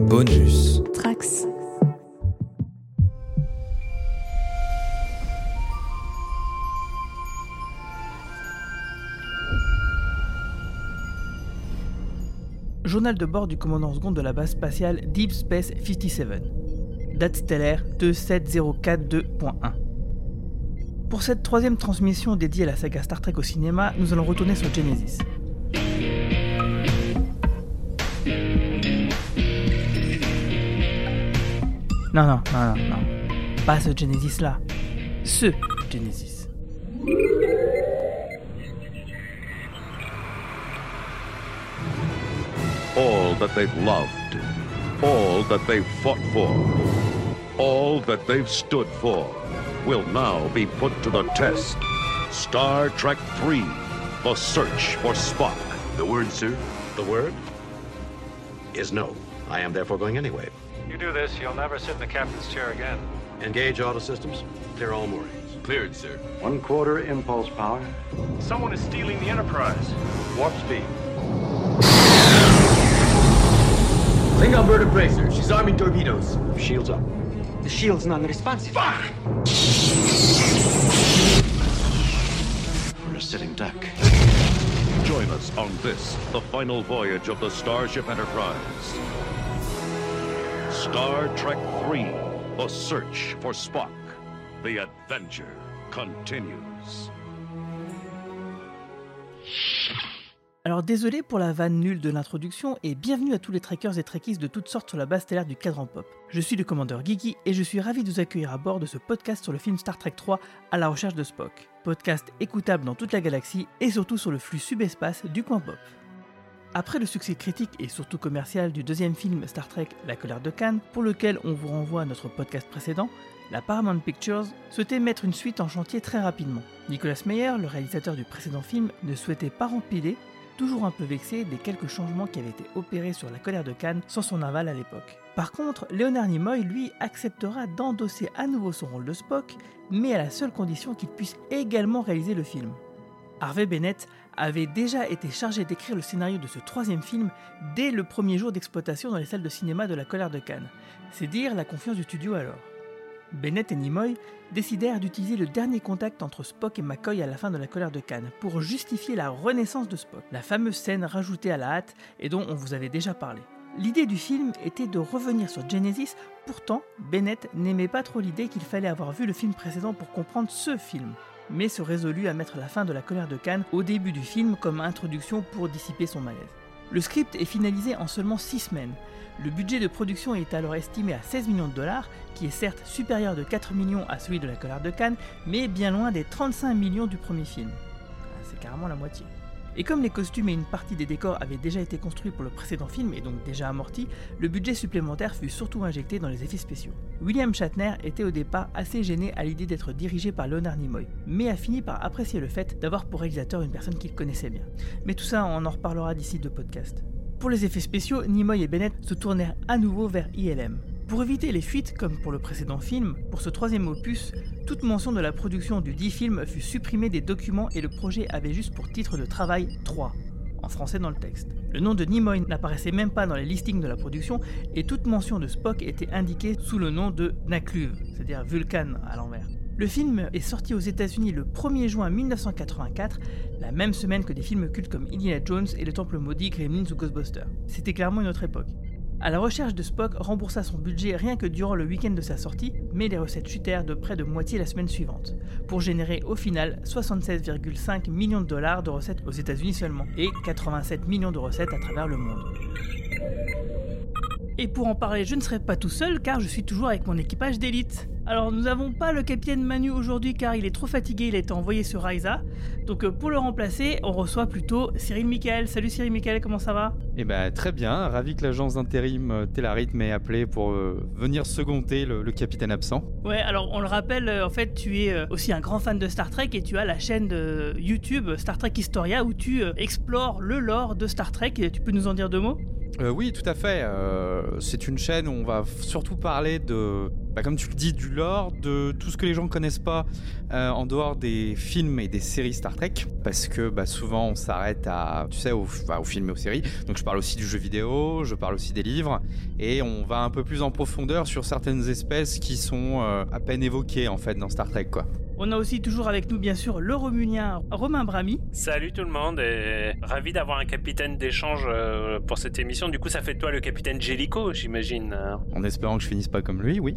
Bonus. Trax. Journal de bord du commandant second de la base spatiale Deep Space 57. Date stellaire 27042.1. Pour cette troisième transmission dédiée à la saga Star Trek au cinéma, nous allons retourner sur Genesis. Non. Pas ce Genesis-là. Ce Genesis. All that they've loved, all that they've fought for, all that they've stood for, will now be put to the test. Star Trek III, The Search for Spock. The word, sir? The word is no. I am therefore going anyway. You do this, you'll never sit in the captain's chair again. Engage auto systems. Clear all moorings. Cleared, sir. 1/4 impulse power. Someone is stealing the Enterprise. Warp speed. Klingon bird of bracer. She's arming torpedoes. Shields up. The shield's non-responsive. Fuck! We're a sitting duck. Join us on this, the final voyage of the Starship Enterprise. Star Trek III, The Search for Spock. The adventure continues. Alors désolé pour la vanne nulle de l'introduction et bienvenue à tous les trekkers et trekkies de toutes sortes sur la base stellaire du cadran pop. Je suis le commandeur Geeky et je suis ravi de vous accueillir à bord de ce podcast sur le film Star Trek 3 à la recherche de Spock. Podcast écoutable dans toute la galaxie et surtout sur le flux subespace du coin pop. Après le succès critique et surtout commercial du deuxième film Star Trek La colère de Khan, pour lequel on vous renvoie à notre podcast précédent, la Paramount Pictures souhaitait mettre une suite en chantier très rapidement. Nicolas Meyer, le réalisateur du précédent film, ne souhaitait pas rempiler, toujours un peu vexé des quelques changements qui avaient été opérés sur La colère de Khan sans son aval à l'époque. Par contre, Leonard Nimoy, lui, acceptera d'endosser à nouveau son rôle de Spock, mais à la seule condition qu'il puisse également réaliser le film. Harvey Bennett avait déjà été chargé d'écrire le scénario de ce troisième film dès le premier jour d'exploitation dans les salles de cinéma de La colère de Khan. C'est dire la confiance du studio alors. Bennett et Nimoy décidèrent d'utiliser le dernier contact entre Spock et McCoy à la fin de La colère de Khan pour justifier la renaissance de Spock, la fameuse scène rajoutée à la hâte et dont on vous avait déjà parlé. L'idée du film était de revenir sur Genesis, pourtant Bennett n'aimait pas trop l'idée qu'il fallait avoir vu le film précédent pour comprendre ce film, mais se résolut à mettre la fin de La colère de Khan au début du film comme introduction pour dissiper son malaise. Le script est finalisé en seulement 6 semaines. Le budget de production est alors estimé à 16 millions de dollars, qui est certes supérieur de 4 millions à celui de La colère de Khan, mais bien loin des 35 millions du premier film. C'est carrément la moitié. Et comme les costumes et une partie des décors avaient déjà été construits pour le précédent film et donc déjà amortis, le budget supplémentaire fut surtout injecté dans les effets spéciaux. William Shatner était au départ assez gêné à l'idée d'être dirigé par Leonard Nimoy, mais a fini par apprécier le fait d'avoir pour réalisateur une personne qu'il connaissait bien. Mais tout ça, on en reparlera d'ici 2 podcasts. Pour les effets spéciaux, Nimoy et Bennett se tournèrent à nouveau vers ILM. Pour éviter les fuites, comme pour le précédent film, pour ce troisième opus, toute mention de la production du dit film fut supprimée des documents et le projet avait juste pour titre de travail 3, en français dans le texte. Le nom de Nimoy n'apparaissait même pas dans les listings de la production et toute mention de Spock était indiquée sous le nom de Nakluv, c'est-à-dire Vulcan à l'envers. Le film est sorti aux États-Unis le 1er juin 1984, la même semaine que des films cultes comme Indiana Jones et Le Temple Maudit, Gremlins ou Ghostbusters. C'était clairement une autre époque. À la recherche de Spock remboursa son budget rien que durant le week-end de sa sortie, mais les recettes chutèrent de près de moitié la semaine suivante, pour générer au final 76,5 millions de dollars de recettes aux États-Unis seulement, et 87 millions de recettes à travers le monde. Et pour en parler, je ne serai pas tout seul car je suis toujours avec mon équipage d'élite. Alors nous n'avons pas le capitaine Manu aujourd'hui car il est trop fatigué, il a été envoyé sur Risa. Donc pour le remplacer, on reçoit plutôt Cyril Michael. Salut Cyril Michael, comment ça va ? Eh ben très bien, ravi que l'agence d'intérim Telarit m'ait appelé pour venir seconder le capitaine absent. Ouais, alors on le rappelle, en fait tu es aussi un grand fan de Star Trek et tu as la chaîne de YouTube Star Trek Historia où tu explores le lore de Star Trek. Tu peux nous en dire 2 mots ? Oui, tout à fait. C'est une chaîne où on va surtout parler de comme tu le dis, du lore, de tout ce que les gens connaissent pas en dehors des films et des séries Star Trek, parce que souvent on s'arrête à, tu sais, aux films et aux séries. Donc je parle aussi du jeu vidéo, je parle aussi des livres, et on va un peu plus en profondeur sur certaines espèces qui sont à peine évoquées en fait dans Star Trek, quoi. On a aussi toujours avec nous, bien sûr, le Romulien Romain Brami. Salut tout le monde, et ravi d'avoir un capitaine d'échange pour cette émission. Du coup, ça fait de toi le capitaine Jellico, j'imagine. En espérant que je finisse pas comme lui, oui.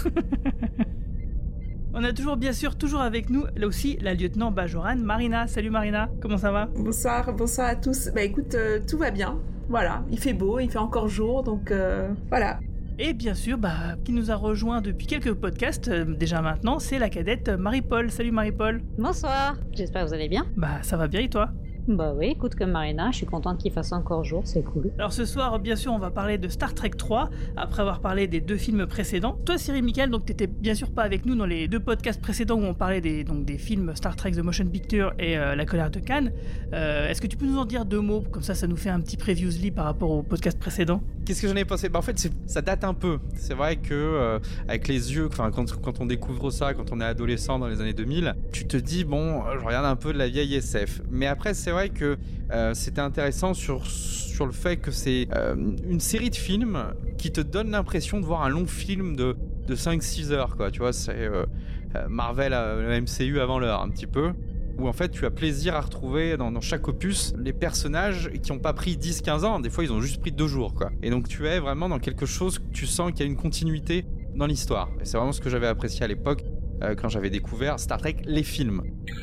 On a toujours, bien sûr, toujours avec nous, là aussi, la lieutenant Bajoran Marina. Salut Marina, comment ça va ? Bonsoir à tous. Écoute, tout va bien. Voilà, il fait beau, il fait encore jour, donc voilà. Et bien sûr, qui nous a rejoint depuis quelques podcasts, déjà maintenant, c'est la cadette Marie-Paul. Salut Marie-Paul. Bonsoir, j'espère que vous allez bien. Ça va bien et toi ? Bah oui, écoute, comme Marina, je suis contente qu'il fasse encore jour, c'est cool. Alors ce soir, bien sûr, on va parler de Star Trek 3, après avoir parlé des 2 films précédents. Toi, Cyril Michael, donc t'étais bien sûr pas avec nous dans les 2 podcasts précédents où on parlait des films Star Trek The Motion Picture et La Colère de Khan. Est-ce que tu peux nous en dire 2 mots, comme ça nous fait un petit previously par rapport au podcast précédent ? Qu'est-ce que j'en ai pensé ? En fait, ça date un peu. C'est vrai que avec les yeux, quand on découvre ça, quand on est adolescent dans les années 2000, tu te dis je regarde un peu de la vieille SF. Mais après, c'est vrai que c'était intéressant sur le fait que c'est une série de films qui te donne l'impression de voir un long film de 5-6 heures, quoi. Tu vois, c'est Marvel, le MCU avant l'heure, un petit peu. Où en fait tu as plaisir à retrouver dans chaque opus les personnages qui n'ont pas pris 10-15 ans, des fois ils ont juste pris 2 jours, quoi. Et donc tu es vraiment dans quelque chose que tu sens qu'il y a une continuité dans l'histoire. Et c'est vraiment ce que j'avais apprécié à l'époque quand j'avais découvert Star Trek, les films.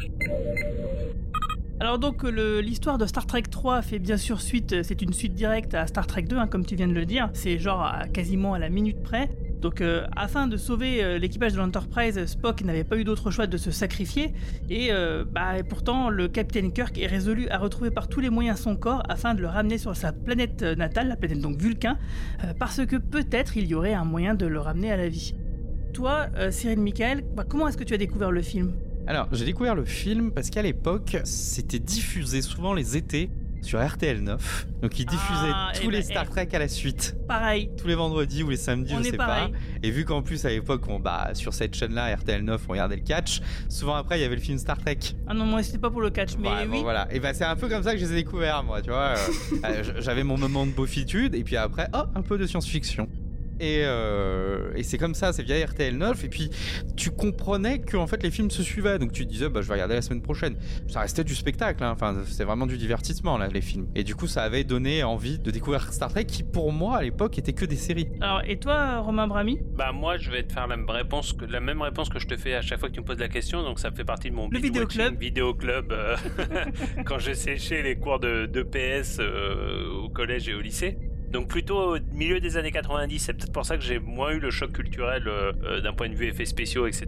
Alors donc l'histoire de Star Trek 3 fait bien sûr suite, c'est une suite directe à Star Trek 2, comme tu viens de le dire, c'est genre quasiment à la minute près. Donc afin de sauver l'équipage de l'Enterprise, Spock n'avait pas eu d'autre choix de se sacrifier et pourtant le capitaine Kirk est résolu à retrouver par tous les moyens son corps afin de le ramener sur sa planète natale, la planète donc Vulcain, parce que peut-être il y aurait un moyen de le ramener à la vie. Toi, Cyril Michael, comment est-ce que tu as découvert le film ? Alors, j'ai découvert le film parce qu'à l'époque, c'était diffusé souvent les étés sur RTL 9. Donc ils diffusaient tous les Star Trek à la suite. Pareil. Tous les vendredis ou les samedis, je sais pas. Et vu qu'en plus à l'époque, sur cette chaîne-là, RTL 9, on regardait le catch. Souvent après, il y avait le film Star Trek. Ah non, moi c'était pas pour le catch, mais oui. Bon, voilà. Et c'est un peu comme ça que je les ai découverts, moi, tu vois. J'avais mon moment de beaufitude et puis après, un peu de science-fiction. Et c'est comme ça, c'est via RTL 9. Et puis tu comprenais que en fait les films se suivaient, donc tu te disais je vais regarder la semaine prochaine. Ça restait du spectacle, hein. Enfin c'est vraiment du divertissement là, les films. Et du coup ça avait donné envie de découvrir Star Trek qui pour moi à l'époque était que des séries. Alors et toi Romain Brami ? Moi je vais te faire la même réponse que je te fais à chaque fois que tu me poses la question, donc ça fait partie de mon vidéo club quand je séchais les cours de PS au collège et au lycée. Donc plutôt au milieu des années 90, c'est peut-être pour ça que j'ai moins eu le choc culturel d'un point de vue effets spéciaux, etc.,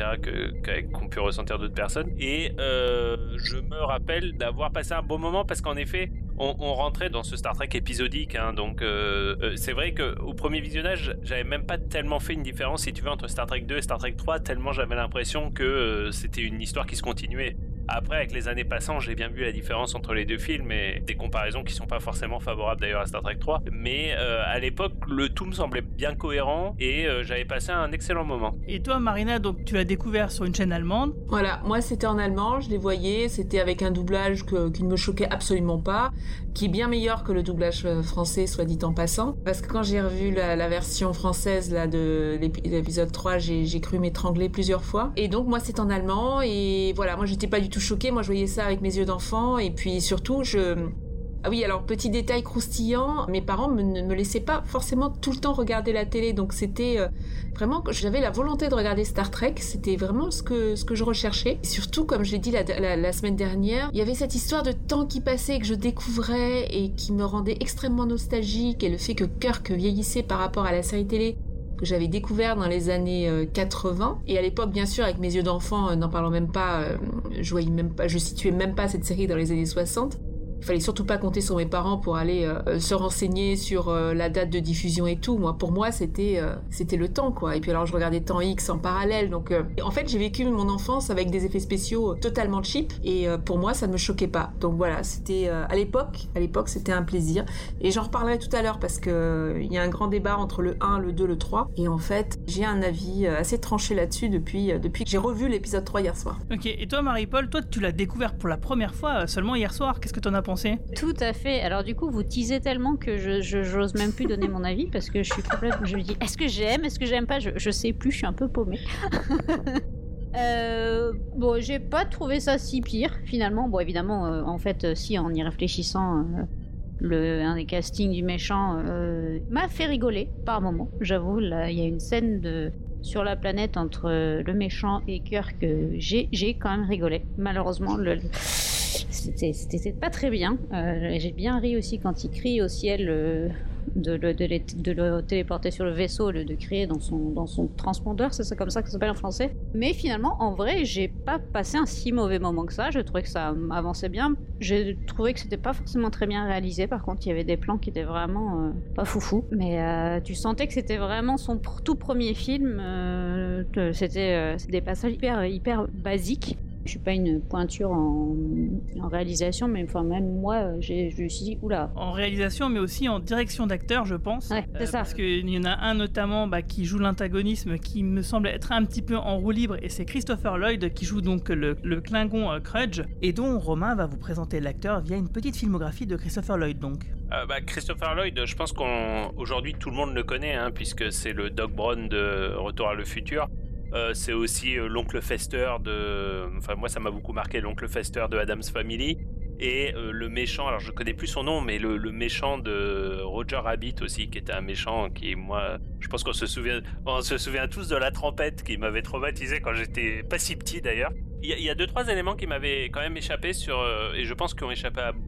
qu'ont pu ressentir d'autres personnes. Et je me rappelle d'avoir passé un bon moment parce qu'en effet, on rentrait dans ce Star Trek épisodique, hein, donc c'est vrai qu'au premier visionnage, j'avais même pas tellement fait une différence, si tu veux, entre Star Trek 2 et Star Trek 3, tellement j'avais l'impression que c'était une histoire qui se continuait. Après, avec les années passant, j'ai bien vu la différence entre les 2 films et des comparaisons qui sont pas forcément favorables d'ailleurs à Star Trek 3. Mais à l'époque, le tout me semblait bien cohérent et j'avais passé un excellent moment. Et toi, Marina, donc tu l'as découvert sur une chaîne allemande ? Voilà, moi c'était en allemand, je les voyais, c'était avec un doublage qui ne me choquait absolument pas, qui est bien meilleur que le doublage français, soit dit en passant. Parce que quand j'ai revu la version française là, de l'épisode 3, j'ai cru m'étrangler plusieurs fois. Et donc moi c'est en allemand et voilà, moi j'étais pas du tout choquée, moi je voyais ça avec mes yeux d'enfant et puis surtout Ah oui, alors petit détail croustillant, mes parents ne me laissaient pas forcément tout le temps regarder la télé, donc c'était vraiment que j'avais la volonté de regarder Star Trek, c'était vraiment ce que je recherchais. Et surtout, comme je l'ai dit la semaine dernière, il y avait cette histoire de temps qui passait que je découvrais et qui me rendait extrêmement nostalgique, et le fait que Kirk vieillissait par rapport à la série télé que j'avais découvert dans les années 80, et à l'époque bien sûr avec mes yeux d'enfant, n'en parlant même pas, je situais même pas cette série dans les années 60. Il fallait surtout pas compter sur mes parents pour aller se renseigner sur la date de diffusion et tout. Pour moi, c'était le temps, quoi. Et puis alors, je regardais Temps X en parallèle. Donc, en fait, j'ai vécu mon enfance avec des effets spéciaux totalement cheap. Et pour moi, ça ne me choquait pas. Donc voilà, c'était à l'époque, c'était un plaisir. Et j'en reparlerai tout à l'heure parce que il y a un grand débat entre le 1, le 2, le 3. Et en fait, j'ai un avis assez tranché là-dessus depuis que j'ai revu l'épisode 3 hier soir. Ok, et toi, Marie-Paul, tu l'as découvert pour la première fois seulement hier soir. Qu'est-ce que t'en as pensé ? Tout à fait. Alors du coup, vous teasez tellement que j'ose même plus donner mon avis parce que je suis complètement... Je me dis, est-ce que j'aime pas, je sais plus, je suis un peu paumée. Bon, j'ai pas trouvé ça si pire finalement. Bon, évidemment, en fait, si en y réfléchissant, un des castings du méchant m'a fait rigoler par moment. J'avoue, là, il y a une scène sur la planète entre le méchant et Kirk que j'ai quand même rigolé. Malheureusement, c'était pas très bien. J'ai bien ri aussi quand il crie au ciel de le téléporter sur le vaisseau, de crier dans son transpondeur, c'est comme ça que ça s'appelle en français. Mais finalement, en vrai, j'ai pas passé un si mauvais moment que ça. Je trouvais que ça avançait bien. J'ai trouvé que c'était pas forcément très bien réalisé. Par contre, il y avait des plans qui étaient vraiment pas foufou. Mais tu sentais que c'était vraiment son tout premier film. C'était des passages hyper basiques. Je suis pas une pointure en réalisation, mais enfin même moi, je me suis dit oula. En réalisation, mais aussi en direction d'acteur, je pense. Ouais, c'est ça. Parce qu'il y en a un notamment qui joue l'antagonisme, qui me semble être un petit peu en roue libre, et c'est Christopher Lloyd qui joue donc le Klingon Krudge, et dont Romain va vous présenter l'acteur via une petite filmographie de Christopher Lloyd donc. Christopher Lloyd, je pense qu'aujourd'hui tout le monde le connaît, puisque c'est le Doc Brown de Retour à le futur. C'est aussi l'oncle Fester moi ça m'a beaucoup marqué, l'oncle Fester de Addams Family, et le méchant, alors je connais plus son nom, mais le méchant de Roger Rabbit aussi, qui était un méchant qui, moi, je pense qu'on se souvient tous de la trompette qui m'avait traumatisé quand j'étais pas si petit d'ailleurs. Il y a 2-3 éléments qui m'avaient quand même échappé et je pense qu'ils ont échappé à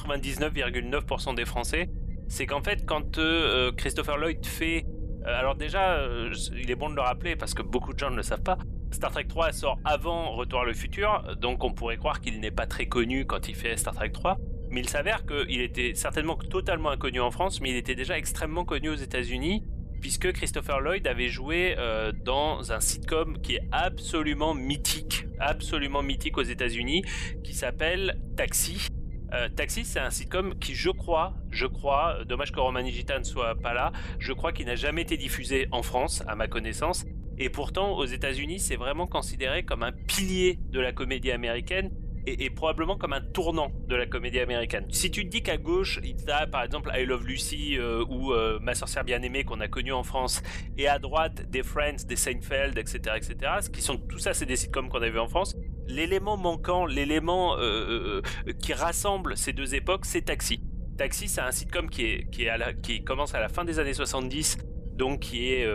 99,9% des Français. C'est qu'en fait, quand Christopher Lloyd fait... alors déjà, il est bon de le rappeler parce que beaucoup de gens ne le savent pas. Star Trek 3 sort avant Retour à le futur, donc on pourrait croire qu'il n'est pas très connu quand il fait Star Trek 3. Mais il s'avère qu'il était certainement totalement inconnu en France, mais il était déjà extrêmement connu aux États-Unis, puisque Christopher Lloyd avait joué dans un sitcom qui est absolument mythique aux États-Unis, qui s'appelle Taxi. Taxi, c'est un sitcom qui, je crois, dommage que Roman Nijita ne soit pas là, je crois qu'il n'a jamais été diffusé en France, à ma connaissance, et pourtant, aux États-Unis, c'est vraiment considéré comme un pilier de la comédie américaine, et probablement comme un tournant de la comédie américaine. Si tu te dis qu'à gauche, il y a par exemple I Love Lucy ou Ma sorcière bien-aimée qu'on a connu en France, et à droite des Friends, des Seinfeld, etc., tout ça, c'est des sitcoms qu'on a vu en France. L'élément manquant, l'élément qui rassemble ces deux époques, c'est Taxi. Taxi, c'est un sitcom qui commence à la fin des années 70, donc qui est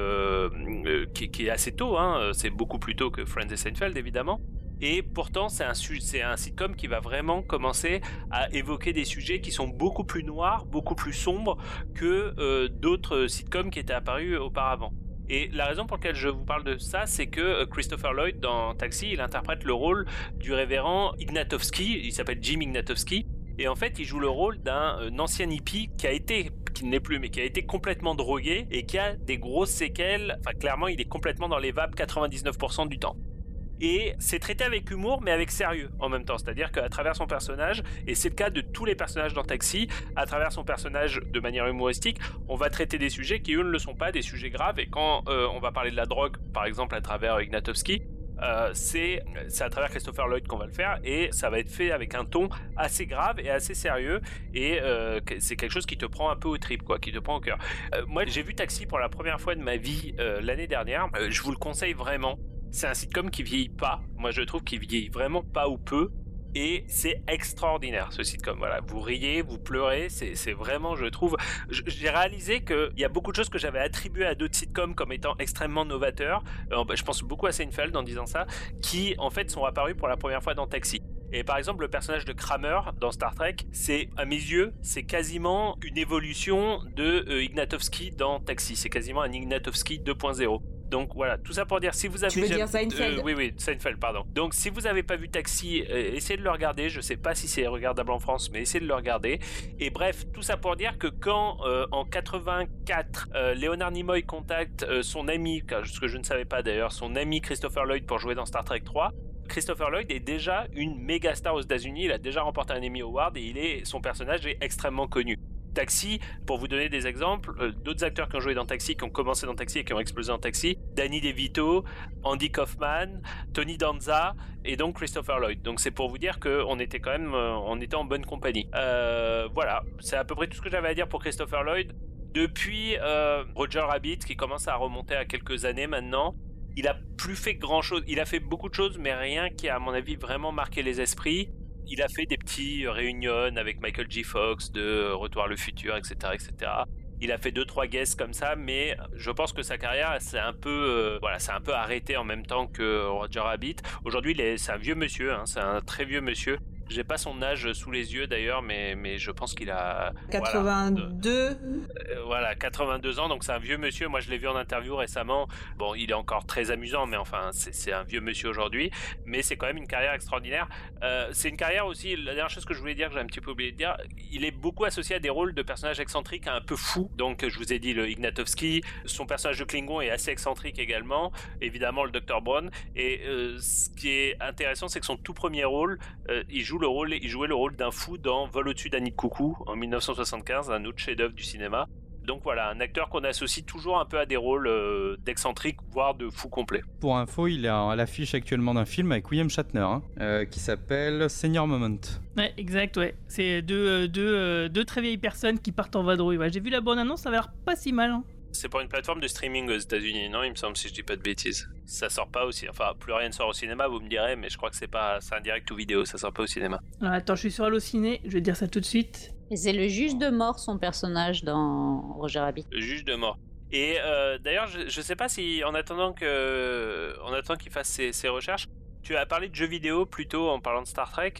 assez tôt, c'est beaucoup plus tôt que Friends et Seinfeld évidemment. Et pourtant, c'est un sitcom qui va vraiment commencer à évoquer des sujets qui sont beaucoup plus noirs, beaucoup plus sombres que d'autres sitcoms qui étaient apparus auparavant. Et la raison pour laquelle je vous parle de ça, c'est que Christopher Lloyd, dans Taxi, il interprète le rôle du révérend Ignatowski, il s'appelle Jim Ignatowski, et en fait, il joue le rôle d'un ancien hippie qui ne l'est plus, mais qui a été complètement drogué et qui a des grosses séquelles, enfin clairement, il est complètement dans les vapes 99% du temps. Et c'est traité avec humour mais avec sérieux en même temps, c'est-à-dire qu'à travers son personnage, et c'est le cas de tous les personnages dans Taxi, à travers son personnage de manière humoristique, on va traiter des sujets qui eux ne le sont pas, des sujets graves, et quand on va parler de la drogue par exemple à travers Ignatowski, c'est à travers Christopher Lloyd qu'on va le faire, et ça va être fait avec un ton assez grave et assez sérieux, et c'est quelque chose qui te prend un peu au trip, qui te prend au cœur. Moi j'ai vu Taxi pour la première fois de ma vie l'année dernière, je vous le conseille vraiment. C'est un sitcom qui vieillit pas. Moi, je trouve qu'il vieillit vraiment pas ou peu. Et c'est extraordinaire, ce sitcom. Voilà, vous riez, vous pleurez. C'est vraiment, je trouve... J'ai réalisé qu'il y a beaucoup de choses que j'avais attribuées à d'autres sitcoms comme étant extrêmement novateurs. Je pense beaucoup à Seinfeld en disant ça, qui, en fait, sont apparus pour la première fois dans Taxi. Et par exemple, le personnage de Kramer dans Star Trek, c'est, à mes yeux, c'est quasiment une évolution de Ignatowski dans Taxi. C'est quasiment un Ignatowski 2.0. Donc voilà, tout ça pour dire, si vous avez... Tu veux dire Seinfeld? Oui, Seinfeld, pardon. Donc si vous n'avez pas vu Taxi, essayez de le regarder. Je sais pas si c'est regardable en France, mais essayez de le regarder. Et bref, tout ça pour dire que quand, en 84, Leonard Nimoy contacte son ami, ce que je ne savais pas d'ailleurs, son ami Christopher Lloyd pour jouer dans Star Trek 3, Christopher Lloyd est déjà une méga star aux États-Unis. Il a déjà remporté un Emmy Award et son personnage est extrêmement connu. Taxi, pour vous donner des exemples, d'autres acteurs qui ont joué dans Taxi, qui ont commencé dans Taxi et qui ont explosé dans Taxi, Danny DeVito, Andy Kaufman, Tony Danza et donc Christopher Lloyd. Donc c'est pour vous dire qu'on était quand même on était en bonne compagnie. Voilà, c'est à peu près tout ce que j'avais à dire pour Christopher Lloyd. Depuis Roger Rabbit, qui commence à remonter à quelques années maintenant, il a plus fait grand chose. Il a fait beaucoup de choses, mais rien qui a, à mon avis, vraiment marqué les esprits. Il a fait des petits réunions avec Michael J. Fox de Retour vers le futur, etc., etc. Il a fait 2-3 guests comme ça, mais je pense que sa carrière s'est un peu arrêtée en même temps que Roger Rabbit. Aujourd'hui, c'est un vieux monsieur, hein, c'est un très vieux monsieur. J'ai pas son âge sous les yeux d'ailleurs, mais je pense qu'il a 82. Voilà, 82 ans, donc c'est un vieux monsieur. Moi, je l'ai vu en interview récemment. Bon, il est encore très amusant, mais enfin, c'est un vieux monsieur aujourd'hui. Mais c'est quand même une carrière extraordinaire. C'est une carrière aussi. La dernière chose que je voulais dire, que j'ai un petit peu oublié de dire, il est beaucoup associé à des rôles de personnages excentriques, un peu fous. Donc, je vous ai dit le Ignatowski. Son personnage de Klingon est assez excentrique également. Évidemment, le Dr. Brown. Et ce qui est intéressant, c'est que son tout premier rôle, il jouait le rôle d'un fou dans Vol au-dessus d'un nid de coucou en 1975, un autre chef-d'œuvre du cinéma. Donc voilà, un acteur qu'on associe toujours un peu à des rôles d'excentrique, voire de fou complet. Pour info, il est à l'affiche actuellement d'un film avec William Shatner, qui s'appelle Senior Moment. Ouais, exact, ouais. C'est deux très vieilles personnes qui partent en vadrouille. Ouais, j'ai vu la bande-annonce, ça avait l'air pas si mal. Hein. C'est pour une plateforme de streaming aux États-Unis, non, il me semble, si je dis pas de bêtises. Ça sort pas aussi, enfin, plus rien ne sort au cinéma, vous me direz, mais je crois que c'est un direct ou vidéo, ça sort pas au cinéma. Alors, attends, je suis sur Allociné, je vais te dire ça tout de suite. Et c'est le juge de mort, son personnage dans Roger Rabbit. Le juge de mort. Et d'ailleurs, je sais pas si, en attendant qu'il fasse ses recherches, tu as parlé de jeux vidéo plutôt en parlant de Star Trek.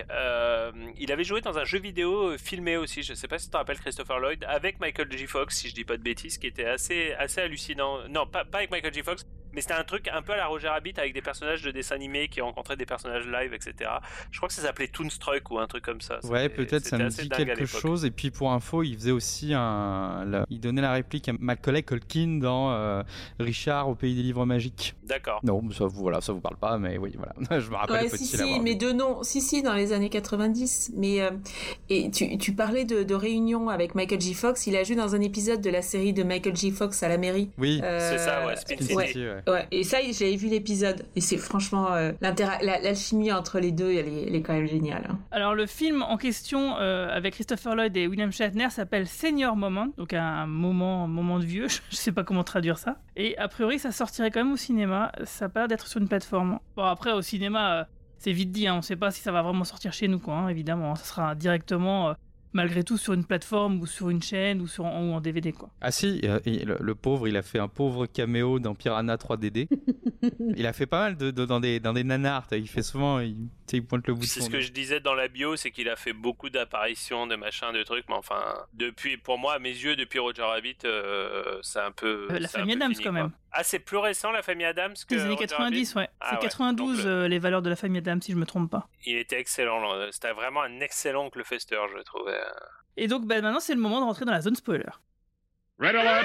Il avait joué dans un jeu vidéo filmé aussi. Je sais pas si tu te rappelles Christopher Lloyd avec Michael J. Fox, si je dis pas de bêtises, qui était assez hallucinant. Non, pas avec Michael J. Fox, mais c'était un truc un peu à la Roger Rabbit avec des personnages de dessins animés qui rencontraient des personnages live, etc. Je crois que ça s'appelait Toonstruck ou un truc comme ça. Ouais, peut-être ça me dit quelque chose. Et puis pour info, il faisait aussi il donnait la réplique à Macaulay Culkin dans Richard au pays des livres magiques. D'accord. Non, ça vous parle pas, mais oui, voilà. Je me rappelle mais de nom. Si, dans les années 90. Mais et tu parlais de réunion avec Michael J. Fox. Il a joué dans un épisode de la série de Michael J. Fox à la mairie. Oui, c'est ça, ouais, Spin City. Ouais. Et ça, j'avais vu l'épisode. Et c'est franchement l'alchimie entre les deux, elle est quand même géniale. Hein. Alors le film en question avec Christopher Lloyd et William Shatner s'appelle Senior Moment, donc un moment de vieux. Je sais pas comment traduire ça. Et a priori, ça sortirait quand même au cinéma. Ça a pas l'air d'être sur une plateforme. Bon, après au cinéma, c'est vite dit. Hein. On sait pas si ça va vraiment sortir chez nous, quoi. Hein, évidemment, ça sera directement. Malgré tout sur une plateforme ou sur une chaîne ou en DVD, quoi. Ah si, le pauvre, il a fait un pauvre caméo dans Piranha 3DD. Il a fait pas mal dans des nanars, il fait souvent, il pointe le bout de son... C'est ce que je disais dans la bio, c'est qu'il a fait beaucoup d'apparitions, de machins, de trucs, mais enfin, pour moi, à mes yeux, depuis Roger Rabbit, c'est un peu... La famille Adams, quand même. Ah, c'est plus récent, la famille Adams que les années 90, ouais. C'est 92, les valeurs de la famille Adams, si je me trompe pas. Il était excellent, c'était vraiment un excellent Oncle Fester, je trouvais. Et donc, maintenant, c'est le moment de rentrer dans la zone spoiler. Red alert!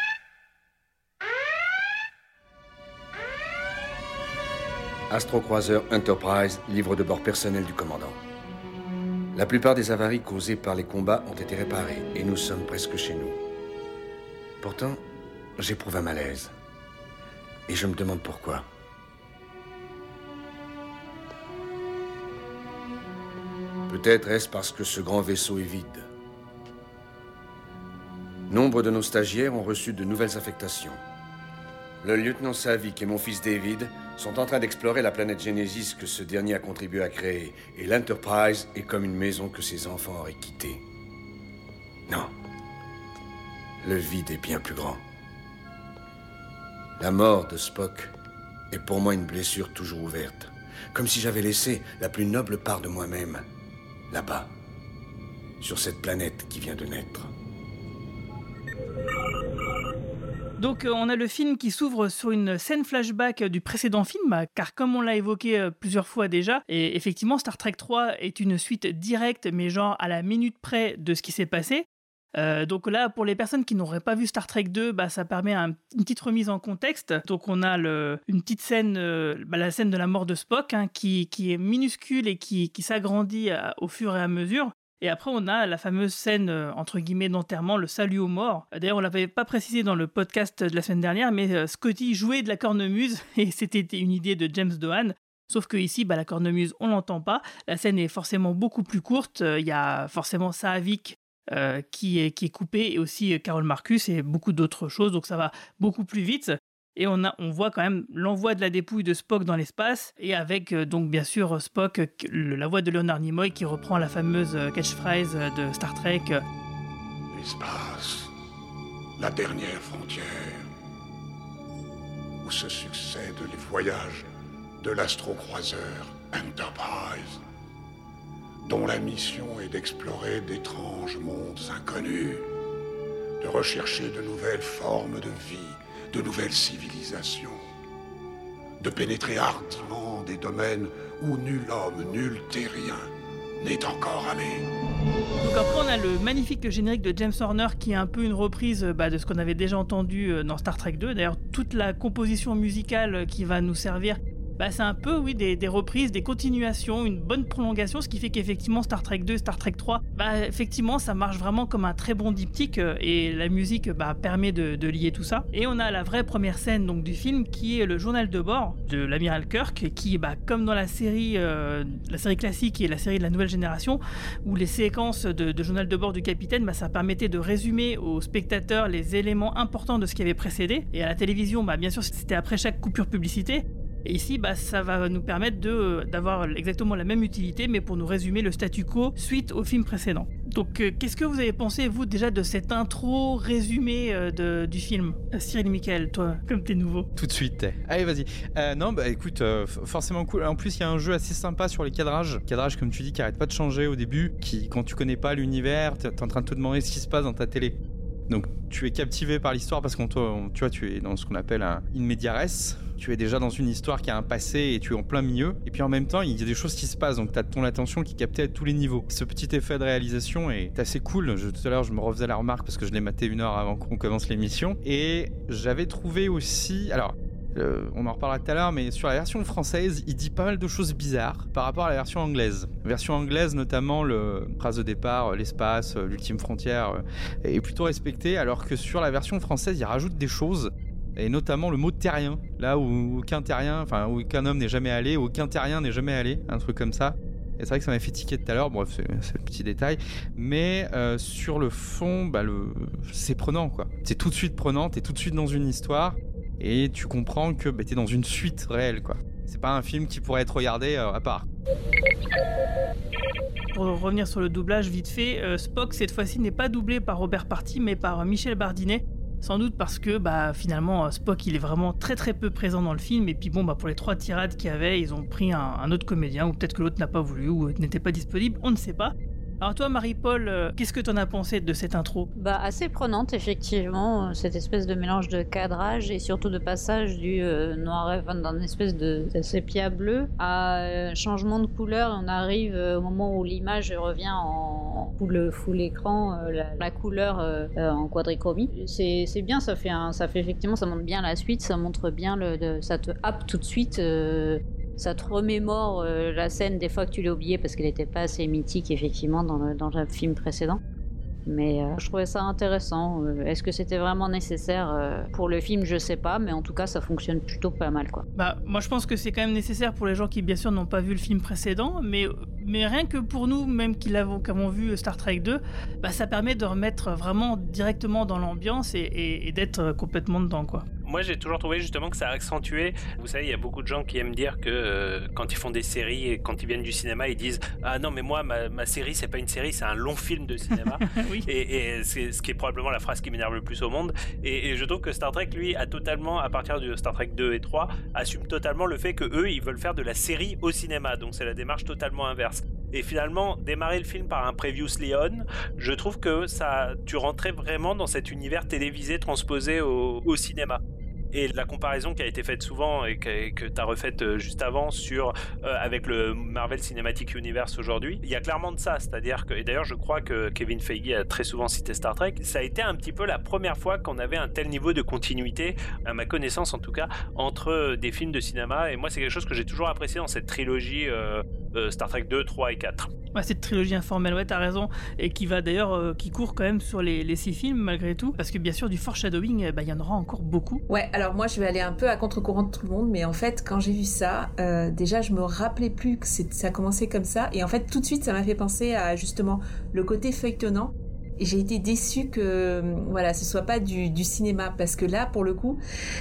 Astrocroiseur Enterprise, livre de bord personnel du commandant. La plupart des avaries causées par les combats ont été réparées et nous sommes presque chez nous. Pourtant, j'éprouve un malaise. Et je me demande pourquoi. Peut-être est-ce parce que ce grand vaisseau est vide. Nombre de nos stagiaires ont reçu de nouvelles affectations. Le lieutenant Savick et mon fils David sont en train d'explorer la planète Genesis que ce dernier a contribué à créer. Et l'Enterprise est comme une maison que ses enfants auraient quittée. Non. Le vide est bien plus grand. La mort de Spock est pour moi une blessure toujours ouverte. Comme si j'avais laissé la plus noble part de moi-même là-bas, sur cette planète qui vient de naître. Donc on a le film qui s'ouvre sur une scène flashback du précédent film, car comme on l'a évoqué plusieurs fois déjà, et effectivement Star Trek 3 est une suite directe, mais genre à la minute près de ce qui s'est passé. Donc là, pour les personnes qui n'auraient pas vu Star Trek 2, ça permet une petite remise en contexte. Donc on a une petite scène, la scène de la mort de Spock, qui est minuscule et qui s'agrandit au fur et à mesure. Et après, on a la fameuse scène, entre guillemets, d'enterrement, le salut aux morts. D'ailleurs, on ne l'avait pas précisé dans le podcast de la semaine dernière, mais Scotty jouait de la cornemuse, et c'était une idée de James Doohan. Sauf qu'ici, la cornemuse, on ne l'entend pas. La scène est forcément beaucoup plus courte. Il y a forcément Saavik qui est coupé, et aussi Carol Marcus et beaucoup d'autres choses, donc ça va beaucoup plus vite. Et on voit quand même l'envoi de la dépouille de Spock dans l'espace, et avec donc bien sûr Spock, la voix de Leonard Nimoy qui reprend la fameuse catchphrase de Star Trek. L'espace, la dernière frontière, où se succèdent les voyages de l'astro-croiseur Enterprise, dont la mission est d'explorer d'étranges mondes inconnus, de rechercher de nouvelles formes de vie, de nouvelles civilisations, de pénétrer hardiment des domaines où nul homme, nul terrien n'est encore allé. Donc après on a le magnifique générique de James Horner qui est un peu une reprise de ce qu'on avait déjà entendu dans Star Trek 2. D'ailleurs toute la composition musicale qui va nous servir, c'est un peu des reprises, des continuations, une bonne prolongation, ce qui fait qu'effectivement Star Trek 2, Star Trek 3, effectivement ça marche vraiment comme un très bon diptyque, et la musique permet de lier tout ça. Et on a la vraie première scène donc, du film qui est le journal de bord de l'amiral Kirk, qui comme dans la série classique et la série de la nouvelle génération, où les séquences de journal de bord du capitaine, ça permettait de résumer aux spectateurs les éléments importants de ce qui avait précédé. Et à la télévision, bien sûr c'était après chaque coupure publicité. Et ici, ça va nous permettre d'avoir exactement la même utilité, mais pour nous résumer le statu quo suite au film précédent. Donc, qu'est-ce que vous avez pensé, vous, déjà, de cette intro résumée du film ? Cyril Michael, toi, comme t'es nouveau. Tout de suite. Allez, vas-y. Non, écoute, forcément cool. En plus, il y a un jeu assez sympa sur les cadrages. Cadrage, comme tu dis, qui arrête pas de changer au début, qui, quand tu connais pas l'univers, t'es en train de te demander ce qui se passe dans ta télé. Donc tu es captivé par l'histoire parce que tu vois, tu es dans ce qu'on appelle un in media res. Tu es déjà dans une histoire qui a un passé et tu es en plein milieu. Et puis en même temps, il y a des choses qui se passent, donc tu as ton attention qui est captée à tous les niveaux. Ce petit effet de réalisation est assez cool. Tout à l'heure, je me refaisais la remarque parce que je l'ai maté 1 heure avant qu'on commence l'émission. Et j'avais trouvé aussi... Alors, on en reparlera tout à l'heure, mais sur la version française, il dit pas mal de choses bizarres par rapport à la version anglaise. La version anglaise, notamment, la phrase de départ, l'espace, l'ultime frontière, est plutôt respectée, alors que sur la version française, il rajoute des choses, et notamment le mot terrien, là où aucun terrien, enfin où aucun homme n'est jamais allé, où aucun terrien n'est jamais allé, un truc comme ça. Et c'est vrai que ça m'a fait tiquer tout à l'heure, bref, c'est le petit détail. Mais sur le fond, c'est prenant, quoi. C'est tout de suite prenant, t'es tout de suite dans une histoire. Et tu comprends que t'es dans une suite réelle, quoi. C'est pas un film qui pourrait être regardé à part. Pour revenir sur le doublage vite fait, Spock cette fois-ci n'est pas doublé par Robert Party mais par Michel Bardinet. Sans doute parce que finalement Spock il est vraiment très très peu présent dans le film, et puis pour les 3 tirades qu'il y avait, ils ont pris un autre comédien, ou peut-être que l'autre n'a pas voulu ou n'était pas disponible, on ne sait pas. Alors toi Marie-Paul, qu'est-ce que t'en as pensé de cette intro ? Assez prenante effectivement, cette espèce de mélange de cadrage et surtout de passage du noir, d'un espèce de sépia bleu à changement de couleur. On arrive au moment où l'image revient en full écran, la couleur en quadrichromie. C'est bien, ça fait effectivement, ça montre bien la suite, ça montre bien ça te happe tout de suite. Ça te remémore la scène des fois que tu l'as oubliée parce qu'elle n'était pas assez mythique effectivement dans le film précédent. Mais je trouvais ça intéressant. Est-ce que c'était vraiment nécessaire pour le film ? Je sais pas, mais en tout cas ça fonctionne plutôt pas mal, quoi. Moi je pense que c'est quand même nécessaire pour les gens qui bien sûr n'ont pas vu le film précédent, mais rien que pour nous, même qui avons vu Star Trek 2, ça permet de remettre vraiment directement dans l'ambiance et d'être complètement dedans, quoi. Moi, j'ai toujours trouvé justement que ça a accentué. Vous savez, il y a beaucoup de gens qui aiment dire que quand ils font des séries et quand ils viennent du cinéma, ils disent « Ah non, mais moi, ma série, c'est pas une série, c'est un long film de cinéma. » Oui. Et c'est ce qui est probablement la phrase qui m'énerve le plus au monde. Et je trouve que Star Trek, lui, a totalement, à partir de Star Trek 2 et 3, assume totalement le fait qu'eux, ils veulent faire de la série au cinéma. Donc c'est la démarche totalement inverse. Et finalement, démarrer le film par un Previously On, je trouve que tu rentrais vraiment dans cet univers télévisé transposé au cinéma. Et la comparaison qui a été faite souvent et que tu as refaite juste avant avec le Marvel Cinematic Universe aujourd'hui, il y a clairement de ça. C'est-à-dire que, et d'ailleurs je crois que Kevin Feige a très souvent cité Star Trek, ça a été un petit peu la première fois qu'on avait un tel niveau de continuité, à ma connaissance en tout cas, entre des films de cinéma. Et moi c'est quelque chose que j'ai toujours apprécié dans cette trilogie Star Trek 2, 3 et 4. Ouais, cette trilogie informelle, ouais, t'as raison, et qui va d'ailleurs, qui court quand même sur les 6 films malgré tout, parce que bien sûr du foreshadowing, il y en aura encore beaucoup. Ouais, alors moi je vais aller un peu à contre-courant de tout le monde, mais en fait quand j'ai vu ça, déjà je me rappelais plus que ça commençait comme ça, et en fait tout de suite ça m'a fait penser à justement le côté feuilletonnant. Et j'ai été déçue que ce soit pas du cinéma, parce que là pour le coup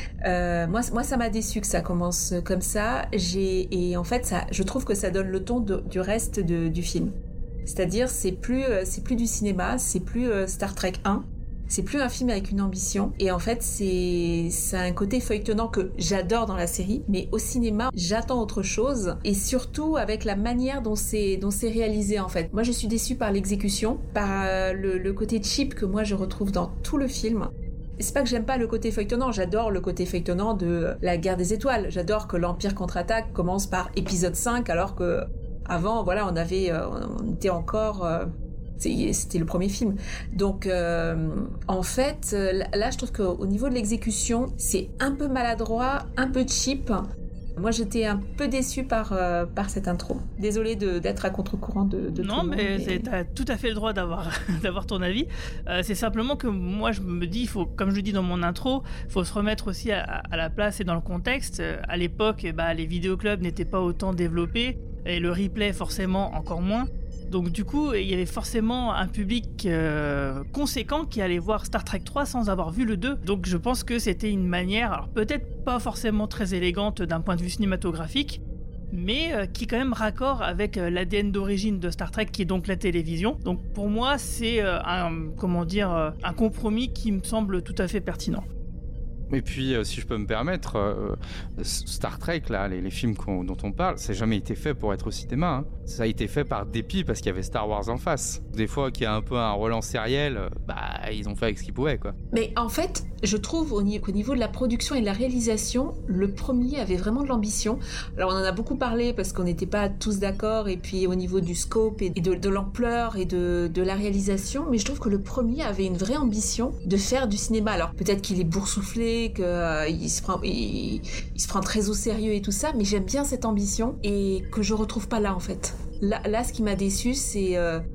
moi ça m'a déçue que ça commence comme ça. Et en fait je trouve que ça donne le ton du reste du film, c'est-à-dire c'est plus du cinéma, c'est plus Star Trek 1. C'est plus un film avec une ambition, et en fait c'est un côté feuilletonnant que j'adore dans la série, mais au cinéma j'attends autre chose, et surtout avec la manière dont c'est réalisé en fait. Moi je suis déçue par l'exécution, par le côté cheap que moi je retrouve dans tout le film. C'est pas que j'aime pas le côté feuilletonnant, j'adore le côté feuilletonnant de la Guerre des Étoiles, j'adore que l'Empire contre-attaque commence par épisode 5 alors que avant on était encore... C'était le premier film. Donc, en fait, là, je trouve qu'au niveau de l'exécution, c'est un peu maladroit, un peu cheap. Moi, j'étais un peu déçue par cette intro. Désolée d'être à contre-courant de tout le monde. Non, mais t'as tout à fait le droit d'avoir ton avis. C'est simplement que moi, je me dis, comme je le dis dans mon intro, il faut se remettre aussi à la place et dans le contexte. À l'époque, les vidéoclubs n'étaient pas autant développés, et le replay, forcément, encore moins. Donc du coup, il y avait forcément un public conséquent qui allait voir Star Trek 3 sans avoir vu le 2. Donc je pense que c'était une manière, alors peut-être pas forcément très élégante d'un point de vue cinématographique, mais qui est quand même raccord avec l'ADN d'origine de Star Trek, qui est donc la télévision. Donc pour moi, c'est un compromis qui me semble tout à fait pertinent. Et puis, si je peux me permettre, Star Trek, là, les films dont on parle, ça n'a jamais été fait pour être au cinéma. Hein. Ça a été fait par dépit parce qu'il y avait Star Wars en face. Des fois, qu'il y a un peu un relance sériel, ils ont fait avec ce qu'ils pouvaient, quoi. Mais en fait, je trouve qu'au niveau de la production et de la réalisation, le premier avait vraiment de l'ambition. Alors, on en a beaucoup parlé parce qu'on n'était pas tous d'accord, et puis au niveau du scope et de l'ampleur et de la réalisation, mais je trouve que le premier avait une vraie ambition de faire du cinéma. Alors, peut-être qu'il est boursouflé, qu'il se prend très au sérieux et tout ça, mais j'aime bien cette ambition et que je retrouve pas là en fait. Là, ce qui m'a déçu, c'est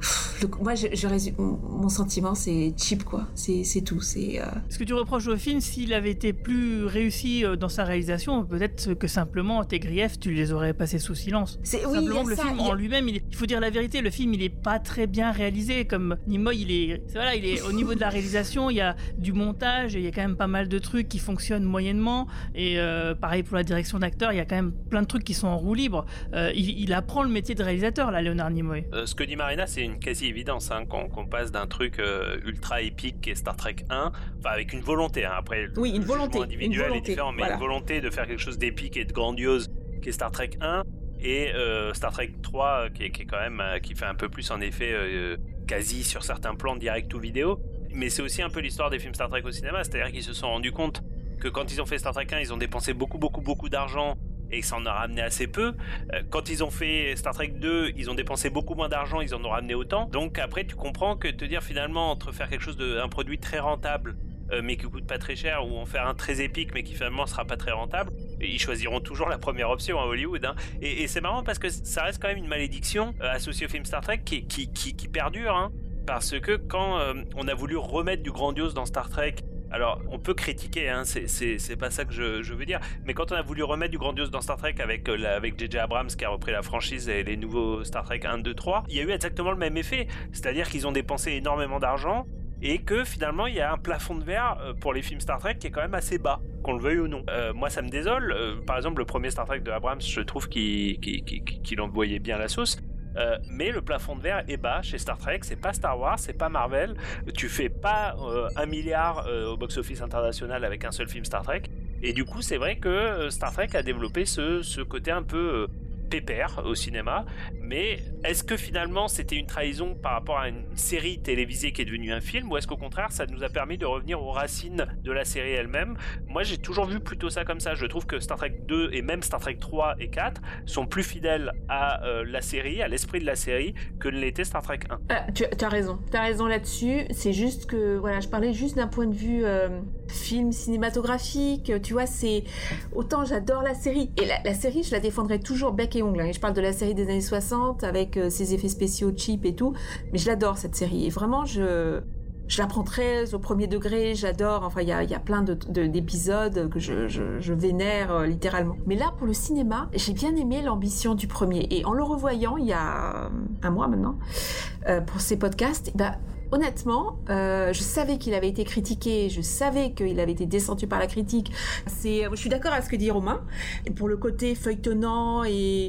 moi, je résume mon sentiment, c'est cheap quoi. C'est tout. Ce que tu reproches au film, s'il avait été plus réussi dans sa réalisation, peut-être que simplement tes griefs, tu les aurais passés sous silence. Simplement le film en lui-même, il faut dire la vérité, le film il est pas très bien réalisé. Comme Nimoy, il est au niveau de la réalisation, il y a du montage, il y a quand même pas mal de trucs qui fonctionnent moyennement. Et pareil pour la direction d'acteur, il y a quand même plein de trucs qui sont en roue libre. Il apprend le métier de réalisateur. Là, Leonard Nimoy. Ce que dit Marina, c'est une quasi-évidence qu'on passe d'un truc ultra épique qui est Star Trek 1, enfin avec une volonté, hein, après oui, une volonté individuelle est différent, mais une volonté de faire quelque chose d'épique et de grandiose qui est Star Trek 1, et Star Trek 3 qui est quand même qui fait un peu plus en effet quasi sur certains plans direct ou vidéo, mais c'est aussi un peu l'histoire des films Star Trek au cinéma, c'est-à-dire qu'ils se sont rendus compte que quand ils ont fait Star Trek 1, ils ont dépensé beaucoup d'argent et que ça en a ramené assez peu. Quand ils ont fait Star Trek 2, ils ont dépensé beaucoup moins d'argent, ils en ont ramené autant. Donc après, tu comprends que te dire finalement entre faire quelque chose un produit très rentable mais qui coûte pas très cher, ou en faire un très épique mais qui finalement sera pas très rentable, et ils choisiront toujours la première option à Hollywood. Hein. Et c'est marrant parce que ça reste quand même une malédiction associée au film Star Trek qui perdure. Hein, parce que quand on a voulu remettre du grandiose dans Star Trek, alors on peut critiquer, hein, c'est pas ça que je veux dire, mais quand on a voulu remettre du grandiose dans Star Trek avec J.J. Abrams qui a repris la franchise et les nouveaux Star Trek 1, 2, 3, il y a eu exactement le même effet, c'est-à-dire qu'ils ont dépensé énormément d'argent et que finalement il y a un plafond de verre pour les films Star Trek qui est quand même assez bas, qu'on le veuille ou non. Moi ça me désole, par exemple le premier Star Trek de Abrams, je trouve qu'il envoyait bien la sauce. Mais le plafond de verre est bas chez Star Trek, c'est pas Star Wars, c'est pas Marvel, tu fais pas 1 milliard au box-office international avec un seul film Star Trek, et du coup c'est vrai que Star Trek a développé ce côté un peu pépère au cinéma, mais est-ce que finalement c'était une trahison par rapport à une série télévisée qui est devenue un film, ou est-ce qu'au contraire ça nous a permis de revenir aux racines de la série elle-même? Moi j'ai toujours vu plutôt ça comme ça. Je trouve que Star Trek 2 et même Star Trek 3 et 4 sont plus fidèles à la série, à l'esprit de la série, que ne l'était Star Trek 1. Tu as raison là-dessus. C'est juste que voilà, je parlais juste d'un point de vue film cinématographique. Tu vois, c'est autant j'adore la série, et la série je la défendrai toujours bec et ongle, hein. Et je parle de la série des années 60 avec ses effets spéciaux cheap et tout, mais je l'adore cette série, et vraiment je la prends très au premier degré, j'adore. Enfin, il y a plein d'épisodes que je vénère littéralement. Mais là, pour le cinéma, j'ai bien aimé l'ambition du premier. Et en le revoyant il y a un mois maintenant, pour ces podcasts, honnêtement, je savais qu'il avait été critiqué, je savais qu'il avait été descendu par la critique. Je suis d'accord avec ce que dit Romain, pour le côté feuilletonnant et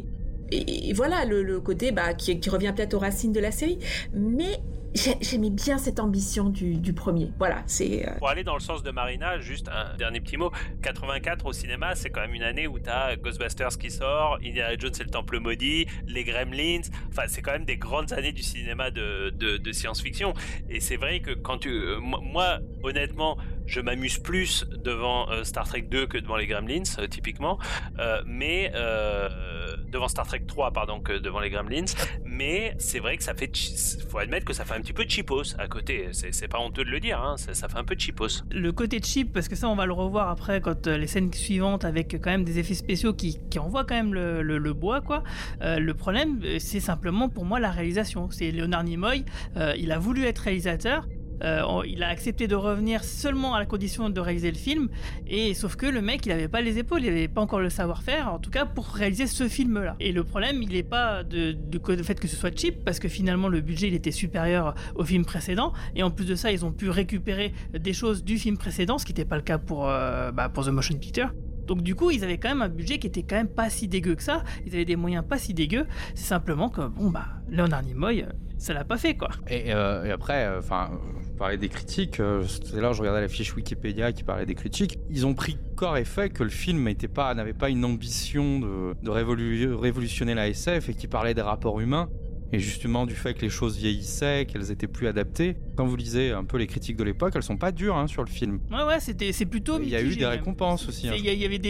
voilà, le côté qui revient peut-être aux racines de la série. Mais j'aimais bien cette ambition du premier. Voilà, c'est... Pour aller dans le sens de Marina, juste un dernier petit mot. 84 au cinéma, c'est quand même une année où t'as Ghostbusters qui sort, Indiana Jones et le Temple Maudit, les Gremlins. Enfin, c'est quand même des grandes années du cinéma de science-fiction. Et c'est vrai que quand moi, honnêtement, je m'amuse plus devant Star Trek 2 que devant les Gremlins, typiquement. Mais devant Star Trek 3, pardon, que devant les Gremlins. Mais c'est vrai que ça fait... faut admettre que ça fait un petit peu cheapos à côté. C'est pas honteux de le dire, hein. Ça fait un peu cheapos. Le côté cheap, parce que ça, on va le revoir après quand les scènes suivantes avec quand même des effets spéciaux qui envoient quand même le bois, quoi. Le problème, c'est simplement pour moi la réalisation. C'est Leonard Nimoy, il a voulu être réalisateur. Il a accepté de revenir seulement à la condition de réaliser le film, et sauf que le mec il avait pas les épaules, il avait pas encore le savoir-faire, en tout cas pour réaliser ce film là. Et le problème il est pas du fait que ce soit cheap, parce que finalement le budget il était supérieur au film précédent, et en plus de ça ils ont pu récupérer des choses du film précédent, ce qui n'était pas le cas pour The Motion Picture. Donc du coup, ils avaient quand même un budget qui était quand même pas si dégueu que ça. Ils avaient des moyens pas si dégueux. C'est simplement que Leonard Nimoy, ça l'a pas fait, quoi. Et après, vous parlez des critiques. C'est là je regardais la fiche Wikipédia qui parlait des critiques. Ils ont pris corps et fait que le film n'avait pas une ambition de révolutionner la SF, et qui parlait des rapports humains. Et justement du fait que les choses vieillissaient, qu'elles étaient plus adaptées. Quand vous lisez un peu les critiques de l'époque, elles sont pas dures sur le film. Ouais, c'est plutôt. Il y a eu des récompenses aussi. Il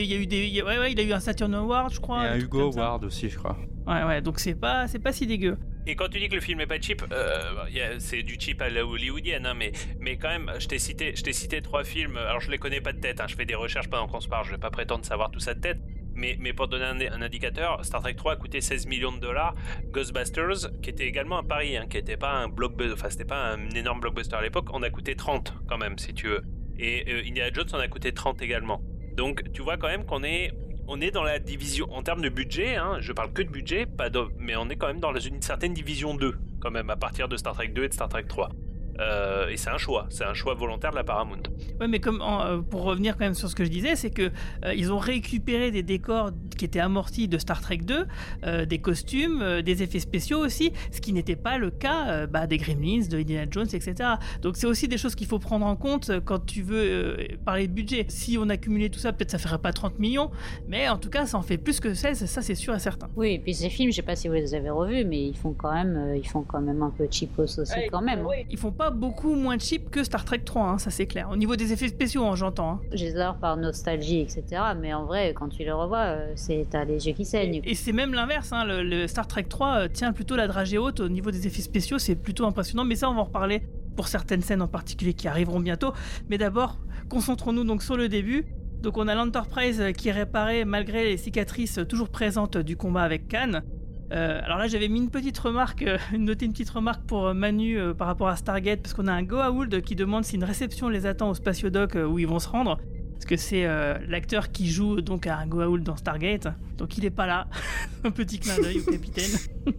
a eu un Saturn Award, je crois. Et un Hugo Award aussi, je crois. Ouais, donc c'est pas si dégueu. Et quand tu dis que le film est pas cheap, c'est du cheap à la hollywoodienne, hein, mais quand même, je t'ai cité 3 films. Alors je les connais pas de tête, hein, je fais des recherches pendant qu'on se parle, je vais pas prétendre savoir tout ça de tête. Mais pour donner un indicateur, Star Trek 3 a coûté $16 millions. Ghostbusters, qui était également un pari, qui n'était pas un blockbuster, enfin c'était pas un énorme blockbuster à l'époque, on a coûté 30 quand même, si tu veux. Et Indiana Jones en a coûté 30 également. Donc tu vois quand même qu'on est dans la division, en termes de budget, je parle que de budget, mais on est quand même dans une certaine division 2, quand même, à partir de Star Trek 2 et de Star Trek 3. Et c'est un choix volontaire de la Paramount. Ouais, mais pour revenir quand même sur ce que je disais, c'est que ils ont récupéré des décors qui étaient amortis de Star Trek 2, des costumes, des effets spéciaux aussi, ce qui n'était pas le cas des Gremlins, de Indiana Jones, etc. Donc c'est aussi des choses qu'il faut prendre en compte quand tu veux parler de budget. Si on accumulait tout ça, peut-être ça ferait pas 30 millions, mais en tout cas ça en fait plus que 16, ça c'est sûr et certain. Oui, et puis ces films, je sais pas si vous les avez revus, mais ils font quand même un peu cheapos aussi, quand même. Ils font pas beaucoup moins cheap que Star Trek 3, ça c'est clair. Au niveau des effets spéciaux, j'entends. Je les adore par nostalgie, etc. Mais en vrai, quand tu les revois, t'as les yeux qui saignent. Et c'est même l'inverse, le Star Trek 3 tient plutôt la dragée haute au niveau des effets spéciaux, c'est plutôt impressionnant. Mais ça, on va en reparler pour certaines scènes en particulier qui arriveront bientôt. Mais d'abord, concentrons-nous donc sur le début. Donc on a l'Enterprise qui est réparée malgré les cicatrices toujours présentes du combat avec Khan. Alors là j'avais mis noté une petite remarque pour Manu par rapport à Stargate, parce qu'on a un Goa'uld qui demande si une réception les attend au spatiodoc où ils vont se rendre, parce que c'est l'acteur qui joue donc à un Goa'uld dans Stargate, donc il est pas là. Un petit clin d'œil au capitaine.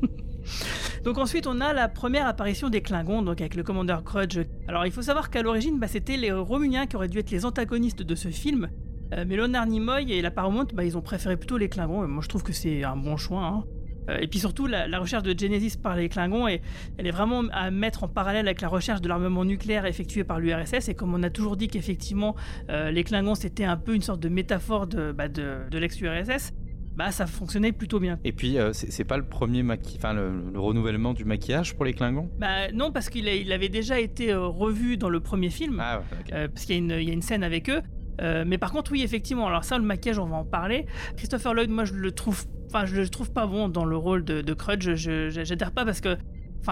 Donc ensuite on a la première apparition des Klingons, donc avec le commandeur Krudge. Alors il faut savoir qu'à l'origine c'était les Romuliens qui auraient dû être les antagonistes de ce film, mais Leonard Nimoy et la Paramount ils ont préféré plutôt les Klingons, et moi je trouve que c'est un bon choix. Et puis surtout, la recherche de Genesis par les Klingons, elle est vraiment à mettre en parallèle avec la recherche de l'armement nucléaire effectuée par l'URSS. Et comme on a toujours dit qu'effectivement, les Klingons, c'était un peu une sorte de métaphore de l'ex-URSS, bah ça fonctionnait plutôt bien. Et puis c'est pas le premier le renouvellement du maquillage pour les Klingons? Bah non, parce qu'il avait déjà été revu dans le premier film, parce qu'il y a une scène avec eux. Mais par contre, oui, effectivement, alors ça, le maquillage, on va en parler. Christopher Lloyd, moi, je le trouve pas bon dans le rôle de Crudge. J'adhère pas parce que,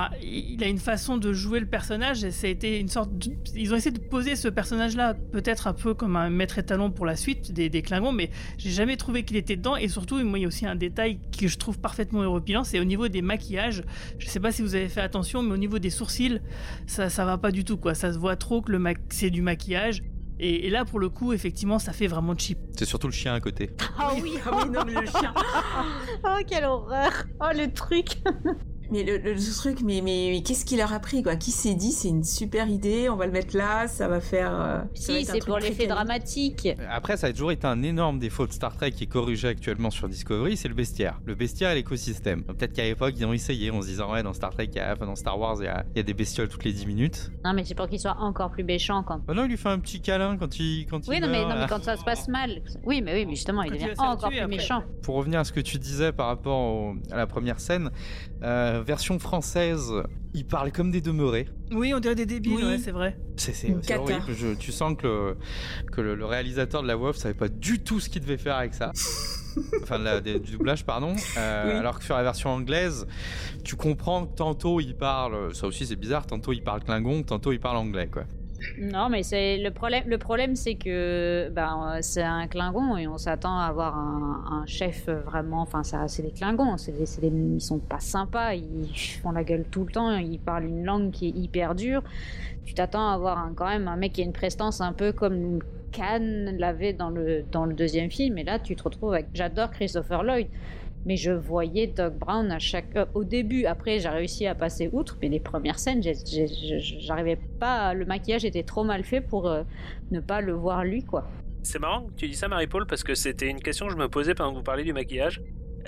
il a une façon de jouer le personnage et ça a été une sorte ils ont essayé de poser ce personnage-là peut-être un peu comme un maître étalon pour la suite des Klingons, mais j'ai jamais trouvé qu'il était dedans. Et surtout, moi, il y a aussi un détail que je trouve parfaitement horripilant, c'est au niveau des maquillages. Je sais pas si vous avez fait attention, mais au niveau des sourcils, ça va pas du tout, quoi. Ça se voit trop que c'est du maquillage. Et là, pour le coup, effectivement, ça fait vraiment cheap. C'est surtout le chien à côté. Ah oui, non, mais le chien. Oh, quelle horreur. Oh, le truc. Mais le truc, mais qu'est-ce qu'il leur a pris, quoi? Qui s'est dit, c'est une super idée, on va le mettre là, ça va faire... Si, c'est pour l'effet dramatique. Après, ça a toujours été un énorme défaut de Star Trek qui est corrigé actuellement sur Discovery, c'est le bestiaire. Le bestiaire et l'écosystème. Peut-être qu'à l'époque, ils ont essayé en se disant, ouais, dans Star Trek, dans Star Wars, il y a des bestioles toutes les 10 minutes. Non, mais c'est pour qu'il soit encore plus méchant quand... Oh non, il lui fait un petit câlin quand il oui, non, mais quand ça se passe mal. Oui, mais justement, il devient encore plus méchant. Pour revenir à ce que tu disais par rapport à la première scène, version française, ils parlent comme des demeurés. Oui, on dirait des débiles, ouais, c'est vrai. C'est horrible. Tu sens que le réalisateur de la voix off savait pas du tout ce qu'il devait faire avec ça. Enfin, du doublage, pardon. Oui. Alors que sur la version anglaise, tu comprends que tantôt il parle, ça aussi c'est bizarre, tantôt il parle Klingon, tantôt il parle anglais, quoi. Non, mais c'est le problème, c'est que c'est un Klingon et on s'attend à avoir un chef vraiment. Enfin, ça, c'est des Klingons, ils sont pas sympas, ils font la gueule tout le temps, ils parlent une langue qui est hyper dure. Tu t'attends à avoir quand même un mec qui a une prestance un peu comme Khan l'avait dans le deuxième film, et là tu te retrouves avec. J'adore Christopher Lloyd. Mais je voyais Doc Brown au début. Après, j'ai réussi à passer outre, mais les premières scènes, j'arrivais pas. Le maquillage était trop mal fait pour ne pas le voir lui, quoi. C'est marrant que tu dis ça, Marie-Paul, parce que c'était une question que je me posais pendant que vous parliez du maquillage.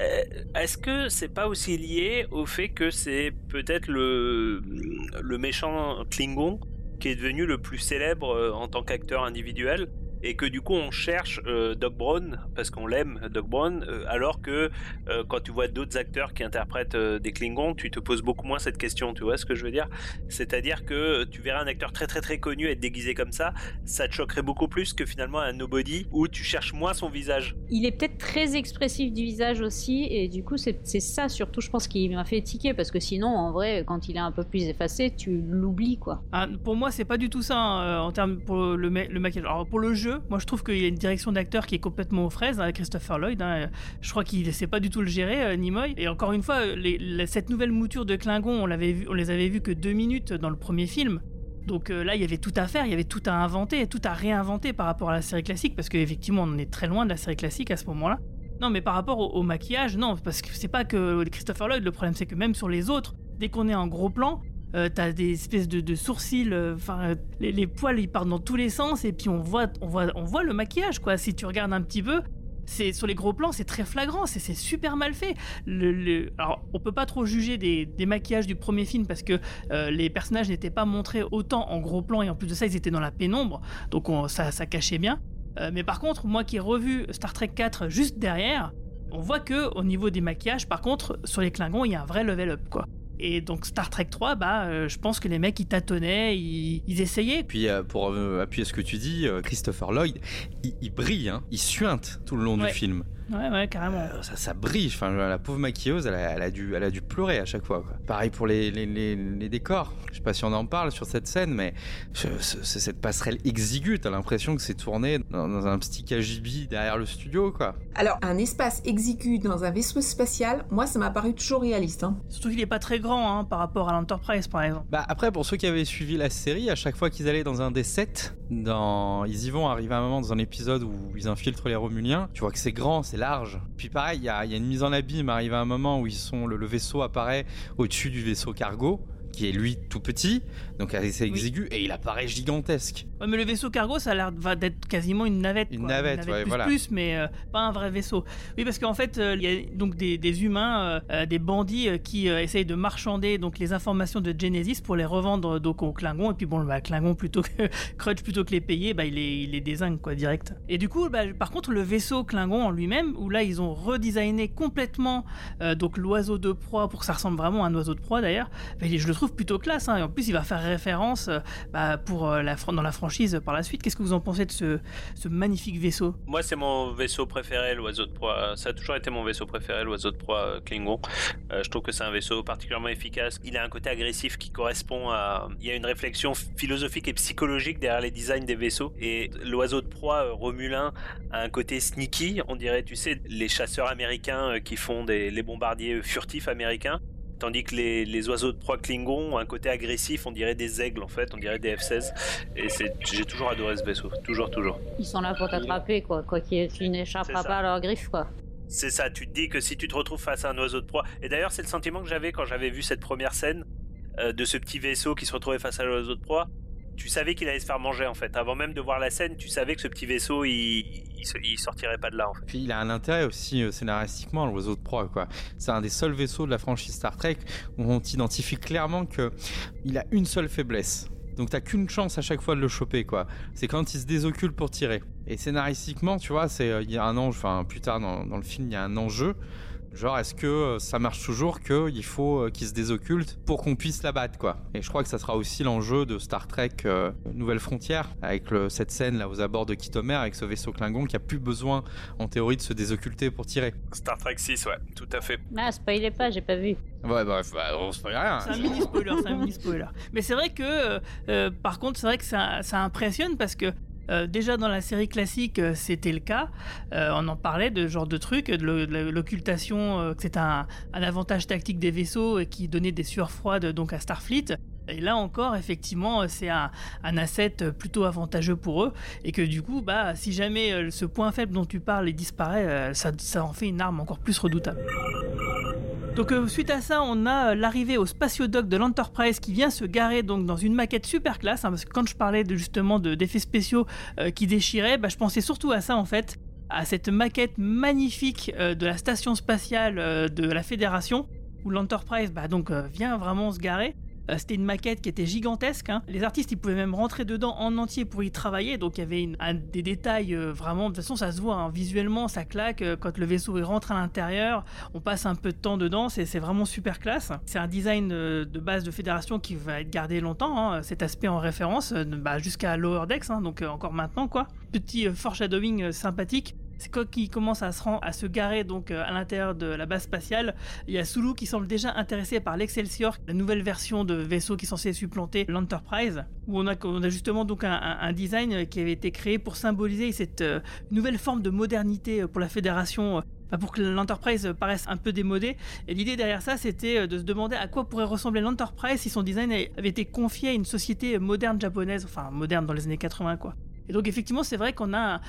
Est-ce que c'est pas aussi lié au fait que c'est peut-être le méchant Klingon qui est devenu le plus célèbre en tant qu'acteur individuel? Et que du coup on cherche Doc Brown parce qu'on l'aime, Doc Brown, alors que quand tu vois d'autres acteurs qui interprètent des Klingons, tu te poses beaucoup moins cette question, tu vois ce que je veux dire? C'est-à-dire que tu verrais un acteur très très très connu être déguisé comme ça te choquerait beaucoup plus que finalement un nobody où tu cherches moins son visage. Il est peut-être très expressif du visage aussi, et du coup c'est ça surtout, je pense, qui m'a fait tiquer, parce que sinon en vrai quand il est un peu plus effacé, tu l'oublies, quoi. Pour moi c'est pas du tout ça en termes pour le maquillage. Alors pour le jeu, moi je trouve qu'il y a une direction d'acteur qui est complètement aux fraises, Christopher Lloyd, je crois qu'il ne sait pas du tout le gérer, Nimoy. Et encore une fois, cette nouvelle mouture de Klingon, on les avait vus que 2 minutes dans le premier film. Donc là, il y avait tout à faire, il y avait tout à inventer, tout à réinventer par rapport à la série classique, parce qu'effectivement, on est très loin de la série classique à ce moment-là. Non, mais par rapport au maquillage, non, parce que c'est pas que Christopher Lloyd, le problème c'est que même sur les autres, dès qu'on est en gros plan, t'as des espèces de sourcils, les poils ils partent dans tous les sens, et puis on voit le maquillage, quoi. Si tu regardes un petit peu, c'est sur les gros plans, c'est très flagrant, c'est super mal fait. Alors on peut pas trop juger des maquillages du premier film parce que les personnages n'étaient pas montrés autant en gros plan, et en plus de ça ils étaient dans la pénombre, donc ça cachait bien. Mais par contre, moi qui ai revu Star Trek 4 juste derrière, on voit que au niveau des maquillages, par contre, sur les Klingons, il y a un vrai level up, quoi. Et donc Star Trek 3, je pense que les mecs ils tâtonnaient, ils essayaient. Puis pour appuyer ce que tu dis, Christopher Lloyd, il brille, hein, il suinte tout le long du film. Ouais, carrément. Ça brille. Enfin, la pauvre maquilleuse, elle a dû pleurer à chaque fois, quoi. Pareil pour les décors. Je sais pas si on en parle sur cette scène, mais cette passerelle exiguë, t'as l'impression que c'est tourné dans un petit KGB derrière le studio, quoi. Alors, un espace exigu dans un vaisseau spatial, moi, ça m'a paru toujours réaliste. Hein. Surtout qu'il est pas très grand par rapport à l'Enterprise, par exemple. Après, pour ceux qui avaient suivi la série, à chaque fois qu'ils allaient dans un des sets, ils y vont arriver à un moment dans un épisode où ils infiltrent les Romuliens. Tu vois que c'est grand, c'est large. Puis pareil, il y a une mise en abîme. Arrive à un moment où le vaisseau apparaît au-dessus du vaisseau cargo, qui est lui tout petit, donc assez exigu, et il apparaît gigantesque. Ouais, mais le vaisseau cargo, ça a l'air d'être quasiment une navette. Une navette, ouais, plus, voilà. Mais pas un vrai vaisseau. Oui, parce qu'en fait, il y a donc des humains, des bandits qui essayent de marchander donc les informations de Genesis pour les revendre donc aux Klingons. Et puis bon, Klingon plutôt que Crutch plutôt que les payer, il les dézingue quoi direct. Et du coup, par contre, le vaisseau Klingon en lui-même, où là ils ont redesigné complètement donc l'oiseau de proie pour que ça ressemble vraiment à un oiseau de proie d'ailleurs. Je le trouve plutôt classe. Et en plus, il va faire référence pour dans la franchise par la suite. Qu'est-ce que vous en pensez de ce magnifique vaisseau ? Moi, c'est mon vaisseau préféré, l'oiseau de proie. Ça a toujours été mon vaisseau préféré, l'oiseau de proie Klingon. Je trouve que c'est un vaisseau particulièrement efficace. Il a un côté agressif qui correspond à... Il y a une réflexion philosophique et psychologique derrière les designs des vaisseaux. Et l'oiseau de proie Romulin a un côté sneaky. On dirait, tu sais, les chasseurs américains qui font les bombardiers furtifs américains. Tandis que les oiseaux de proie Klingon ont un côté agressif, on dirait des aigles en fait, on dirait des F-16. Et j'ai toujours adoré ce vaisseau, toujours. Ils sont là pour t'attraper quoi tu n'échapperas pas à leurs griffes quoi. C'est ça, tu te dis que si tu te retrouves face à un oiseau de proie, et d'ailleurs c'est le sentiment que j'avais quand j'avais vu cette première scène de ce petit vaisseau qui se retrouvait face à l'oiseau de proie, tu savais qu'il allait se faire manger en fait. Avant même de voir la scène, tu savais que ce petit vaisseau, il sortirait pas de là en fait. Puis il a un intérêt aussi scénaristiquement, l'oiseau de proie quoi. C'est un des seuls vaisseaux de la franchise Star Trek où on identifie clairement qu'il a une seule faiblesse. Donc t'as qu'une chance à chaque fois de le choper quoi. C'est quand il se désocculte pour tirer. Et scénaristiquement, tu vois, il y a un enjeu, plus tard dans le film, il y a un enjeu. Genre, est-ce que ça marche toujours qu'il faut qu'il se désocculte pour qu'on puisse l'abattre, quoi. Et je crois que ça sera aussi l'enjeu de Star Trek Nouvelles Frontières, avec cette scène là aux abords de Kitomer, avec ce vaisseau Klingon qui a plus besoin, en théorie, de se désocculter pour tirer. Star Trek 6, ouais, tout à fait. Ah, spoilez pas, j'ai pas vu. Ouais, on spoil rien. C'est un mini spoiler, Mais c'est vrai que, par contre, c'est vrai que ça impressionne parce que déjà dans la série classique, c'était le cas. On en parlait de ce genre de truc, de l'occultation, que c'est un avantage tactique des vaisseaux qui donnait des sueurs froides donc à Starfleet. Et là encore, effectivement, c'est un asset plutôt avantageux pour eux. Et que du coup, si jamais ce point faible dont tu parles disparaît, ça en fait une arme encore plus redoutable. Donc suite à ça, on a l'arrivée au spatiodock de l'Enterprise qui vient se garer donc dans une maquette super classe, parce que quand je parlais justement d'effets spéciaux qui déchiraient, je pensais surtout à ça en fait, à cette maquette magnifique de la station spatiale de la Fédération, où l'Enterprise vient vraiment se garer. C'était une maquette qui était gigantesque. Les artistes, ils pouvaient même rentrer dedans en entier pour y travailler. Donc il y avait des détails vraiment. De toute façon, ça se voit visuellement, ça claque. Quand le vaisseau il rentre à l'intérieur, on passe un peu de temps dedans. C'est vraiment super classe. C'est un design de base de Fédération qui va être gardé longtemps. Cet aspect en référence jusqu'à Lower Decks. Donc encore maintenant quoi. Petit foreshadowing sympathique. C'est quand il commence à se garer donc à l'intérieur de la base spatiale, il y a Sulu qui semble déjà intéressé par l'Excelsior, la nouvelle version de vaisseau qui est censée supplanter l'Enterprise, où on a justement donc un design qui avait été créé pour symboliser cette nouvelle forme de modernité pour la Fédération, pour que l'Enterprise paraisse un peu démodée. Et l'idée derrière ça, c'était de se demander à quoi pourrait ressembler l'Enterprise si son design avait été confié à une société moderne japonaise, enfin moderne dans les années 80 quoi. Et donc effectivement, c'est vrai qu'on a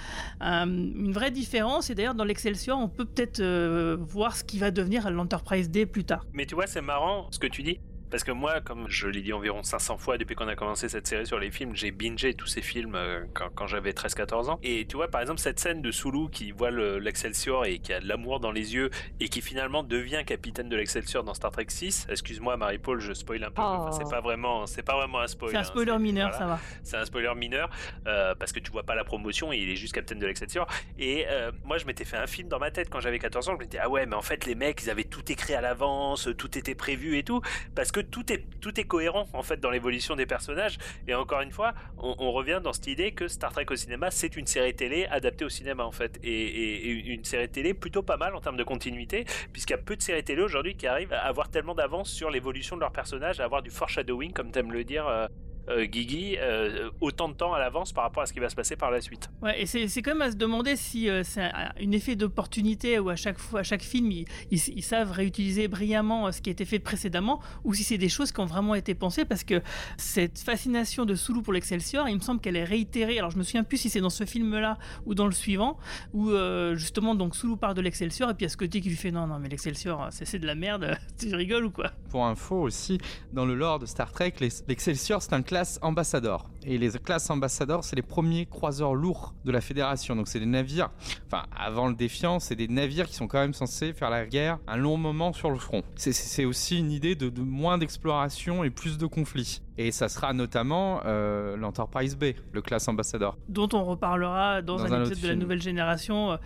une vraie différence. Et d'ailleurs, dans l'Excelsior, on peut peut-être voir ce qui va devenir l'Enterprise D plus tard. Mais tu vois, c'est marrant ce que tu dis. Parce que moi, comme je l'ai dit environ 500 fois depuis qu'on a commencé cette série sur les films, j'ai bingé tous ces films quand j'avais 13-14 ans. Et tu vois, par exemple, cette scène de Sulu qui voit l'Excelsior et qui a de l'amour dans les yeux et qui finalement devient capitaine de l'Excelsior dans Star Trek 6. Excuse-moi, Marie-Paul, je spoil un peu. Enfin, c'est pas vraiment un spoil. C'est un spoiler mineur, voilà, ça va. C'est un spoiler mineur parce que tu vois pas la promotion et il est juste capitaine de l'Excelsior. Et moi, je m'étais fait un film dans ma tête quand j'avais 14 ans. Je me disais, ah ouais, mais en fait, les mecs, ils avaient tout écrit à l'avance, tout était prévu et tout. Parce que tout est cohérent en fait dans l'évolution des personnages. Et encore une fois, on revient dans cette idée que Star Trek au cinéma, c'est une série télé adaptée au cinéma en fait, et une série télé plutôt pas mal en termes de continuité, puisqu'il y a peu de séries télé aujourd'hui qui arrivent à avoir tellement d'avance sur l'évolution de leurs personnages, à avoir du foreshadowing comme t'aimes le dire Guigui, autant de temps à l'avance par rapport à ce qui va se passer par la suite. Ouais, et c'est quand même à se demander si c'est un effet d'opportunité où à chaque film ils savent réutiliser brillamment ce qui a été fait précédemment, ou si c'est des choses qui ont vraiment été pensées, parce que cette fascination de Sulu pour l'Excelsior, il me semble qu'elle est réitérée. Alors je me souviens plus si c'est dans ce film-là ou dans le suivant, où justement donc Sulu parle de l'Excelsior et puis il y a Scotty qui lui fait non mais l'Excelsior c'est de la merde, tu rigoles ou quoi? Pour info aussi, dans le lore de Star Trek, l'Excelsior c'est un classe ambassadeur. Et les classes ambassadeurs, c'est les premiers croiseurs lourds de la Fédération. Donc c'est des navires, enfin avant le Défiant, c'est des navires qui sont quand même censés faire la guerre un long moment sur le front. C'est aussi une idée de moins d'exploration et plus de conflits. Et ça sera notamment l'Enterprise B, le classe ambassadeur. Dont on reparlera dans un épisode de la film. nouvelle génération,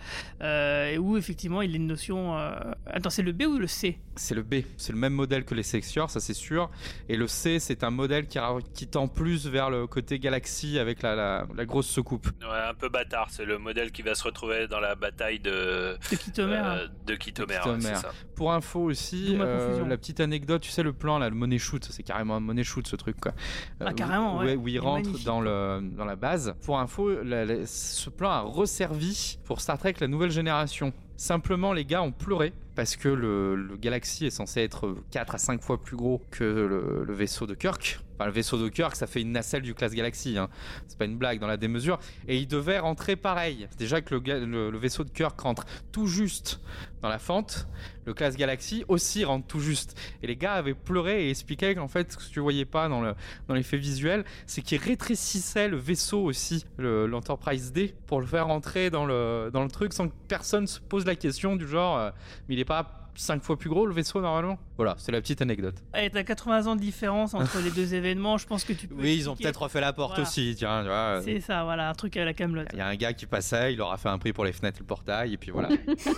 où effectivement il y a une notion... Attends, c'est le B ou le C? C'est le B, c'est le même modèle que les Excelsior, ça c'est sûr. Et le C, c'est un modèle qui tend plus vers le côté galaxie avec la grosse soucoupe. Ouais, un peu bâtard, c'est le modèle qui va se retrouver dans la bataille de Kytomer. De Kytomer, Kytomer. c'est ça. Pour info aussi, la petite anecdote, tu sais le plan là, le money shoot, c'est carrément un money shoot ce truc quoi. Carrément, ouais. Où il rentre dans la base. Pour info, ce plan a resservi pour Star Trek la nouvelle génération. Simplement, les gars ont pleuré parce que le Galaxy est censé être 4 à 5 fois plus gros que le vaisseau de Kirk. Enfin, le vaisseau de Kirk, ça fait une nacelle du classe Galaxy. Hein. C'est pas une blague dans la démesure. Et il devait rentrer pareil. Déjà que le vaisseau de Kirk rentre tout juste dans la fente, le classe Galaxy aussi rentre tout juste. Et les gars avaient pleuré et expliquaient qu'en fait, ce que tu voyais pas dans l'effet visuel, c'est qu'ils rétrécissaient le vaisseau aussi, l'Enterprise D, pour le faire rentrer dans le truc sans que personne se pose la question du genre, mais il est pas 5 fois plus gros le vaisseau normalement. Voilà, c'est la petite anecdote. Et t'as 80 ans de différence entre les deux événements, je pense que tu peux... Oui, ils ont peut-être refait la porte aussi, tiens. Tu vois, c'est ça, voilà, un truc à la Kaamelott. Il y a un gars qui passait, il leur a fait un prix pour les fenêtres et le portail, et puis voilà.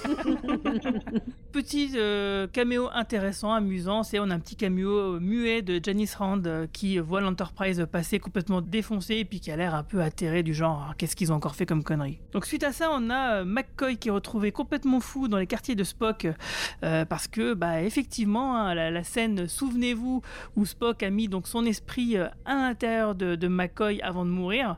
Petit caméo intéressant, amusant, c'est on a un petit caméo muet de Janice Rand qui voit l'Enterprise passer complètement défoncée et puis qui a l'air un peu atterré du genre qu'est-ce qu'ils ont encore fait comme connerie. Donc suite à ça, on a McCoy qui est retrouvé complètement fou dans les quartiers de Spock parce que effectivement la scène, souvenez-vous, où Spock a mis donc son esprit à l'intérieur de McCoy avant de mourir,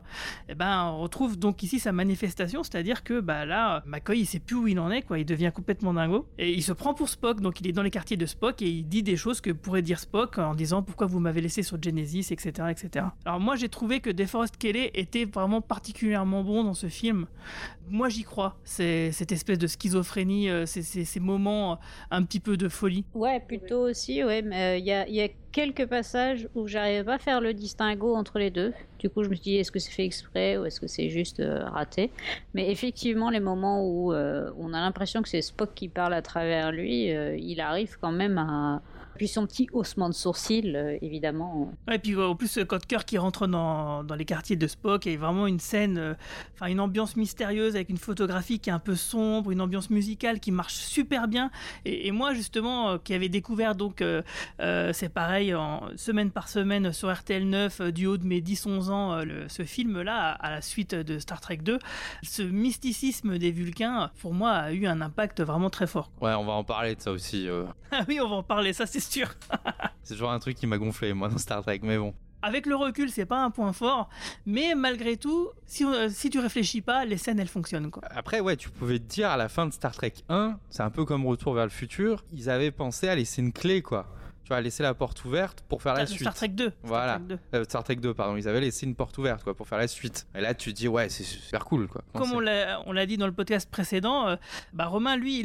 on retrouve donc ici sa manifestation, c'est-à-dire que là McCoy il sait plus où il en est quoi, il devient complètement dingo et il se prend pour Spock, donc il est dans les quartiers de Spock et il dit des choses que pourrait dire Spock en disant pourquoi vous m'avez laissé sur Genesis, etc. Alors moi j'ai trouvé que DeForest Kelley était vraiment particulièrement bon dans ce film. Moi j'y crois, c'est cette espèce de schizophrénie, ces moments un petit peu de folie. Ouais, plutôt aussi, ouais, mais il y a quelques passages où j'arrivais pas à faire le distinguo entre les deux. Du coup, je me suis dit, est-ce que c'est fait exprès ou est-ce que c'est juste raté? Mais effectivement, les moments où on a l'impression que c'est Spock qui parle à travers lui, il arrive quand même à... Puis son petit haussement de sourcil, évidemment. Ouais, et puis en plus, quand Kirk rentre dans les quartiers de Spock, il y a vraiment une scène, une ambiance mystérieuse avec une photographie qui est un peu sombre, une ambiance musicale qui marche super bien. Et moi, justement, qui avais découvert, donc, c'est pareil, semaine par semaine sur RTL 9, du haut de mes 10-11 ans, ce film-là, à la suite de Star Trek 2, ce mysticisme des Vulcains, pour moi, a eu un impact vraiment très fort. Ouais, on va en parler de ça aussi. Ah oui, on va en parler, ça c'est sûr. C'est toujours un truc qui m'a gonflé, moi, dans Star Trek, mais bon. Avec le recul, c'est pas un point fort, mais malgré tout, si tu réfléchis pas, les scènes, elles fonctionnent, quoi. Après, ouais, tu pouvais te dire, à la fin de Star Trek 1, c'est un peu comme Retour vers le futur, ils avaient pensé à laisser une clé, quoi. Tu vas laisser la porte ouverte pour faire la suite. Star Trek 2. Voilà. Star Trek 2, pardon. Ils avaient laissé une porte ouverte quoi, pour faire la suite. Et là, tu te dis, ouais, c'est super cool. Quoi. Comme on l'a dit dans le podcast précédent, Romain, lui,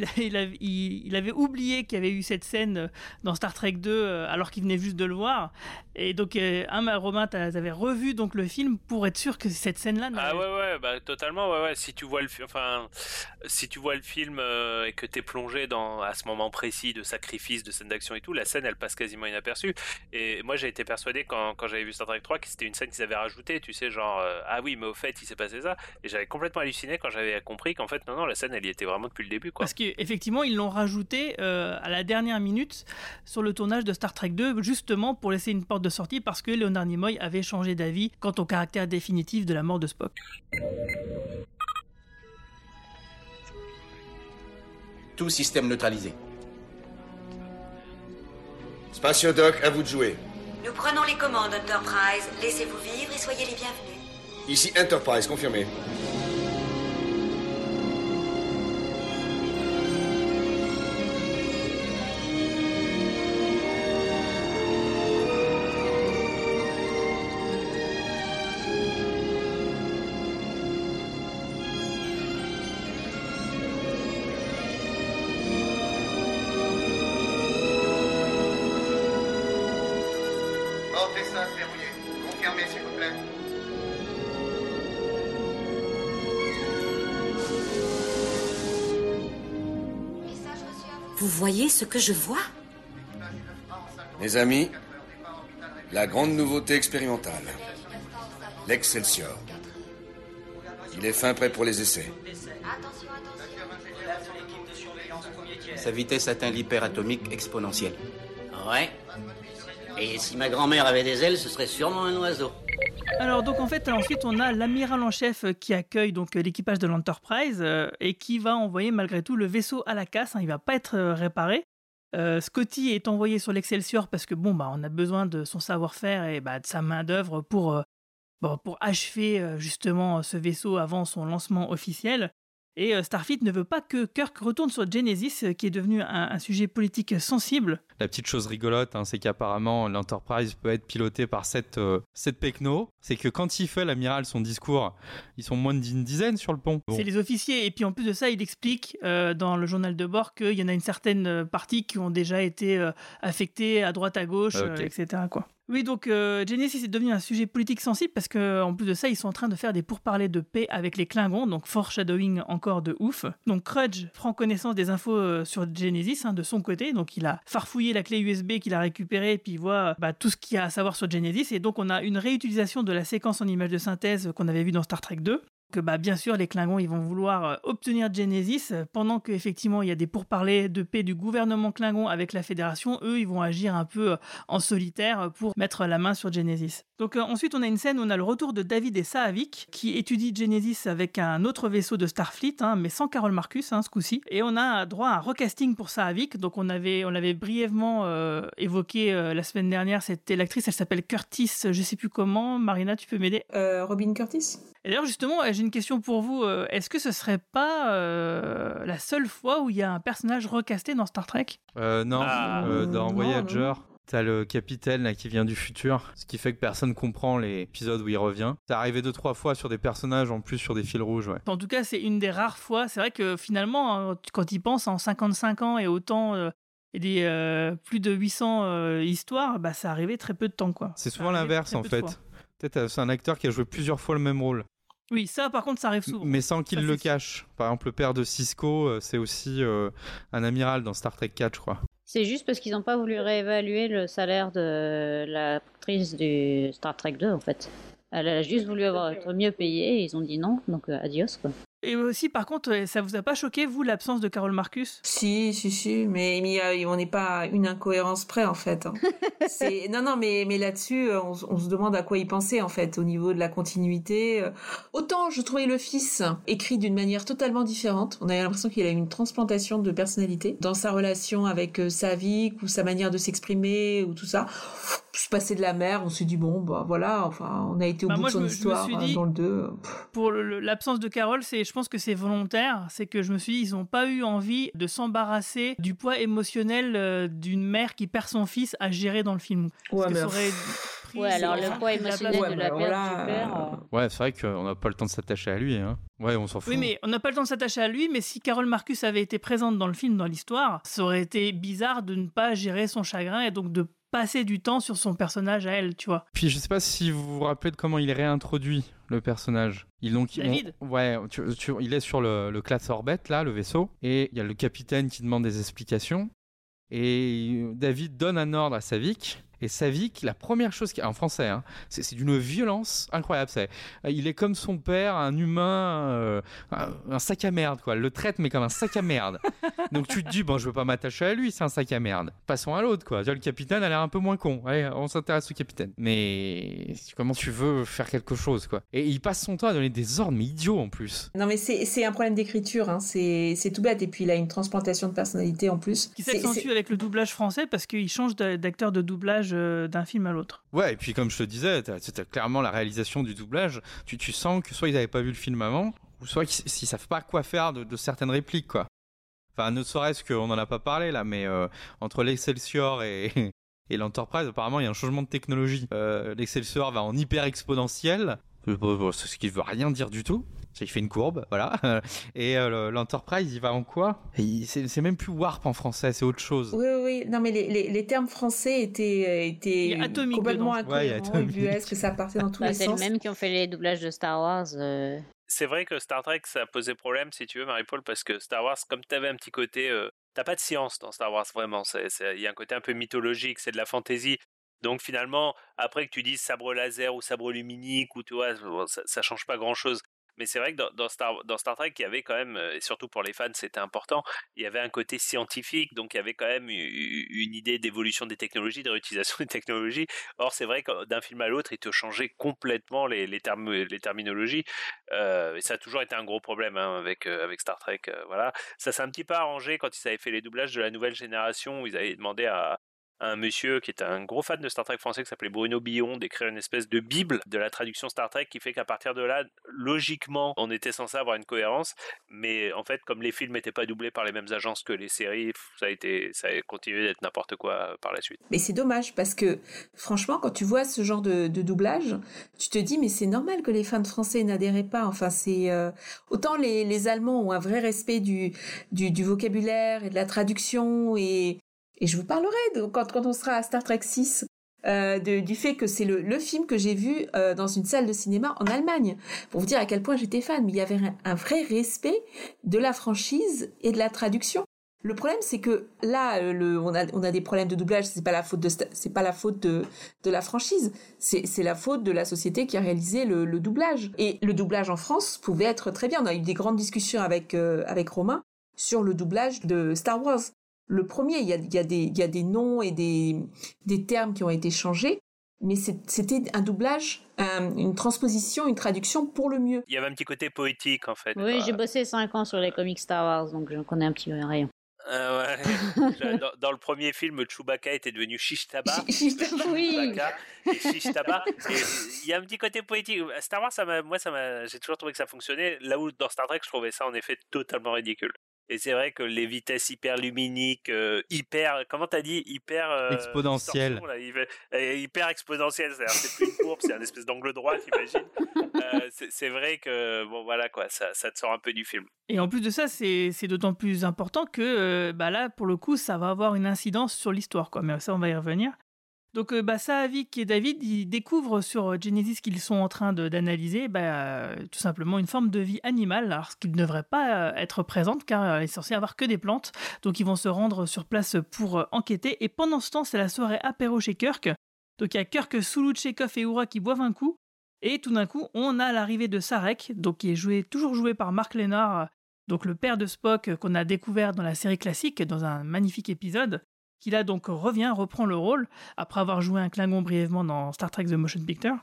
il avait oublié qu'il y avait eu cette scène dans Star Trek 2 alors qu'il venait juste de le voir. Et donc, Romain, t'avais revu donc, le film pour être sûr que cette scène-là... Ah ouais, totalement. Ouais. Si tu vois le film et que t'es plongé à ce moment précis de sacrifice, de scène d'action et tout, la scène, elle passe quasiment inaperçue. Et moi j'ai été persuadé quand j'avais vu Star Trek 3 que c'était une scène qu'ils avaient rajoutée, tu sais, genre ah oui mais au fait il s'est passé ça, et j'avais complètement halluciné quand j'avais compris qu'en fait non la scène elle y était vraiment depuis le début quoi. Parce qu'effectivement ils l'ont rajouté à la dernière minute sur le tournage de Star Trek 2 justement pour laisser une porte de sortie parce que Leonard Nimoy avait changé d'avis quant au caractère définitif de la mort de Spock. Tout système neutralisé. Spatiodoc, à vous de jouer. Nous prenons les commandes, Enterprise. Laissez-vous vivre et soyez les bienvenus. Ici Enterprise, confirmé. Vous voyez ce que je vois? Mes amis, la grande nouveauté expérimentale. L'Excelsior. Il est fin prêt pour les essais. Sa vitesse atteint l'hyperatomique exponentielle. Ouais. Et si ma grand-mère avait des ailes, ce serait sûrement un oiseau. Alors donc en fait ensuite on a l'amiral en chef qui accueille donc l'équipage de l'Enterprise et qui va envoyer malgré tout le vaisseau à la casse, hein, il va pas être réparé. Scotty est envoyé sur l'Excelsior parce que on a besoin de son savoir-faire et de sa main d'œuvre pour achever justement ce vaisseau avant son lancement officiel. Et Starfleet ne veut pas que Kirk retourne sur Genesis, qui est devenu un sujet politique sensible. La petite chose rigolote, c'est qu'apparemment l'Enterprise peut être pilotée par cette Pecno. C'est que quand il fait l'amiral son discours, ils sont moins d'une dizaine sur le pont. Bon. C'est les officiers. Et puis en plus de ça, il explique dans le journal de bord qu'il y en a une certaine partie qui ont déjà été affectées à droite, à gauche, etc. quoi. Oui, donc Genesis est devenu un sujet politique sensible parce qu'en plus de ça, ils sont en train de faire des pourparlers de paix avec les Klingons, donc foreshadowing encore de ouf. Donc Crudge prend connaissance des infos sur Genesis de son côté, donc il a farfouillé la clé USB qu'il a récupérée et puis il voit tout ce qu'il y a à savoir sur Genesis. Et donc on a une réutilisation de la séquence en images de synthèse qu'on avait vue dans Star Trek 2. Que bien sûr les Klingons ils vont vouloir obtenir Genesis pendant qu'effectivement il y a des pourparlers de paix du gouvernement Klingon avec la Fédération. Eux ils vont agir un peu en solitaire pour mettre la main sur Genesis. Donc ensuite on a une scène où on a le retour de David et Saavik qui étudient Genesis avec un autre vaisseau de Starfleet, mais sans Carol Marcus ce coup-ci, et on a droit à un recasting pour Saavik. Donc on l'avait brièvement évoqué la semaine dernière, c'était l'actrice, elle s'appelle Curtis, je sais plus comment. Marina, tu peux m'aider? Robin Curtis. Et d'ailleurs justement j'ai une question pour vous, est-ce que ce serait pas la seule fois où il y a un personnage recasté dans Star Trek? Non, dans Voyager. T'as le capitaine là, qui vient du futur, ce qui fait que personne comprend les épisodes où il revient. C'est arrivé 2-3 fois sur des personnages, en plus sur des fils rouges. Ouais. En tout cas, c'est une des rares fois. C'est vrai que finalement, quand il pense en 55 ans et autant et des plus de 800 histoires, ça arrivait très peu de temps. Quoi. C'est souvent l'inverse en fait. Peut-être c'est un acteur qui a joué plusieurs fois le même rôle. Oui, ça par contre, ça arrive souvent. Mais sans qu'il le cache. Par exemple, le père de Sisko, c'est aussi un amiral dans Star Trek 4, je crois. C'est juste parce qu'ils n'ont pas voulu réévaluer le salaire de l'actrice du Star Trek 2, en fait. Elle a juste voulu être mieux payée et ils ont dit non, donc adios, quoi. Et aussi, par contre, ça vous a pas choqué, vous, l'absence de Carol Marcus? Si, mais on n'est pas à une incohérence près, en fait. Non, mais là-dessus, on se demande à quoi il pensait, en fait, au niveau de la continuité. Autant, je trouvais le fils écrit d'une manière totalement différente. On avait l'impression qu'il a eu une transplantation de personnalité dans sa relation avec Saavik ou sa manière de s'exprimer ou tout ça. Se passer de la mer, on s'est dit, voilà, enfin, on a été au bout de son histoire dans le 2. Pour l'absence de Carol, je pense que c'est volontaire, c'est que je me suis dit, ils n'ont pas eu envie de s'embarrasser du poids émotionnel d'une mère qui perd son fils à gérer dans le film. Ouais, mais... alors le poids émotionnel de la perte du père... Ouais, c'est vrai qu'on n'a pas le temps de s'attacher à lui, hein. Ouais, on s'en fout. Oui, mais on n'a pas le temps de s'attacher à lui, mais si Carol Marcus avait été présente dans le film, dans l'histoire, ça aurait été bizarre de ne pas gérer son chagrin et donc de passer du temps sur son personnage à elle, tu vois. Puis je sais pas si vous vous rappelez de comment il est réintroduit, le personnage. David. Il est sur le classe Orbit, là, le vaisseau, et il y a le capitaine qui demande des explications, et David donne un ordre à Saavik. Et Saavik, la première chose en français, c'est d'une violence incroyable. Il est comme son père, un humain, un sac à merde, quoi. Le traite, mais comme un sac à merde. Donc tu te dis, je veux pas m'attacher à lui, c'est un sac à merde. Passons à l'autre, quoi. Le capitaine a l'air un peu moins con. Allez, on s'intéresse au capitaine. Mais comment tu veux faire quelque chose, quoi. Et il passe son temps à donner des ordres, mais idiots en plus. Non, mais c'est un problème d'écriture, c'est tout bête. Et puis il a une transplantation de personnalité en plus. Qui s'accentue avec le doublage français parce qu'il change d'acteur de doublage d'un film à l'autre. Ouais, et puis comme je te disais, t'as clairement la réalisation du doublage. Tu sens que soit ils n'avaient pas vu le film avant, ou soit qu'ils savent pas quoi faire de certaines répliques, quoi. Enfin, ne serait-ce qu'on n'en a pas parlé là, mais entre l'Excelsior et l'Enterprise, apparemment, il y a un changement de technologie. L'Excelsior va en hyper exponentiel, ce qui veut rien dire du tout. Il fait une courbe, voilà. Et l'Enterprise, il va en quoi ? C'est même plus warp en français, c'est autre chose. Oui. Non, mais les termes français étaient complètement incohérents, vu est-ce que ça partait dans tous les sens. C'est le même qui ont fait les doublages de Star Wars. C'est vrai que Star Trek, ça posait problème, si tu veux, Marie-Paul, parce que Star Wars, comme t'avais un petit côté... t'as pas de science dans Star Wars, vraiment. Il y a un côté un peu mythologique, c'est de la fantaisie. Donc finalement, après que tu dises sabre laser ou sabre luminique, ou tu vois, ça change pas grand-chose. Mais c'est vrai que dans Star Trek, il y avait quand même, et surtout pour les fans, c'était important, il y avait un côté scientifique, donc il y avait quand même une idée d'évolution des technologies, de réutilisation des technologies. Or, c'est vrai que d'un film à l'autre, il te changeait complètement les terminologies. Et ça a toujours été un gros problème avec Star Trek. Voilà. Ça s'est un petit peu arrangé quand ils avaient fait les doublages de la nouvelle génération, où ils avaient demandé à un monsieur qui était un gros fan de Star Trek français qui s'appelait Bruno Billon d'écrire une espèce de bible de la traduction Star Trek qui fait qu'à partir de là, logiquement, on était censé avoir une cohérence, mais en fait, comme les films n'étaient pas doublés par les mêmes agences que les séries, ça a continué d'être n'importe quoi par la suite. Mais c'est dommage parce que franchement, quand tu vois ce genre de doublage, tu te dis mais c'est normal que les fans français n'adhéraient pas. Enfin, c'est autant les Allemands ont un vrai respect du vocabulaire et de la traduction et je vous parlerai quand on sera à Star Trek 6 du fait que c'est le film que j'ai vu dans une salle de cinéma en Allemagne, pour vous dire à quel point j'étais fan. Mais il y avait un vrai respect de la franchise et de la traduction. Le problème, c'est que là, on a des problèmes de doublage. C'est pas la faute de la franchise. C'est la faute de la société qui a réalisé le doublage. Et le doublage en France pouvait être très bien. On a eu des grandes discussions avec Romain sur le doublage de Star Wars. Le premier, il y a des noms et des termes qui ont été changés, mais c'était un doublage, une transposition, une traduction pour le mieux. Il y avait un petit côté poétique, en fait. Oui, j'ai bossé 5 ans sur les comics Star Wars, donc j'en connais un petit rayon. Ouais. Dans le premier film, Chewbacca était devenu Shish-Taba. Oui. Et Shish-Taba. Il y a un petit côté poétique. Star Wars, j'ai toujours trouvé que ça fonctionnait. Là où dans Star Trek, je trouvais ça en effet totalement ridicule. Et c'est vrai que les vitesses hyper luminiques, comment t'as dit, hyper exponentielles, hyper exponentielles, c'est-à-dire c'est plus une courbe, c'est un espèce d'angle droit, t'imagines. C'est vrai que bon voilà quoi, ça te sort un peu du film. Et en plus de ça, c'est d'autant plus important que là pour le coup, ça va avoir une incidence sur l'histoire quoi. Mais ça, on va y revenir. Donc Saavik et David, ils découvrent sur Genesis qu'ils sont en train d'analyser tout simplement une forme de vie animale, alors ce qui ne devrait pas être présente car elle est censée avoir que des plantes. Donc ils vont se rendre sur place pour enquêter et pendant ce temps c'est la soirée apéro chez Kirk. Donc il y a Kirk, Sulu, Chekhov et Uhura qui boivent un coup et tout d'un coup on a l'arrivée de Sarek, donc qui est toujours joué par Mark Lenard, donc le père de Spock qu'on a découvert dans la série classique dans un magnifique épisode. Qui là donc reprend le rôle, après avoir joué un Klingon brièvement dans Star Trek The Motion Picture.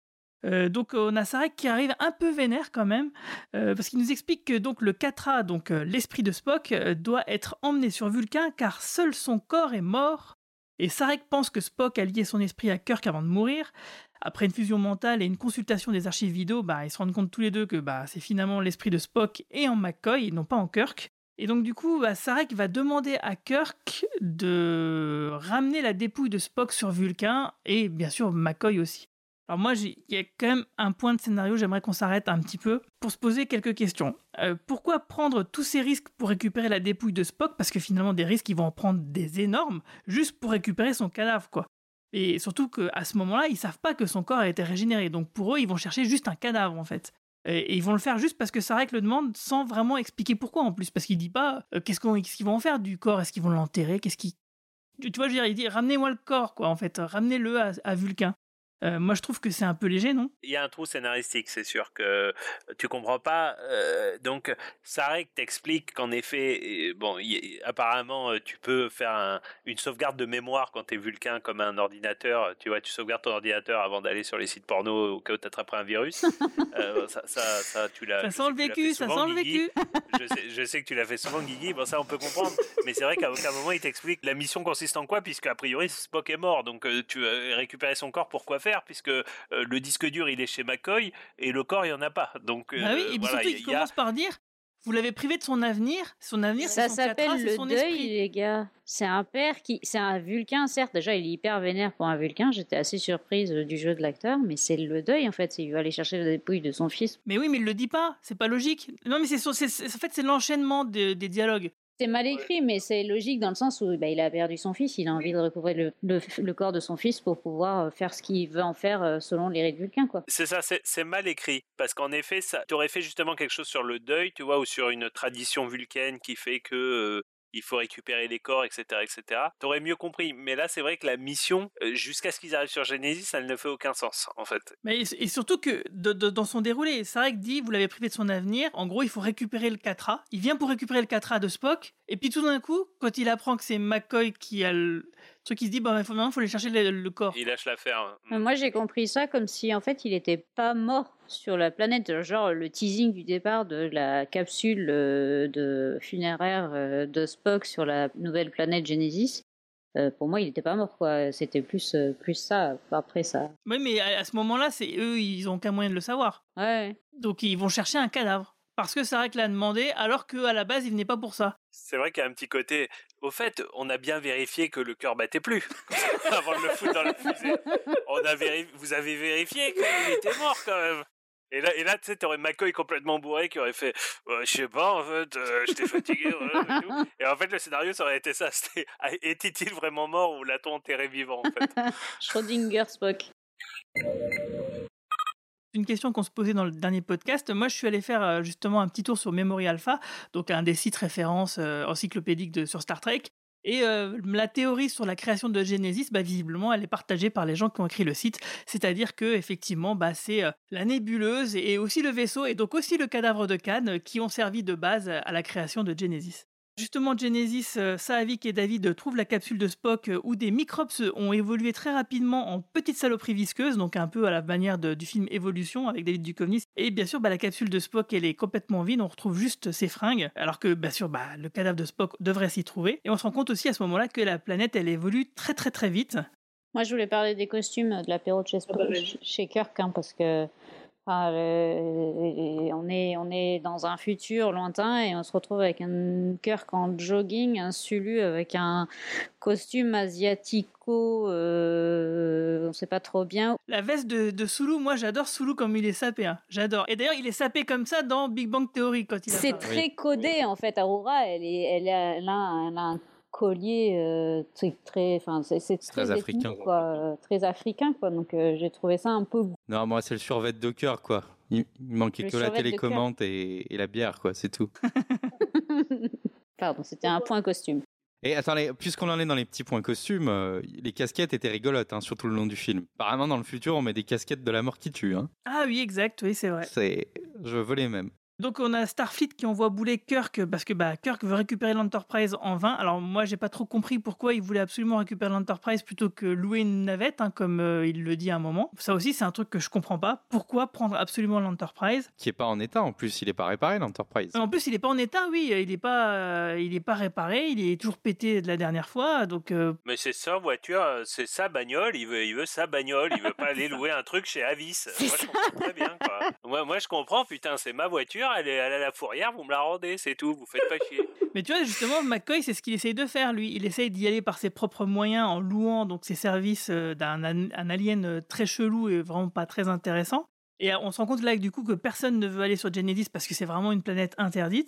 Donc on a Sarek qui arrive un peu vénère quand même, parce qu'il nous explique que donc le Katra, donc l'esprit de Spock, doit être emmené sur Vulcain car seul son corps est mort, et Sarek pense que Spock a lié son esprit à Kirk avant de mourir. Après une fusion mentale et une consultation des archives vidéo, ils se rendent compte tous les deux que c'est finalement l'esprit de Spock et en McCoy, et non pas en Kirk. Et donc du coup, Sarek va demander à Kirk de ramener la dépouille de Spock sur Vulcain, et bien sûr McCoy aussi. Alors moi, il y a quand même un point de scénario, j'aimerais qu'on s'arrête un petit peu pour se poser quelques questions. Pourquoi prendre tous ces risques pour récupérer la dépouille de Spock ? Parce que finalement, des risques, ils vont en prendre des énormes, juste pour récupérer son cadavre, quoi. Et surtout qu'à ce moment-là, ils savent pas que son corps a été régénéré, donc pour eux, ils vont chercher juste un cadavre, en fait. Et ils vont le faire juste parce que Sarek le demande sans vraiment expliquer pourquoi en plus. Parce qu'il dit pas qu'est-ce qu'ils vont en faire du corps. Est-ce qu'ils vont l'enterrer ? Tu vois, je veux dire, il dit ramenez-moi le corps, quoi, en fait. Ramenez-le à Vulcain. Moi, je trouve que c'est un peu léger, non ? Il y a un trou scénaristique, c'est sûr que tu comprends pas. Donc, Sarek t'explique qu'en effet, apparemment, tu peux faire une sauvegarde de mémoire quand t'es vulcain comme un ordinateur. Tu vois, tu sauvegardes ton ordinateur avant d'aller sur les sites porno au cas où t'attraperais un virus. Ça, tu l'as. Ça sent le vécu, ça sent le vécu. Je sais que tu l'as fait souvent, Guigui. Bon, ça, on peut comprendre. Mais c'est vrai qu'à aucun moment, il t'explique la mission consiste en quoi, puisque a priori, Spock est mort. Donc, tu as récupéré son corps pour quoi faire, puisque le disque dur, il est chez McCoy et le corps, il y en a pas. Donc, bah oui, et puis surtout, il commence par dire vous l'avez privé de son avenir. Son avenir, ça c'est son s'appelle Catra, c'est le son deuil, esprit. les gars. C'est un père c'est un Vulcain, certes. Déjà, il est hyper vénère pour un Vulcain. J'étais assez surprise du jeu de l'acteur, mais c'est le deuil en fait. Il va aller chercher la dépouille de son fils. Mais oui, mais il le dit pas. C'est pas logique. Non, mais en fait, c'est l'enchaînement des dialogues. C'est mal écrit, mais c'est logique dans le sens où il a perdu son fils. Il a envie de recouvrer le corps de son fils pour pouvoir faire ce qu'il veut en faire selon les rites vulcains, quoi. C'est ça, c'est mal écrit. Parce qu'en effet, tu aurais fait justement quelque chose sur le deuil, tu vois, ou sur une tradition vulcaine qui fait que il faut récupérer les corps, etc., etc. T'aurais mieux compris. Mais là, c'est vrai que la mission, jusqu'à ce qu'ils arrivent sur Genesis, elle ne fait aucun sens, en fait. Mais et surtout que dans son déroulé, Sarek dit vous l'avez privé de son avenir. En gros, il faut récupérer le Catra. Il vient pour récupérer le Catra de Spock. Et puis tout d'un coup, quand il apprend que c'est McCoy qui a le truc, il se dit maintenant, il faut aller chercher le corps. Il lâche l'affaire. Moi, j'ai compris ça comme si, en fait, il n'était pas mort sur la planète. Genre, le teasing du départ de la capsule de funéraire de Spock sur la nouvelle planète Genesis. Pour moi, il n'était pas mort, quoi. C'était plus ça, après ça. Oui, mais à ce moment-là, c'est eux, ils n'ont aucun moyen de le savoir. Ouais. Donc, ils vont chercher un cadavre. Parce que Sarek l'a demandé, alors qu'à la base, il venait pas pour ça. C'est vrai qu'il y a un petit côté... Au fait, on a bien vérifié que le cœur battait plus avant de le foutre dans la fusée. Vous avez vérifié qu'il était mort, quand même. Et là, tu sais, t'aurais McCoy complètement bourré qui aurait fait je sais pas, en fait, j'étais fatigué. Et, tout. Et en fait, le scénario, ça aurait été ça. C'était était-il vraiment mort ou l'a-t-on enterré vivant, en fait. Schrödinger Spock. Une question qu'on se posait dans le dernier podcast. Moi, je suis allé faire justement un petit tour sur Memory Alpha, donc un des sites références encyclopédiques sur Star Trek. Et la théorie sur la création de Genesis, visiblement, elle est partagée par les gens qui ont écrit le site. C'est-à-dire que effectivement, c'est la nébuleuse et aussi le vaisseau et donc aussi le cadavre de Khan qui ont servi de base à la création de Genesis. Justement, Genesis, Saavik et David trouvent la capsule de Spock où des microbes ont évolué très rapidement en petites saloperies visqueuses, donc un peu à la manière du film Évolution avec David Duchovny. Et bien sûr, la capsule de Spock, elle est complètement vide, on retrouve juste ses fringues, alors que bien sûr, le cadavre de Spock devrait s'y trouver. Et on se rend compte aussi à ce moment-là que la planète, elle évolue très très très vite. Moi, je voulais parler des costumes de l'apéro de chez Kirk, parce que... on est dans un futur lointain et on se retrouve avec un Kirk en jogging, un Sulu avec un costume asiatico, on sait pas trop bien. La veste de Sulu, moi j'adore Sulu comme il est sapé, j'adore. Et d'ailleurs il est sapé comme ça dans Big Bang Theory quand il a C'est très codé en fait. Aurora, elle a un collier c'est très africain, quoi, très africain, quoi. Donc j'ai trouvé ça un peu... Non, moi c'est le survêt de cœur, quoi. Il manquait que la télécommande et la bière, quoi, c'est tout. Pardon, c'était un point costume. Et attendez, puisqu'on en est dans les petits points costumes, les casquettes étaient rigolotes, surtout le long du film. Apparemment, dans le futur, on met des casquettes de la mort qui tue. Ah oui, exact, oui, c'est vrai. Je veux les mêmes. Donc on a Starfleet qui envoie bouler Kirk parce que Kirk veut récupérer l'Enterprise en vain. Alors moi j'ai pas trop compris pourquoi il voulait absolument récupérer l'Enterprise plutôt que louer une navette, comme il le dit à un moment. Ça aussi c'est un truc que je comprends pas. Pourquoi prendre absolument l'Enterprise qui est pas en état en plus, il est pas réparé l'Enterprise. En plus il est pas en état, oui, il est pas réparé, il est toujours pété de la dernière fois, donc. Mais c'est sa voiture, c'est sa bagnole, il veut sa bagnole, il veut pas aller louer un truc chez Avis. Moi je comprends très bien quoi. Moi je comprends, putain c'est ma voiture. Elle est à la fourrière, vous me la rendez, c'est tout, vous faites pas chier. Mais tu vois, justement, McCoy, c'est ce qu'il essaye de faire, lui. Il essaye d'y aller par ses propres moyens en louant donc ses services d'un alien très chelou et vraiment pas très intéressant. Et on se rend compte là, du coup, que personne ne veut aller sur Genesis parce que c'est vraiment une planète interdite.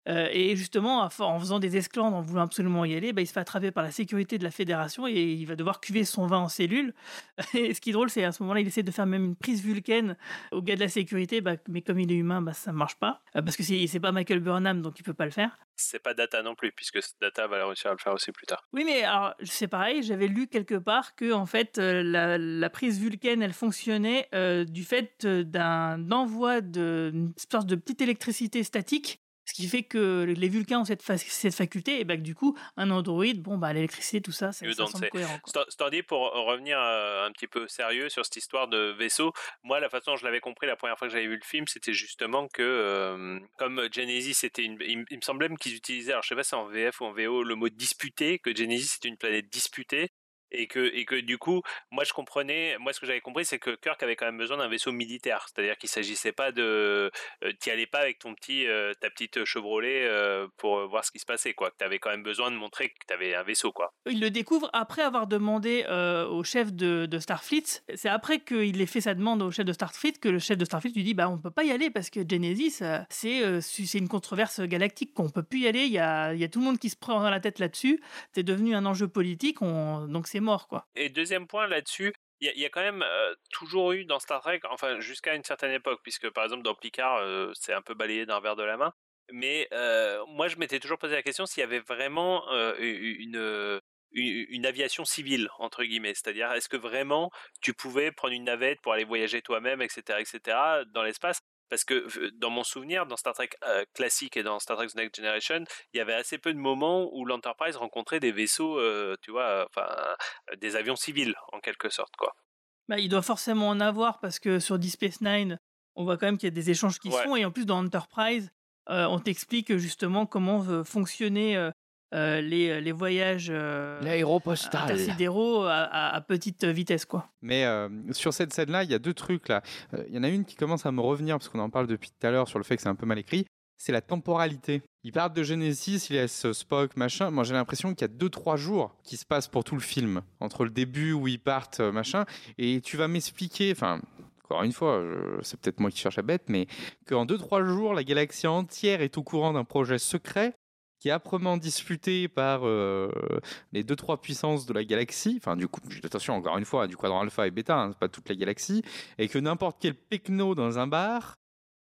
Et justement, en faisant des esclandres, en voulant absolument y aller, il se fait attraper par la sécurité de la fédération et il va devoir cuver son vin en cellule. Et ce qui est drôle, c'est à ce moment-là, il essaie de faire même une prise vulcaine au gars de la sécurité, mais comme il est humain, ça ne marche pas. Parce que c'est pas Michael Burnham, donc il ne peut pas le faire. C'est pas Data non plus, puisque Data va réussir à le faire aussi plus tard. Oui, mais alors, c'est pareil, j'avais lu quelque part que en fait, la prise vulcaine, elle fonctionnait du fait d'un envoi d'une sorte de petite électricité statique. Ce qui fait que les Vulcains ont cette faculté, et que du coup, un androïde, l'électricité, tout ça, ça semble cohérent. C'est pour revenir un petit peu sérieux sur cette histoire de vaisseau. Moi, la façon dont je l'avais compris la première fois que j'avais vu le film, c'était justement que, comme Genesis, il me semblait même qu'ils utilisaient, alors je sais pas si c'est en VF ou en VO, le mot disputé, que Genesis c'était une planète disputée. Et que du coup, moi ce que j'avais compris, c'est que Kirk avait quand même besoin d'un vaisseau militaire, c'est-à-dire qu'il s'agissait pas t'y allais pas avec ta petite Chevrolet pour voir ce qui se passait, quoi. Que t'avais quand même besoin de montrer que t'avais un vaisseau, quoi. Il le découvre après avoir demandé au chef de Starfleet. C'est après qu'il ait fait sa demande au chef de Starfleet que le chef de Starfleet lui dit on peut pas y aller parce que Genesis c'est une controverse galactique, qu'on peut plus y aller. Il y a tout le monde qui se prend dans la tête là-dessus. C'est devenu un enjeu politique, donc c'est mort, quoi. Et deuxième point là-dessus, il y a quand même toujours eu dans Star Trek, enfin jusqu'à une certaine époque, puisque par exemple dans Picard, c'est un peu balayé d'un revers de la main, mais moi je m'étais toujours posé la question s'il y avait vraiment une aviation civile, entre guillemets, c'est-à-dire est-ce que vraiment tu pouvais prendre une navette pour aller voyager toi-même, etc., dans l'espace. Parce que dans mon souvenir, dans Star Trek classique et dans Star Trek The Next Generation, il y avait assez peu de moments où l'Enterprise rencontrait des vaisseaux, des avions civils, en quelque sorte, quoi. Il doit forcément en avoir, parce que sur Deep Space Nine, on voit quand même qu'il y a des échanges qui se font, et en plus dans Enterprise, on t'explique justement comment fonctionnaient les voyages l'aéropostale intersidéraux à petite vitesse, quoi. Mais sur cette scène-là, il y a deux trucs là. Il y en a une qui commence à me revenir parce qu'on en parle depuis tout à l'heure sur le fait que c'est un peu mal écrit. C'est la temporalité. Il parle de Genesis, il laisse Spock, machin. Moi, j'ai l'impression qu'il y a 2-3 jours qui se passent pour tout le film entre le début où ils partent, machin, et tu vas m'expliquer. Enfin, encore une fois, c'est peut-être moi qui cherche à bête, mais qu'en 2-3 jours, la galaxie entière est au courant d'un projet secret qui est âprement disputé par les 2-3 puissances de la galaxie, enfin du coup, attention encore une fois, du quadrant alpha et bêta, hein, c'est pas toute la galaxie, et que n'importe quel pecno dans un bar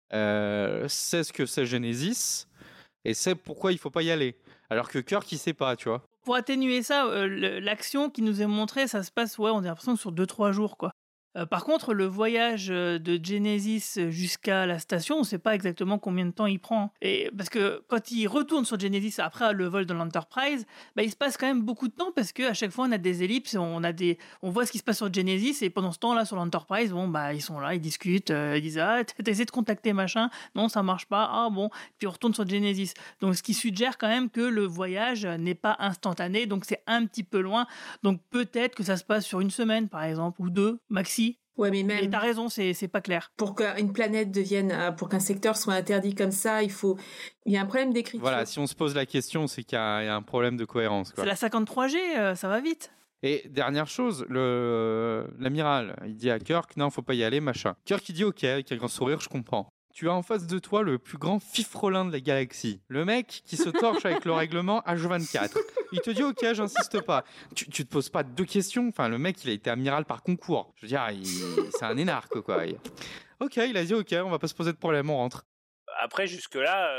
sait ce que c'est Genesis et sait pourquoi il faut pas y aller, alors que Kirk il sait pas, tu vois. Pour atténuer ça, l'action qui nous est montrée, ça se passe, on a l'impression que sur 2-3 jours, quoi. Par contre, le voyage de Genesis jusqu'à la station, on ne sait pas exactement combien de temps il prend. Et parce que quand il retourne sur Genesis après le vol de l'Enterprise, il se passe quand même beaucoup de temps, parce qu'à chaque fois on a des ellipses, on voit ce qui se passe sur Genesis, et pendant ce temps-là sur l'Enterprise, ils sont là, ils discutent, ils disent t'as essayé de contacter machin, non ça marche pas, puis on retourne sur Genesis. Donc ce qui suggère quand même que le voyage n'est pas instantané, donc c'est un petit peu loin. Donc peut-être que ça se passe sur une semaine par exemple, ou 2 maxi. Ouais, mais même. Et t'as raison, c'est pas clair. Pour qu'une planète pour qu'un secteur soit interdit comme ça, il y a un problème d'écriture. Voilà, si on se pose la question, c'est qu'il y a un problème de cohérence, quoi. C'est la 53G, ça va vite. Et dernière chose, l'amiral, il dit à Kirk, non, faut pas y aller, machin. Kirk, il dit ok, avec un grand sourire, je comprends. Tu as en face de toi le plus grand fifrelin de la galaxie. Le mec qui se torche avec le règlement H24. Il te dit ok, j'insiste pas. Tu te poses pas 2 questions. Enfin, le mec, il a été amiral par concours. Je veux dire, c'est un énarque, quoi. Ok, il a dit ok, on va pas se poser de problème, on rentre. Après, jusque-là,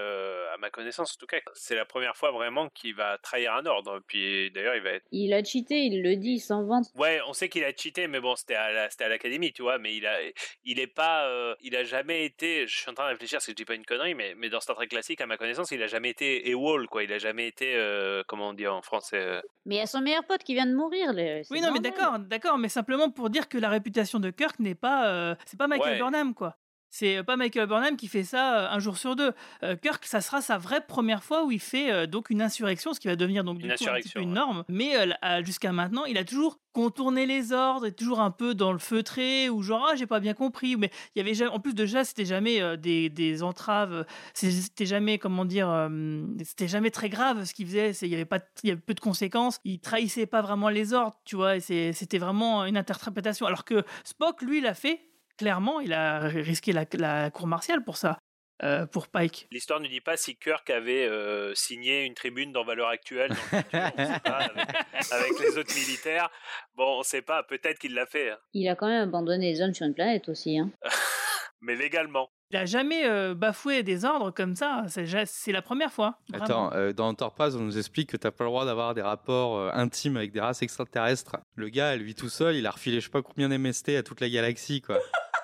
à ma connaissance, en tout cas, c'est la première fois vraiment qu'il va trahir un ordre. Puis d'ailleurs, il a cheaté, il le dit, il s'en vante. Ouais, on sait qu'il a cheaté, mais bon, c'était à l'académie, tu vois. Mais il a jamais été. Je suis en train de réfléchir si je dis pas une connerie, mais dans Star Trek classique, à ma connaissance, il a jamais été AWOL, quoi. Il a jamais été, comment on dit en français. Mais il y a son meilleur pote qui vient de mourir. Oui, non, mais d'accord, mais simplement pour dire que la réputation de Kirk n'est pas, c'est pas Michael Burnham, quoi. C'est pas Michael Burnham qui fait ça un jour sur 2. Kirk, ça sera sa vraie première fois où il fait donc une insurrection, ce qui va devenir donc du coup un petit peu une norme. Mais jusqu'à maintenant, il a toujours contourné les ordres, et toujours un peu dans le feutré, ou genre j'ai pas bien compris. Mais il y avait jamais, en plus de ça, c'était jamais des entraves. C'était jamais c'était jamais très grave ce qu'il faisait. Il y avait peu de conséquences. Il trahissait pas vraiment les ordres, tu vois. Et c'était vraiment une interprétation. Alors que Spock, lui, l'a fait. Clairement, il a risqué la cour martiale pour ça. pour Pike. L'histoire ne dit pas si Kirk avait signé une tribune dans Valeurs Actuelles dans le futur, on sait pas, avec les autres militaires. Bon, on sait pas, peut-être qu'il l'a fait. Hein. Il a quand même abandonné les hommes sur une planète aussi. Hein. Mais légalement. Il a jamais bafoué des ordres comme ça, c'est la première fois. Attends, dans Enterprise, on nous explique que t'as pas le droit d'avoir des rapports intimes avec des races extraterrestres. Le gars, lui tout seul, il a refilé je sais pas combien d'MST à toute la galaxie, quoi.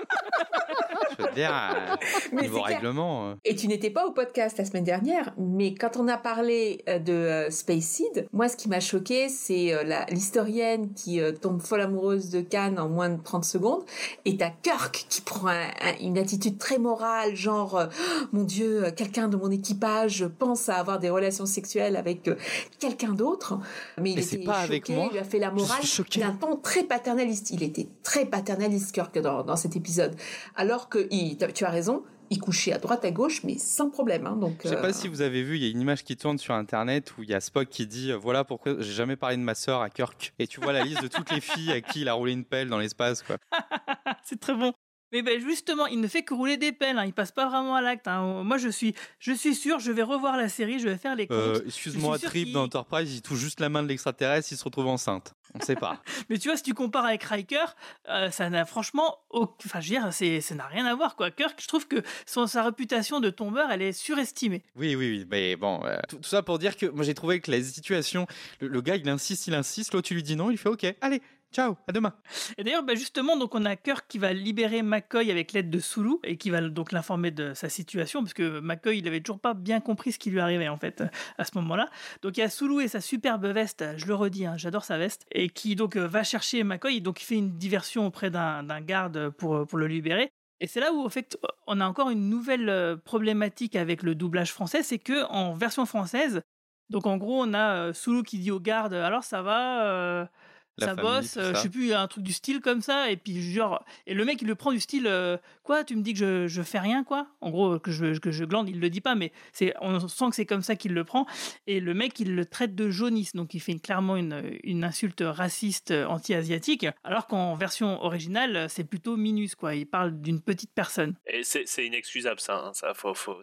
Je veux dire, niveau règlement. Et tu n'étais pas au podcast la semaine dernière, mais quand on a parlé de Space Seed, moi ce qui m'a choqué, c'est l'historienne qui tombe folle amoureuse de Khan en moins de 30 secondes, et t'as Kirk qui prend une attitude très morale, genre mon Dieu, quelqu'un de mon équipage pense à avoir des relations sexuelles avec quelqu'un d'autre, mais il était pas choqué, avec moi. il lui a fait la morale d'un ton très paternaliste. Il était très paternaliste, Kirk, dans cet épisode, alors que tu as raison, il couchait à droite à gauche mais sans problème, hein, donc je sais pas si vous avez vu, il y a une image qui tourne sur internet où il y a Spock qui dit voilà pourquoi j'ai jamais parlé de ma sœur à Kirk, et tu vois la liste de toutes les filles à qui il a roulé une pelle dans l'espace, quoi. C'est très bon. Mais ben justement, il ne fait que rouler des pelles, hein. Il passe pas vraiment à l'acte, hein. Moi je suis sûr, je vais revoir la série, je vais faire les comptes. Excuse-moi, Trip dans Enterprise, il touche juste la main de l'extraterrestre, il se retrouve enceinte. On sait pas. Mais tu vois, si tu compares avec Riker, ça n'a franchement, enfin, je veux dire, ça n'a rien à voir, quoi. Kirk, je trouve que sa réputation de tombeur, elle est surestimée. Oui, mais bon, tout ça pour dire que moi j'ai trouvé que la situation, le gars il insiste, l'autre tu lui dis non, il fait ok, allez. Ciao, à demain. Et d'ailleurs, justement, donc on a Kirk qui va libérer McCoy avec l'aide de Sulu et qui va donc l'informer de sa situation, parce que McCoy, il avait toujours pas bien compris ce qui lui arrivait en fait à ce moment-là. Donc il y a Sulu et sa superbe veste, je le redis, hein, j'adore sa veste, et qui donc va chercher McCoy, donc il fait une diversion auprès d'un garde pour le libérer. Et c'est là où, en fait, on a encore une nouvelle problématique avec le doublage français, c'est que en version française, donc en gros, on a Sulu qui dit au garde, alors ça va. Ça bosse, je sais plus, un truc du style comme ça, et puis genre, et le mec il le prend du style, quoi, tu me dis que je fais rien, quoi, en gros que je glande, il le dit pas, mais on sent que c'est comme ça qu'il le prend, et le mec il le traite de jaunisse, donc il fait clairement une insulte raciste anti-asiatique, alors qu'en version originale c'est plutôt minus, quoi, il parle d'une petite personne. Et c'est inexcusable ça, hein. Ça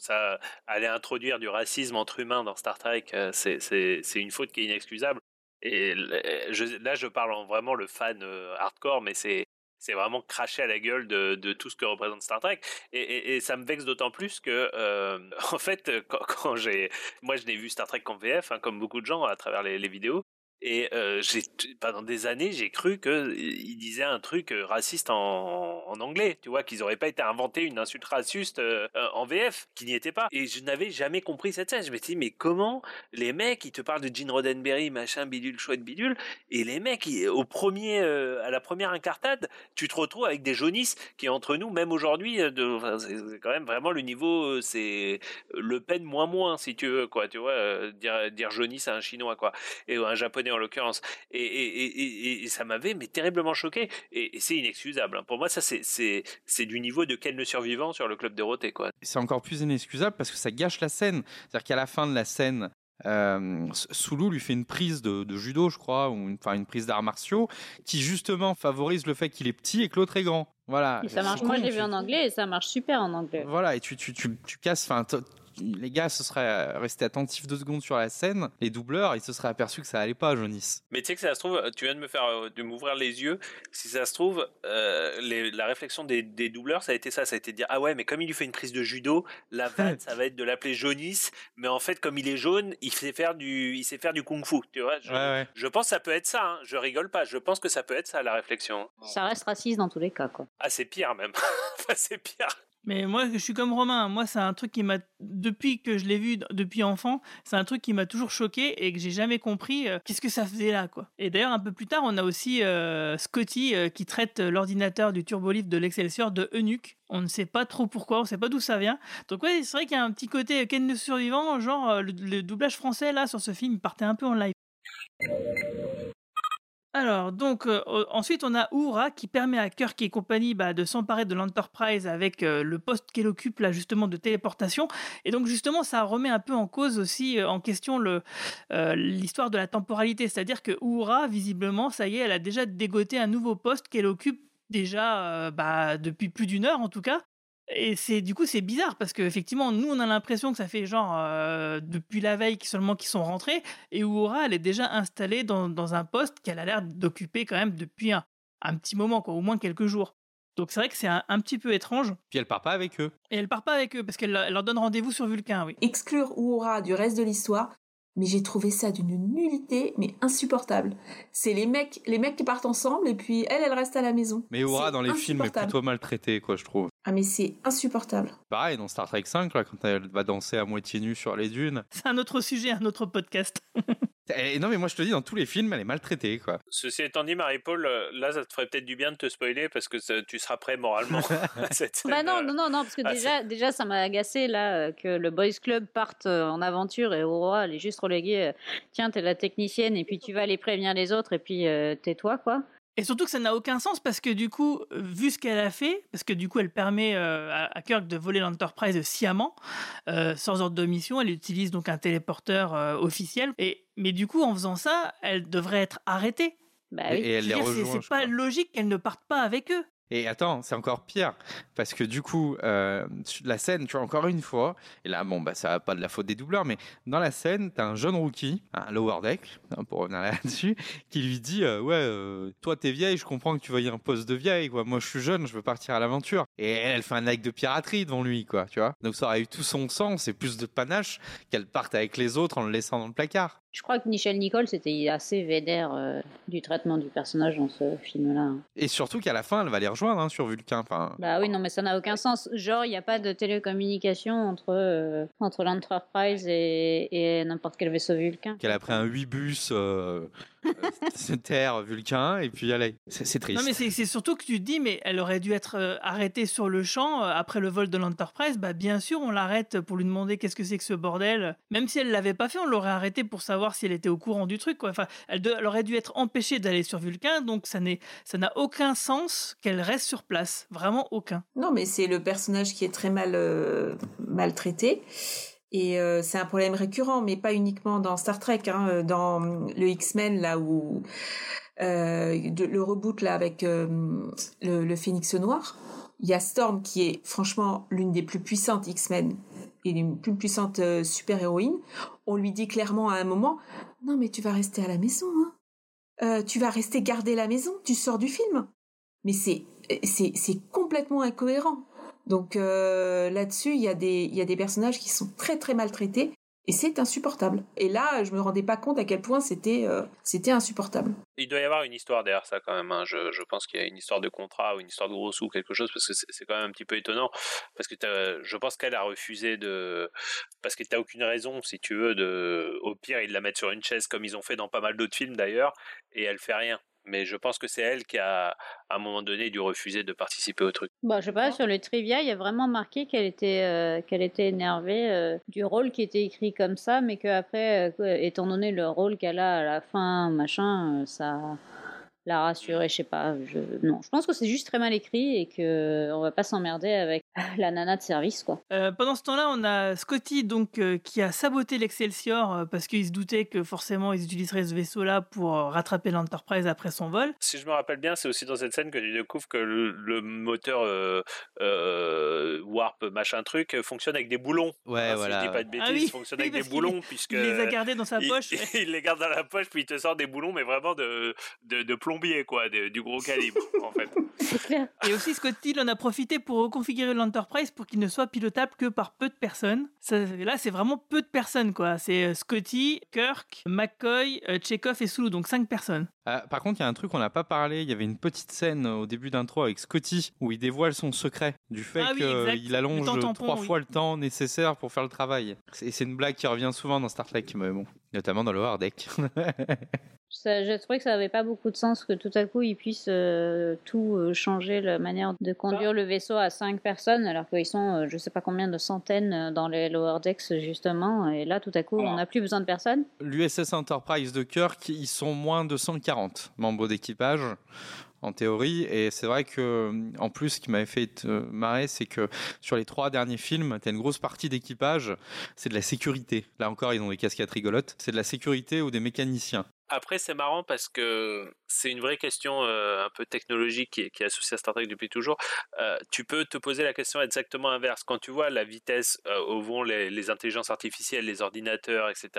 aller introduire du racisme entre humains dans Star Trek, c'est une faute qui est inexcusable. Et là, je parle en vraiment le fan hardcore, mais c'est vraiment cracher à la gueule de tout ce que représente Star Trek. Et ça me vexe d'autant plus que, en fait, quand moi, je n'ai vu Star Trek qu'en VF, hein, comme beaucoup de gens à travers les vidéos. Et pendant des années, j'ai cru qu'ils disaient un truc raciste en anglais, tu vois, qu'ils n'auraient pas été inventé une insulte raciste en VF, qui n'y était pas. Et je n'avais jamais compris cette scène. Je me suis dit, mais comment les mecs, ils te parlent de Gene Roddenberry, machin, bidule, chouette, bidule, et les mecs, à la première incartade, tu te retrouves avec des jaunisses qui, entre nous, même aujourd'hui, c'est quand même vraiment le niveau, c'est Le Pen moins, si tu veux, quoi, tu vois, dire jaunisse à un Chinois, quoi, et un Japonais en l'occurrence, et ça m'avait terriblement choqué, et c'est inexcusable. Pour moi, ça c'est du niveau de Ken le survivant sur le Club Dorothée, quoi. C'est encore plus inexcusable parce que ça gâche la scène. C'est-à-dire qu'à la fin de la scène, Sulu lui fait une prise de judo, je crois, ou une prise d'arts martiaux, qui justement favorise le fait qu'il est petit et que l'autre est grand. Voilà. Et ça marche. Moi, je l'ai vu en anglais et ça marche super en anglais. Voilà, et tu casses. Les gars se seraient restés attentifs 2 secondes sur la scène, les doubleurs, ils se seraient aperçus que ça allait pas, jaunisse. Mais tu sais que ça se trouve, tu viens de m'ouvrir les yeux, si ça se trouve, la réflexion des doubleurs, ça a été de dire, ah ouais, mais comme il lui fait une prise de judo, la vanne, ça va être de l'appeler jaunisse, mais en fait, comme il est jaune, il sait faire du kung-fu, tu vois. Je pense que ça peut être ça, hein. Je rigole pas, je pense que ça peut être ça, la réflexion. Ça reste raciste dans tous les cas, quoi. Ah, c'est pire même. C'est pire. Mais moi, je suis comme Romain. Moi, c'est un truc qui m'a, depuis que je l'ai vu depuis enfant, c'est un truc qui m'a toujours choqué et que j'ai jamais compris qu'est-ce que ça faisait là, quoi. Et d'ailleurs, un peu plus tard, on a aussi Scotty qui traite l'ordinateur du turbolifte de l'Excelsior de eunuque. On ne sait pas trop pourquoi, on ne sait pas d'où ça vient. Donc ouais, c'est vrai qu'il y a un petit côté Ken le survivant, genre le doublage français là sur ce film, il partait un peu en live. Alors, donc, ensuite, on a Uhura qui permet à Kirk et compagnie de s'emparer de l'Enterprise avec le poste qu'elle occupe, là, justement, de téléportation. Et donc, justement, ça remet un peu en cause aussi, en question, l'histoire de la temporalité. C'est-à-dire que Uhura, visiblement, ça y est, elle a déjà dégoté un nouveau poste qu'elle occupe déjà depuis plus d'1 heure, en tout cas. Et c'est bizarre parce qu'effectivement, nous, on a l'impression que ça fait genre depuis la veille seulement qu'ils sont rentrés, et Uhura, elle est déjà installée dans un poste qu'elle a l'air d'occuper quand même depuis un petit moment, quoi, au moins quelques jours. Donc c'est vrai que c'est un petit peu étrange. Puis elle part pas avec eux. Et elle part pas avec eux parce qu'elle leur donne rendez-vous sur Vulcain, oui. Exclure Uhura du reste de l'histoire, mais j'ai trouvé ça d'une nullité, mais insupportable. C'est les mecs qui partent ensemble et puis elle reste à la maison. Mais Uhura dans les films est plutôt maltraitée, quoi, je trouve. Ah mais c'est insupportable. Pareil, dans Star Trek 5, là, quand elle va danser à moitié nue sur les dunes. C'est un autre sujet, un autre podcast. Et non mais moi je te dis, dans tous les films, elle est maltraitée, quoi. Ceci étant dit, Marie-Paul, là ça te ferait peut-être du bien de te spoiler parce que tu seras prêt moralement à cette scène. Bah non, parce que déjà ça m'a agacé là que le Boys Club parte en aventure et Aurora elle est juste reléguée. Tiens, t'es la technicienne et puis tu vas aller prévenir les autres et puis tais-toi, quoi. Et surtout que ça n'a aucun sens parce que du coup, vu ce qu'elle a fait, parce que du coup elle permet à Kirk de voler l'Enterprise sciemment, sans ordre de mission, elle utilise donc un téléporteur officiel, mais du coup en faisant ça, elle devrait être arrêtée. Bah oui. Et elle les rejoint. C'est pas logique qu'elle ne parte pas avec eux. Et attends, c'est encore pire, parce que du coup, la scène, tu vois, encore une fois, et là, bon, bah, ça va pas de la faute des doubleurs, mais dans la scène, t'as un jeune rookie, un Lower Deck, pour revenir là-dessus, qui lui dit, toi, t'es vieille, je comprends que tu veuilles un poste de vieille, quoi. Moi, je suis jeune, je veux partir à l'aventure. Et elle fait un acte de piraterie devant lui, quoi, tu vois. Donc, ça aurait eu tout son sens et plus de panache qu'elle parte avec les autres en le laissant dans le placard. Je crois que Nichelle Nichols était assez vénère du traitement du personnage dans ce film-là. Et surtout qu'à la fin, elle va les rejoindre sur Vulcain. Enfin... Bah oui, non, mais ça n'a aucun sens. Genre, il n'y a pas de télécommunication entre l'Enterprise et n'importe quel vaisseau Vulcain. Qu'elle a pris un 8 bus Terre Vulcain et puis allez, c'est triste. Non, mais c'est surtout que tu te dis, mais elle aurait dû être arrêtée sur le champ après le vol de l'Enterprise. Bah bien sûr, on l'arrête pour lui demander qu'est-ce que c'est que ce bordel. Même si elle l'avait pas fait, on l'aurait arrêtée pour savoir si elle était au courant du truc, quoi. Enfin, elle aurait dû être empêchée d'aller sur Vulcain, donc ça n'a aucun sens qu'elle reste sur place, vraiment aucun. Non, mais c'est le personnage qui est très maltraité. Et c'est un problème récurrent, mais pas uniquement dans Star Trek, hein, dans le X-Men, là où le reboot là avec le Phénix Noir, il y a Storm qui est franchement l'une des plus puissantes X-Men et l'une plus puissante super-héroïne. On lui dit clairement à un moment, non mais tu vas rester à la maison, hein. Tu vas rester garder la maison, tu sors du film. Mais c'est complètement incohérent. Donc là-dessus, il y a des personnages qui sont très très maltraités et c'est insupportable. Et là, je me rendais pas compte à quel point c'était insupportable. Il doit y avoir une histoire derrière ça quand même. Hein. Je pense qu'il y a une histoire de contrat ou une histoire de gros sous ou quelque chose parce que c'est quand même un petit peu étonnant parce que je pense qu'elle a refusé parce que t'as aucune raison si tu veux au pire ils la mettent sur une chaise comme ils ont fait dans pas mal d'autres films d'ailleurs et elle fait rien. Mais je pense que c'est elle qui a, à un moment donné, dû refuser de participer au truc. Bon, je sais pas, sur le trivia, il y a vraiment marqué qu'elle était énervée du rôle qui était écrit comme ça, mais qu'après, étant donné le rôle qu'elle a à la fin, machin, ça l'a rassurée, je sais pas. Non, je pense que c'est juste très mal écrit et qu'on va pas s'emmerder avec la nana de service, quoi. Pendant ce temps-là, on a Scotty donc qui a saboté l'Excelsior parce qu'il se doutait que forcément ils utiliseraient ce vaisseau-là pour rattraper l'Enterprise après son vol. Si je me rappelle bien, c'est aussi dans cette scène que tu découvres que le moteur Warp machin truc fonctionne avec des boulons. Ouais, voilà. Si je dis pas de bêtises, il fonctionne avec des boulons puisque il les a gardés dans sa poche. Il les garde dans la poche puis il te sort des boulons, mais vraiment de plombier quoi, du gros calibre en fait. C'est clair. Et aussi Scotty en a profité pour reconfigurer l'Enterprise pour qu'il ne soit pilotable que par peu de personnes. Là, c'est vraiment peu de personnes, quoi. C'est Scotty, Kirk, McCoy, Chekhov et Sulu, donc 5 personnes. Par contre, il y a un truc qu'on n'a pas parlé. Il y avait une petite scène au début d'intro avec Scotty où il dévoile son secret du fait qu'il allonge 3 fois le temps nécessaire pour faire le travail. C'est une blague qui revient souvent dans Star Trek, mais bon, notamment dans le Lower Deck. J'ai trouvé que ça n'avait pas beaucoup de sens que tout à coup ils puissent tout changer la manière de conduire le vaisseau à 5 personnes alors qu'ils sont je sais pas combien de centaines dans les Lower Decks justement et là tout à coup on n'a plus besoin de personne. L'USS Enterprise de Kirk, ils sont moins de 140 membres d'équipage en théorie, et c'est vrai que en plus ce qui m'avait fait marrer, c'est que sur les 3 derniers films t'as une grosse partie d'équipage, c'est de la sécurité. Là encore ils ont des casquettes rigolotes, c'est de la sécurité ou des mécaniciens. Après, c'est marrant parce que c'est une vraie question un peu technologique qui est associée à Star Trek depuis toujours. Tu peux te poser la question exactement inverse. Quand tu vois la vitesse où vont les intelligences artificielles, les ordinateurs, etc.,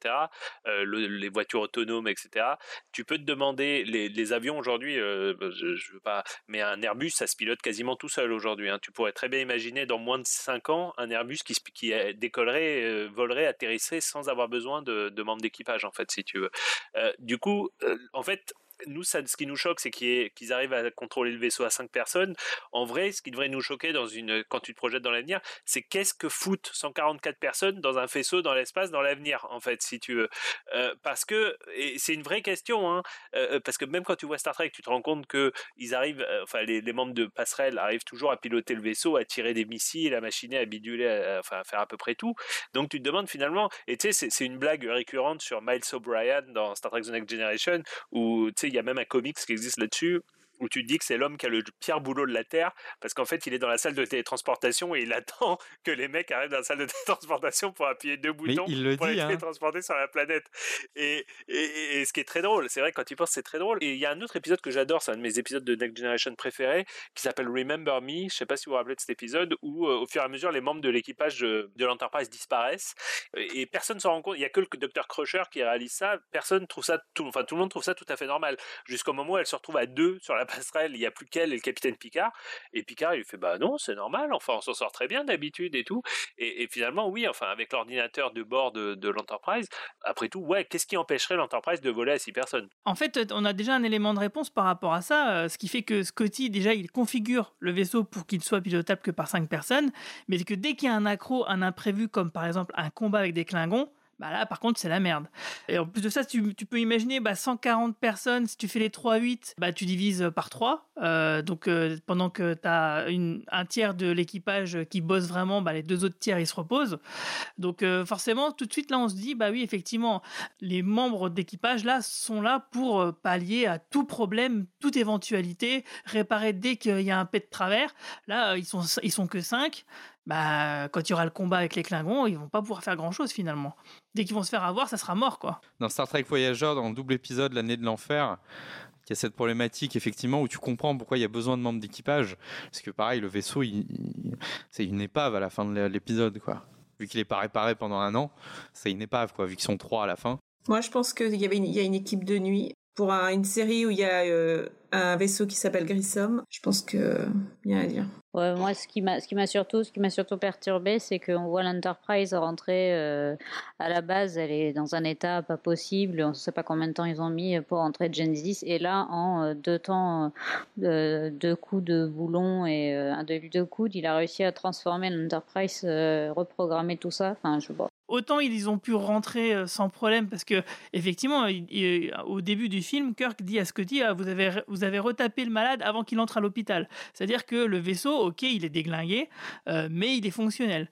les voitures autonomes, etc., tu peux te demander, les avions aujourd'hui, je veux pas, mais un Airbus, ça se pilote quasiment tout seul aujourd'hui. Hein. Tu pourrais très bien imaginer dans moins de 5 ans un Airbus qui décollerait, volerait, atterrisserait sans avoir besoin de membres d'équipage, en fait, si tu veux. Du coup, en fait, nous, ce qui nous choque, c'est qu'ils arrivent à contrôler le vaisseau à 5 personnes. En vrai, ce qui devrait nous choquer quand tu te projettes dans l'avenir, c'est qu'est-ce que foutent 144 personnes dans un vaisseau dans l'espace dans l'avenir, en fait, si tu veux. Parce que, et c'est une vraie question, hein, parce que même quand tu vois Star Trek, tu te rends compte que ils arrivent, les membres de Passerelle arrivent toujours à piloter le vaisseau, à tirer des missiles, à machiner, à biduler, à faire à peu près tout. Donc tu te demandes finalement, et tu sais, c'est une blague récurrente sur Miles O'Brien dans Star Trek The Next Generation, où tu sais, il y a même un comics qui existe là-dessus où tu te dis que c'est l'homme qui a le pire boulot de la Terre parce qu'en fait il est dans la salle de télétransportation et il attend que les mecs arrivent dans la salle de télétransportation pour appuyer 2 boutons pour les télétransporter sur la planète. Et ce qui est très drôle, c'est vrai que quand tu penses c'est très drôle. Et il y a un autre épisode que j'adore, c'est un de mes épisodes de Next Generation préférés qui s'appelle Remember Me, je sais pas si vous vous rappelez de cet épisode où au fur et à mesure les membres de l'équipage de l'Enterprise disparaissent et personne s'en rend compte, il y a que le Dr Crusher qui réalise ça, personne trouve ça, tout le monde trouve ça tout à fait normal jusqu'au moment où elle se retrouve à 2 sur la passerelle, il n'y a plus qu'elle et le capitaine Picard, et Picard il lui fait bah non c'est normal, enfin on s'en sort très bien d'habitude et tout, et finalement oui, enfin avec l'ordinateur de bord de l'Enterprise, après tout ouais, qu'est-ce qui empêcherait l'Enterprise de voler à 6 personnes? En fait on a déjà un élément de réponse par rapport à ça, ce qui fait que Scotty déjà il configure le vaisseau pour qu'il ne soit pilotable que par 5 personnes, mais que dès qu'il y a un accro, un imprévu comme par exemple un combat avec des Klingons, bah là par contre c'est la merde. Et en plus de ça, tu peux imaginer 140 personnes, si tu fais les 3-8, bah tu divises par 3, donc pendant que t'as un tiers de l'équipage qui bosse vraiment, bah les 2 autres tiers ils se reposent, donc forcément tout de suite là on se dit bah oui effectivement les membres d'équipage là sont là pour pallier à tout problème, toute éventualité, réparer dès qu'il y a un pet de travers. Là ils sont que 5. Bah, quand il y aura le combat avec les Klingons, ils vont pas pouvoir faire grand-chose finalement. Dès qu'ils vont se faire avoir, ça sera mort quoi. Dans Star Trek Voyager, dans le double épisode L'année de l'enfer, il y a cette problématique effectivement où tu comprends pourquoi il y a besoin de membres d'équipage, parce que pareil le vaisseau c'est une épave à la fin de l'épisode quoi. Vu qu'il est pas réparé pendant 1 an, c'est une épave quoi, vu qu'ils sont 3 à la fin. Moi je pense qu'il y a une équipe de nuit pour une série où il y a un vaisseau qui s'appelle Grissom. Je pense que y a à dire. Ouais, moi, ce qui m'a surtout perturbé, c'est qu'on voit l'Enterprise rentrer. À la base, elle est dans un état pas possible. On ne sait pas combien de temps ils ont mis pour rentrer de Genesis. Et là, en 2 temps, 2 coups de boulon et 2 coudes, il a réussi à transformer l'Enterprise, reprogrammer tout ça. Enfin, je vois. Autant ils ont pu rentrer sans problème parce que effectivement au début du film Kirk dit à Scotty vous avez retapé le malade avant qu'il entre à l'hôpital, c'est-à-dire que le vaisseau ok il est déglingué mais il est fonctionnel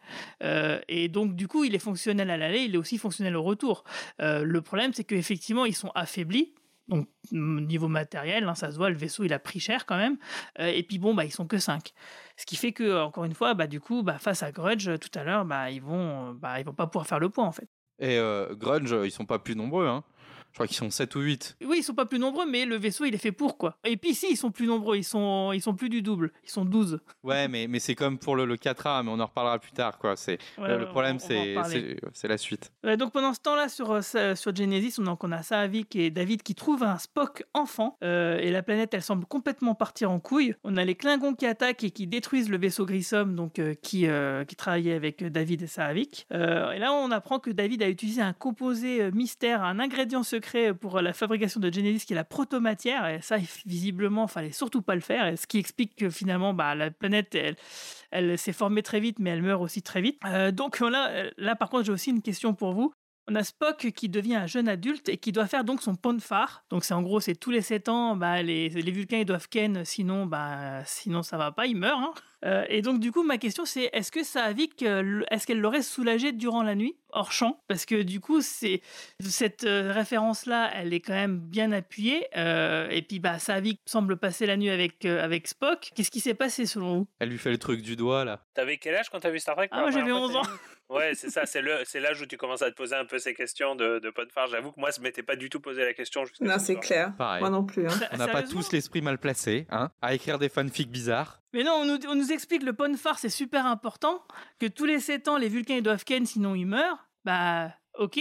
et donc du coup il est fonctionnel à l'aller, il est aussi fonctionnel au retour. Le problème c'est qu'effectivement ils sont affaiblis. Donc niveau matériel, ça se voit, le vaisseau il a pris cher quand même. Et puis bon, ils sont que 5. Ce qui fait que encore une fois, du coup, face à Grudge tout à l'heure, ils vont pas pouvoir faire le point en fait. Et Grudge, ils sont pas plus nombreux, hein. Je crois qu'ils sont 7 ou 8. Oui, ils sont pas plus nombreux, mais le vaisseau, il est fait pour, quoi. Et puis si, ils sont plus nombreux, ils sont plus du double, ils sont 12. Ouais, mais c'est comme pour le 4A, mais on en reparlera plus tard, quoi. Le problème, c'est la suite. Donc pendant ce temps-là, sur Genesis, on a Saavik et David qui trouvent un Spock enfant, et la planète, elle semble complètement partir en couille. On a les Klingons qui attaquent et qui détruisent le vaisseau Grissom, donc qui travaillait avec David et Saavik. Et là, on apprend que David a utilisé un composé mystère, un ingrédient secret pour la fabrication de Genesis qui est la protomatière, et ça visiblement fallait surtout pas le faire, et ce qui explique que finalement la planète elle s'est formée très vite mais elle meurt aussi très vite. Donc là par contre j'ai aussi une question pour vous. On a Spock qui devient un jeune adulte et qui doit faire donc son pont de phare. Donc c'est tous les 7 ans, les Vulcains ils doivent ken, sinon ça va pas, ils meurent. Et donc du coup ma question c'est est-ce que Saavik est-ce qu'elle l'aurait soulagé durant la nuit hors champ, parce que du coup c'est cette référence là elle est quand même bien appuyée, et puis Saavik semble passer la nuit avec Spock. Qu'est-ce qui s'est passé selon vous? Elle lui fait le truc du doigt là. T'avais quel âge quand t'as vu Star Trek? Moi j'avais 11 ans. Ouais, c'est ça, c'est l'âge où tu commences à te poser un peu ces questions de Ponfar. J'avoue que moi, je m'étais pas du tout posé la question jusqu'à non, c'est clair. Pareil. Moi non plus. Hein. On n'a pas tous l'esprit mal placé, hein, à écrire des fanfics bizarres. Mais non, on nous explique le Ponfar, c'est super important, que tous les 7 ans, les Vulcains ils doivent ken, sinon ils meurent. Ok.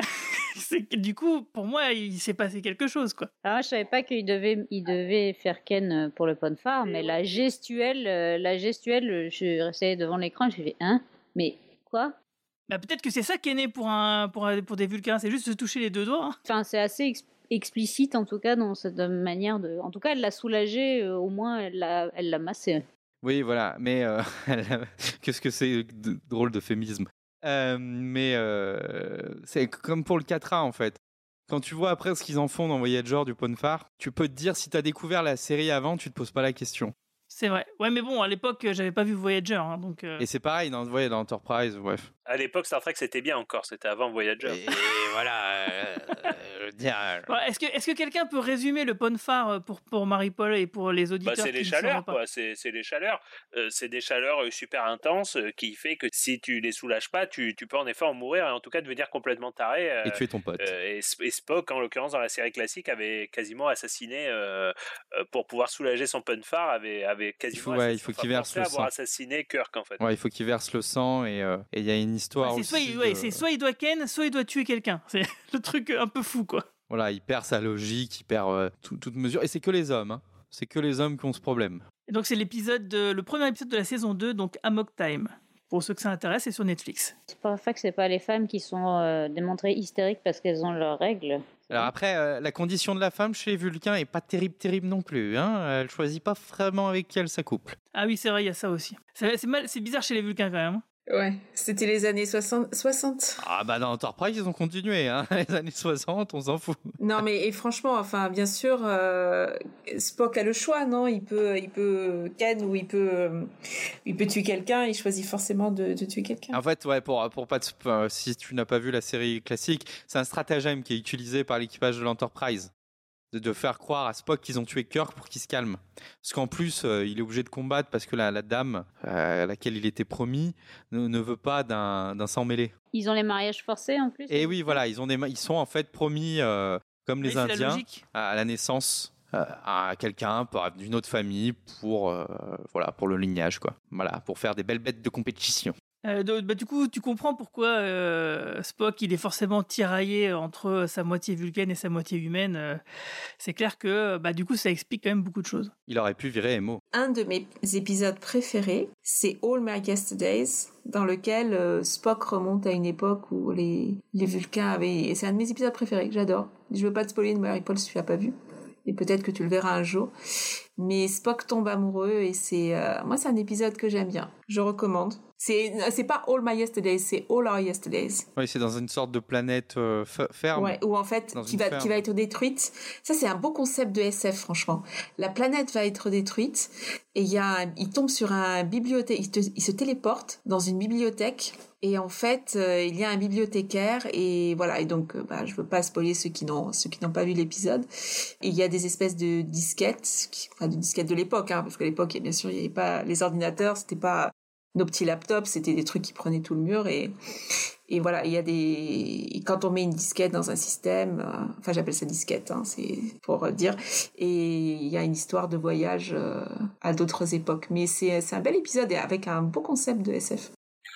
Du coup, pour moi, il s'est passé quelque chose, quoi. Alors, je savais pas qu'il devait faire ken pour le Ponfar, mais la gestuelle, je suis restée devant l'écran, j'ai fait mais quoi? Peut-être que c'est ça qui est né pour des Vulcains, c'est juste se toucher les 2 doigts. Hein. Enfin, c'est assez explicite en tout cas dans cette manière de. En tout cas, elle l'a soulagé, au moins elle l'a massé. Oui, voilà, mais qu'est-ce que c'est drôle d'euphémisme. Mais c'est comme pour le 4A en fait. Quand tu vois après ce qu'ils en font dans Voyager du Ponfar, tu peux te dire si t'as découvert la série avant, tu te poses pas la question. C'est vrai. Ouais, mais bon, à l'époque, j'avais pas vu Voyager, hein, donc. Et c'est pareil dans Enterprise, bref. À l'époque, Star Trek, c'était bien encore, c'était avant Voyager. Et voilà. Je veux dire. Est-ce que quelqu'un peut résumer le Ponfar pour Marie-Paul et pour les auditeurs? C'est les chaleurs, quoi. C'est les chaleurs. C'est des chaleurs super intenses qui fait que si tu les soulages pas, tu peux en effet en mourir et en tout cas devenir complètement taré. Et tuer ton pote. Et Spock, en l'occurrence, dans la série classique, avait quasiment assassiné pour pouvoir soulager son Ponfar, avait quasiment. Il faut qu'il verse le sang. Avoir assassiné Kirk, en fait. Ouais, il faut qu'il verse le sang et il y a une histoire aussi. C'est soit il doit ken, soit il doit tuer quelqu'un. C'est le truc un peu fou, quoi. Voilà, il perd sa logique, il perd toute mesure. Et c'est que les hommes, hein. C'est que les hommes qui ont ce problème. Et donc c'est le premier épisode de la saison 2, donc Amok Time. Pour ceux que ça intéresse, c'est sur Netflix. C'est parfois que c'est pas les femmes qui sont démontrées hystériques parce qu'elles ont leurs règles. Alors après, la condition de la femme chez les Vulcains est pas terrible non plus. Hein. Elle choisit pas vraiment avec qui elle s'accouple. Ah oui, c'est vrai, il y a ça aussi. C'est bizarre chez les Vulcains quand même. Ouais, c'était les années 60. Ah dans Enterprise, ils ont continué, hein. Les années 60, on s'en fout. Non mais et franchement, enfin bien sûr, Spock a le choix, non? Il peut ken ou il peut tuer quelqu'un. Il choisit forcément de tuer quelqu'un. En fait, ouais, pour pas si tu n'as pas vu la série classique, c'est un stratagème qui est utilisé par l'équipage de l'Enterprise. De faire croire à Spock qu'ils ont tué Kirk pour qu'il se calme. Parce qu'en plus, il est obligé de combattre parce que la dame à laquelle il était promis ne veut pas d'un sang mêlé. Ils ont les mariages forcés en plus. Et oui, voilà, ils sont en fait promis, comme les Indiens, à la naissance à quelqu'un d'une autre famille pour le lignage, quoi. Voilà, pour faire des belles bêtes de compétition. Du coup, tu comprends pourquoi Spock il est forcément tiraillé entre sa moitié vulcaine et sa moitié humaine. C'est clair que du coup, ça explique quand même beaucoup de choses. Il aurait pu virer Emo. Un de mes épisodes préférés, c'est All My Yesterdays, dans lequel Spock remonte à une époque où les Vulcains avaient... Et c'est un de mes épisodes préférés que j'adore. Je veux pas te spoiler de Marie-Paul si tu l'as pas vu. Et peut-être que tu le verras un jour. Mais Spock tombe amoureux et moi c'est un épisode que j'aime bien. Je recommande. C'est pas All My Yesterdays, c'est All Our Yesterdays. Oui, c'est dans une sorte de planète ferme. Ouais, où en fait qui va être détruite. Ça c'est un beau concept de SF franchement. La planète va être détruite et il tombe sur un bibliothèque, il se téléporte dans une bibliothèque. Et en fait, il y a un bibliothécaire et voilà. Et donc, je veux pas spoiler ceux qui n'ont pas vu l'épisode. Et il y a des espèces de disquettes, de disquettes de l'époque, hein, parce qu'à l'époque, bien sûr, il y avait pas les ordinateurs, c'était pas nos petits laptops, c'était des trucs qui prenaient tout le mur et voilà. Il y a et quand on met une disquette dans un système, j'appelle ça disquette, hein, c'est pour dire. Et il y a une histoire de voyage à d'autres époques. Mais c'est un bel épisode et avec un beau concept de SF.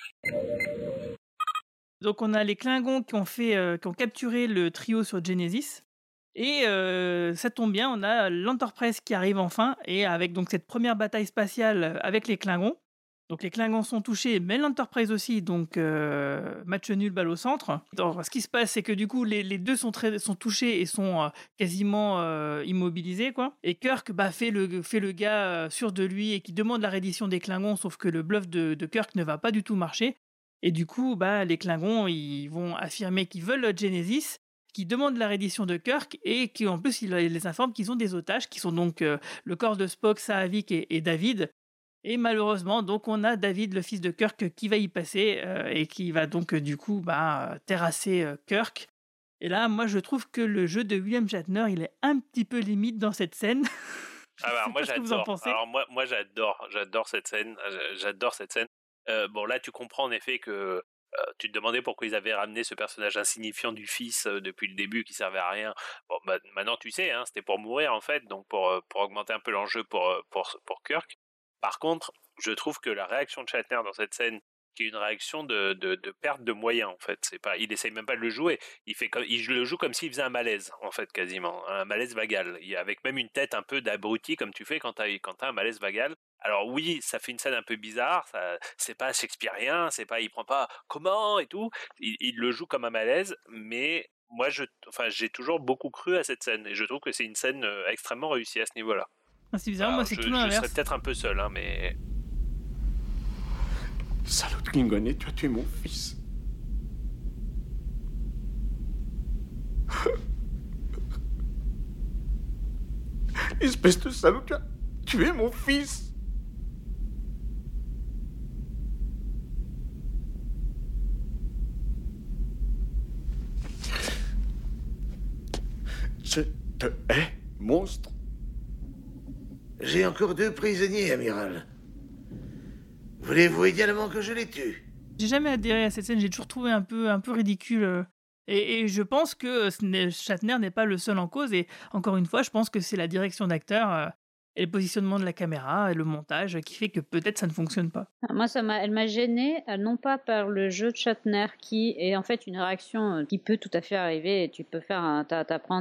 Donc on a les Klingons qui ont capturé le trio sur Genesis et ça tombe bien, on a l'Enterprise qui arrive enfin et avec donc cette première bataille spatiale avec les Klingons. Donc les Klingons sont touchés, mais l'Enterprise aussi, donc match nul, balle au centre. Alors, ce qui se passe, c'est que du coup les deux sont touchés et sont quasiment immobilisés, quoi. Et Kirk fait le gars sûr de lui et qui demande la reddition des Klingons, sauf que le bluff de Kirk ne va pas du tout marcher. Et du coup, les Klingons, ils vont affirmer qu'ils veulent Genesis, qui demandent la reddition de Kirk et qui en plus ils les informent qu'ils ont des otages, qui sont donc le corps de Spock, Saavik et David. Et malheureusement, donc on a David, le fils de Kirk, qui va y passer et qui va donc du coup terrasser Kirk. Et là, moi, je trouve que le jeu de William Shatner, il est un petit peu limite dans cette scène. Ah bah, moi j'adore. Alors moi j'adore cette scène. J'adore cette scène. Bon là tu comprends en effet que tu te demandais pourquoi ils avaient ramené ce personnage insignifiant du fils depuis le début qui servait à rien. Bon bah maintenant tu sais, hein, c'était pour mourir en fait, donc pour augmenter un peu l'enjeu pour Kirk. Par contre, je trouve que la réaction de Shatner dans cette scène, qui est une réaction de perte de moyens en fait, c'est pas, il essaye même pas de le jouer, il le joue comme s'il faisait un malaise en fait, quasiment un malaise vagal, avec même une tête un peu d'abruti comme tu fais quand t'as un malaise vagal. Alors oui, ça fait une scène un peu bizarre, ça, c'est pas shakespearien, c'est pas, il prend pas comment et tout, il le joue comme un malaise, mais moi j'ai toujours beaucoup cru à cette scène et je trouve que c'est une scène extrêmement réussie à ce niveau-là. C'est bizarre, moi c'est tout l'inverse. Je serais peut-être un peu seul, hein, mais... Salaud de Klingoné, tu as tué mon fils. Espèce de salaud, tu as tué mon fils. Je te hais, monstre. J'ai encore 2 prisonniers, amiral. Voulez-vous également que je les tue? J'ai jamais adhéré à cette scène, j'ai toujours trouvé un peu ridicule. Et je pense que Shatner n'est pas le seul en cause. Et encore une fois, je pense que c'est la direction d'acteur et le positionnement de la caméra et le montage qui fait que peut-être ça ne fonctionne pas. Moi, elle m'a gênée, non pas par le jeu de Shatner, qui est en fait une réaction qui peut tout à fait arriver. Tu peux faire, t'apprends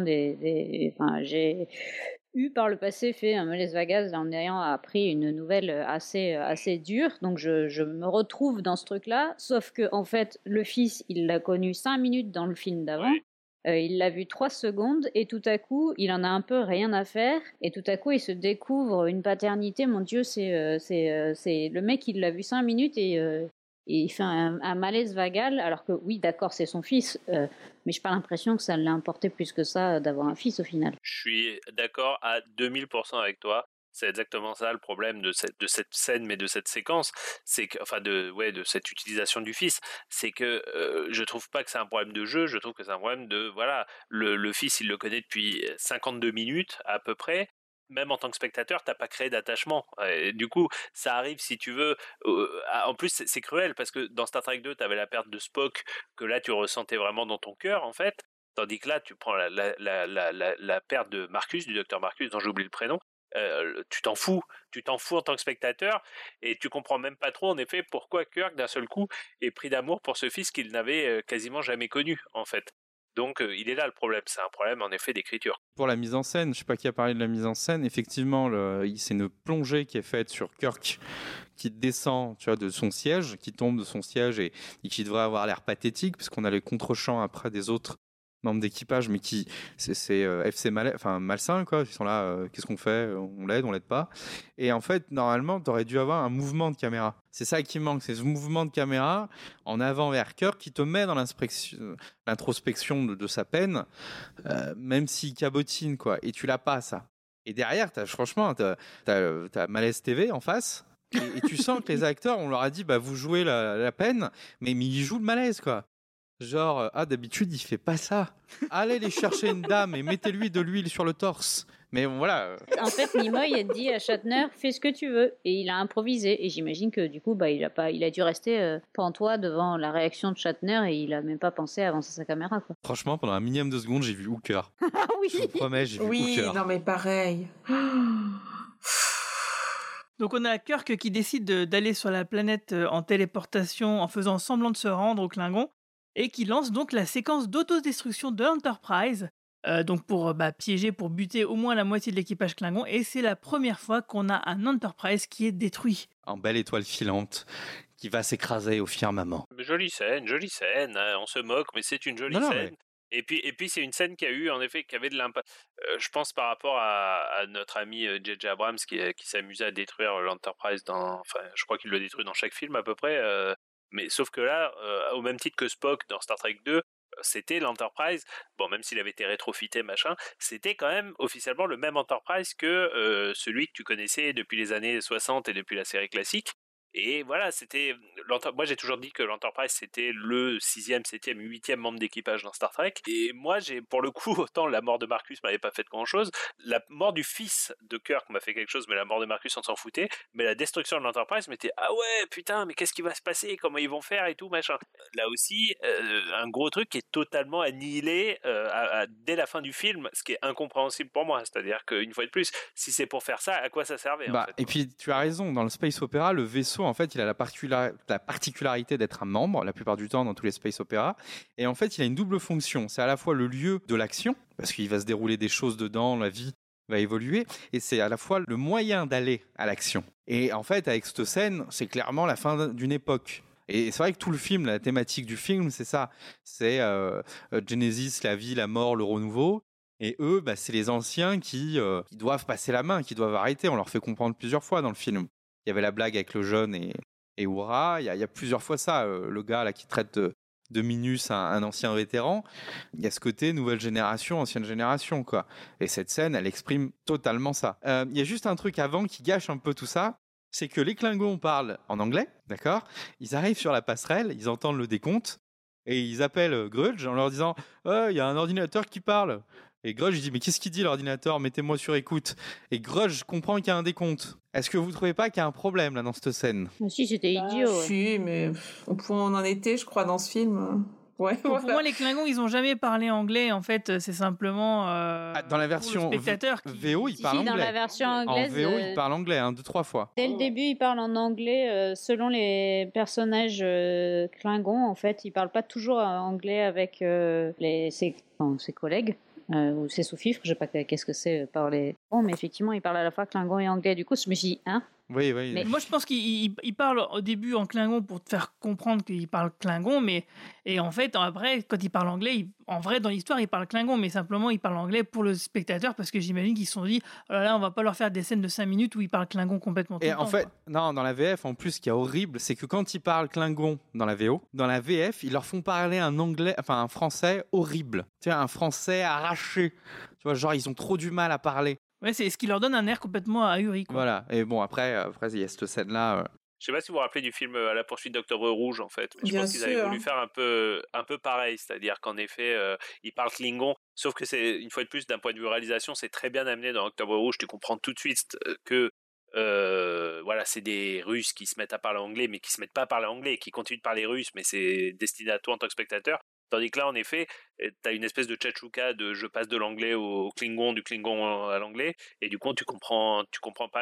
j'ai eu par le passé fait un malaise vagal en ayant appris une nouvelle assez dure, donc je me retrouve dans ce truc-là, sauf que en fait le fils il l'a connu 5 minutes dans le film d'avant, il l'a vu 3 secondes et tout à coup il en a un peu rien à faire et tout à coup il se découvre une paternité, mon Dieu, c'est le mec il l'a vu 5 minutes et il fait un malaise vagal, alors que oui, d'accord, c'est son fils, mais j'ai pas l'impression que ça l'a importé plus que ça d'avoir un fils au final. Je suis d'accord à 2000% avec toi. C'est exactement ça le problème de cette scène, mais de cette séquence, c'est que, enfin de cette utilisation du fils, c'est que je trouve pas que c'est un problème de jeu, je trouve que c'est un problème de voilà, le fils il le connaît depuis 52 minutes à peu près. Même en tant que spectateur, t'as pas créé d'attachement. Et du coup, ça arrive si tu veux. En plus, c'est cruel parce que dans Star Trek 2, t'avais la perte de Spock que là tu ressentais vraiment dans ton cœur en fait. Tandis que là, tu prends la perte de Marcus, du docteur Marcus, dont j'oublie le prénom. Tu t'en fous en tant que spectateur et tu comprends même pas trop en effet pourquoi Kirk d'un seul coup est pris d'amour pour ce fils qu'il n'avait quasiment jamais connu en fait. Donc il est là le problème, c'est un problème en effet d'écriture. Pour la mise en scène, je sais pas qui a parlé de la mise en scène, effectivement c'est une plongée qui est faite sur Kirk qui descend, tu vois, de son siège, qui tombe de son siège et qui devrait avoir l'air pathétique parce qu'on a les contre-champs après des autres membres d'équipage, mais qui c'est FC malsain quoi, ils sont là, qu'est-ce qu'on fait, on l'aide pas, et en fait normalement t'aurais dû avoir un mouvement de caméra, c'est ça qui manque, c'est ce mouvement de caméra en avant vers Kirk qui te met dans l'introspection de sa peine, même s'il cabotine quoi, et tu l'as pas ça, et derrière t'as Malaise TV en face. Et tu sens que les acteurs, on leur a dit bah vous jouez la peine, mais ils jouent le malaise quoi. Genre, d'habitude, il fait pas ça. Allez les chercher une dame et mettez-lui de l'huile sur le torse. Mais bon, voilà. En fait, Nimoy a dit à Shatner, fais ce que tu veux. Et il a improvisé. Et j'imagine que du coup, il a dû rester pantois devant la réaction de Shatner et il a même pas pensé à avancer sa caméra, quoi. Franchement, pendant un millième de seconde, j'ai vu Hooker. Ah oui. Je vous promets, j'ai vu Hooker. Oui, non mais pareil. Donc on a Kirk qui décide d'aller sur la planète en téléportation en faisant semblant de se rendre au Klingon. Et qui lance donc la séquence d'autodestruction de l'Enterprise, donc pour piéger, pour buter au moins la moitié de l'équipage Klingon, et c'est la première fois qu'on a un Enterprise qui est détruit. En belle étoile filante qui va s'écraser au firmament. Jolie scène, hein, on se moque, mais c'est une jolie scène. Mais... Et puis c'est une scène qui avait de l'impact. Je pense par rapport à notre ami J.J. Abrams qui s'amusait à détruire l'Enterprise je crois qu'il le détruit dans chaque film à peu près. Mais sauf que là, au même titre que Spock dans Star Trek 2, c'était l'Enterprise, bon, même s'il avait été rétrofité, machin, c'était quand même officiellement le même Enterprise que celui que tu connaissais depuis les années 60 et depuis la série classique. Et voilà, moi j'ai toujours dit que l'Enterprise c'était le 6e, 7e, 8e membre d'équipage dans Star Trek. Et moi pour le coup, autant la mort de Marcus m'avait pas fait grand chose, la mort du fils de Kirk m'a fait quelque chose, mais la mort de Marcus on s'en foutait. Mais la destruction de l'Enterprise m'était ah ouais putain, mais qu'est-ce qui va se passer, comment ils vont faire et tout machin. Là aussi, un gros truc qui est totalement annihilé dès la fin du film, ce qui est incompréhensible pour moi. C'est-à-dire qu'une fois de plus, si c'est pour faire ça, à quoi ça servait en fait. Et puis tu as raison, dans le space opéra, le vaisseau en fait il a la particularité d'être un membre la plupart du temps dans tous les space opéras, et en fait il a une double fonction. C'est à la fois le lieu de l'action parce qu'il va se dérouler des choses dedans, la vie va évoluer, et c'est à la fois le moyen d'aller à l'action. Et en fait avec cette scène c'est clairement la fin d'une époque. Et c'est vrai que tout le film, la thématique du film c'est ça, c'est Genesis, la vie, la mort, le renouveau. Et eux, c'est les anciens qui doivent passer la main, qui doivent arrêter. On leur fait comprendre plusieurs fois dans le film. Il y avait la blague avec le jeune et Uhura. Il y a plusieurs fois ça. Le gars là qui traite de Minus, un ancien vétéran. Il y a ce côté nouvelle génération, ancienne génération, quoi. Et cette scène, elle exprime totalement ça. Il y a juste un truc avant qui gâche un peu tout ça. C'est que les Klingons parlent en anglais, d'accord ? Ils arrivent sur la passerelle, ils entendent le décompte et ils appellent Grudge en leur disant « il y a un ordinateur qui parle ». Et Grudge dit « Mais qu'est-ce qu'il dit l'ordinateur ? Mettez-moi sur écoute ». Et Grudge comprend qu'il y a un décompte. Est-ce que vous trouvez pas qu'il y a un problème là dans cette scène ? Si, c'était idiot. Ouais. Si, mais au point où on en était, je crois, dans ce film. Ouais, pour moi, les Klingons, ils ont jamais parlé anglais. En fait, c'est simplement dans la version spectateur VO, ils parlent anglais. Dans la version anglaise, en VO, ils parlent anglais 2-3 fois. Dès le début, ils parlent en anglais. Selon les personnages Klingons, en fait, ils parlent pas toujours anglais avec ses collègues. Ou ses sous-fifres, je sais pas qu'est-ce que c'est parler. Bon, mais effectivement, ils parlent à la fois Klingon et anglais. Du coup, je me suis dit, Oui. Mais moi, je pense qu'il parle au début en Klingon pour te faire comprendre qu'il parle Klingon, et en fait, après, quand il parle anglais, en vrai, dans l'histoire, il parle Klingon, mais simplement, il parle anglais pour le spectateur, parce que j'imagine qu'ils se sont dit, oh là là, on va pas leur faire des scènes de 5 minutes où il parle Klingon complètement tout le temps. Et en fait, non, dans la VF, en plus, ce qui est horrible, c'est que quand ils parlent Klingon dans la VO, dans la VF, ils leur font parler un français horrible. Tu vois, un français arraché. Tu vois, genre, ils ont trop du mal à parler. Ouais, c'est ce qui leur donne un air complètement ahuri, quoi. Voilà, et bon, après il y a cette scène-là. Je sais pas si vous vous rappelez du film À la poursuite d'Octobre Rouge, en fait. Je pense qu'ils avaient voulu faire un peu pareil, c'est-à-dire qu'en effet, ils parlent Klingon, sauf que c'est, une fois de plus, d'un point de vue réalisation, c'est très bien amené dans Octobre Rouge. Tu comprends tout de suite que voilà, c'est des Russes qui se mettent à parler anglais, mais qui se mettent pas à parler anglais, qui continuent de parler russe, mais c'est destiné à toi en tant que spectateur. Tandis que là, en effet, t'as une espèce de tchatchouka de je passe de l'anglais au Klingon, du Klingon à l'anglais, et du coup, tu comprends pas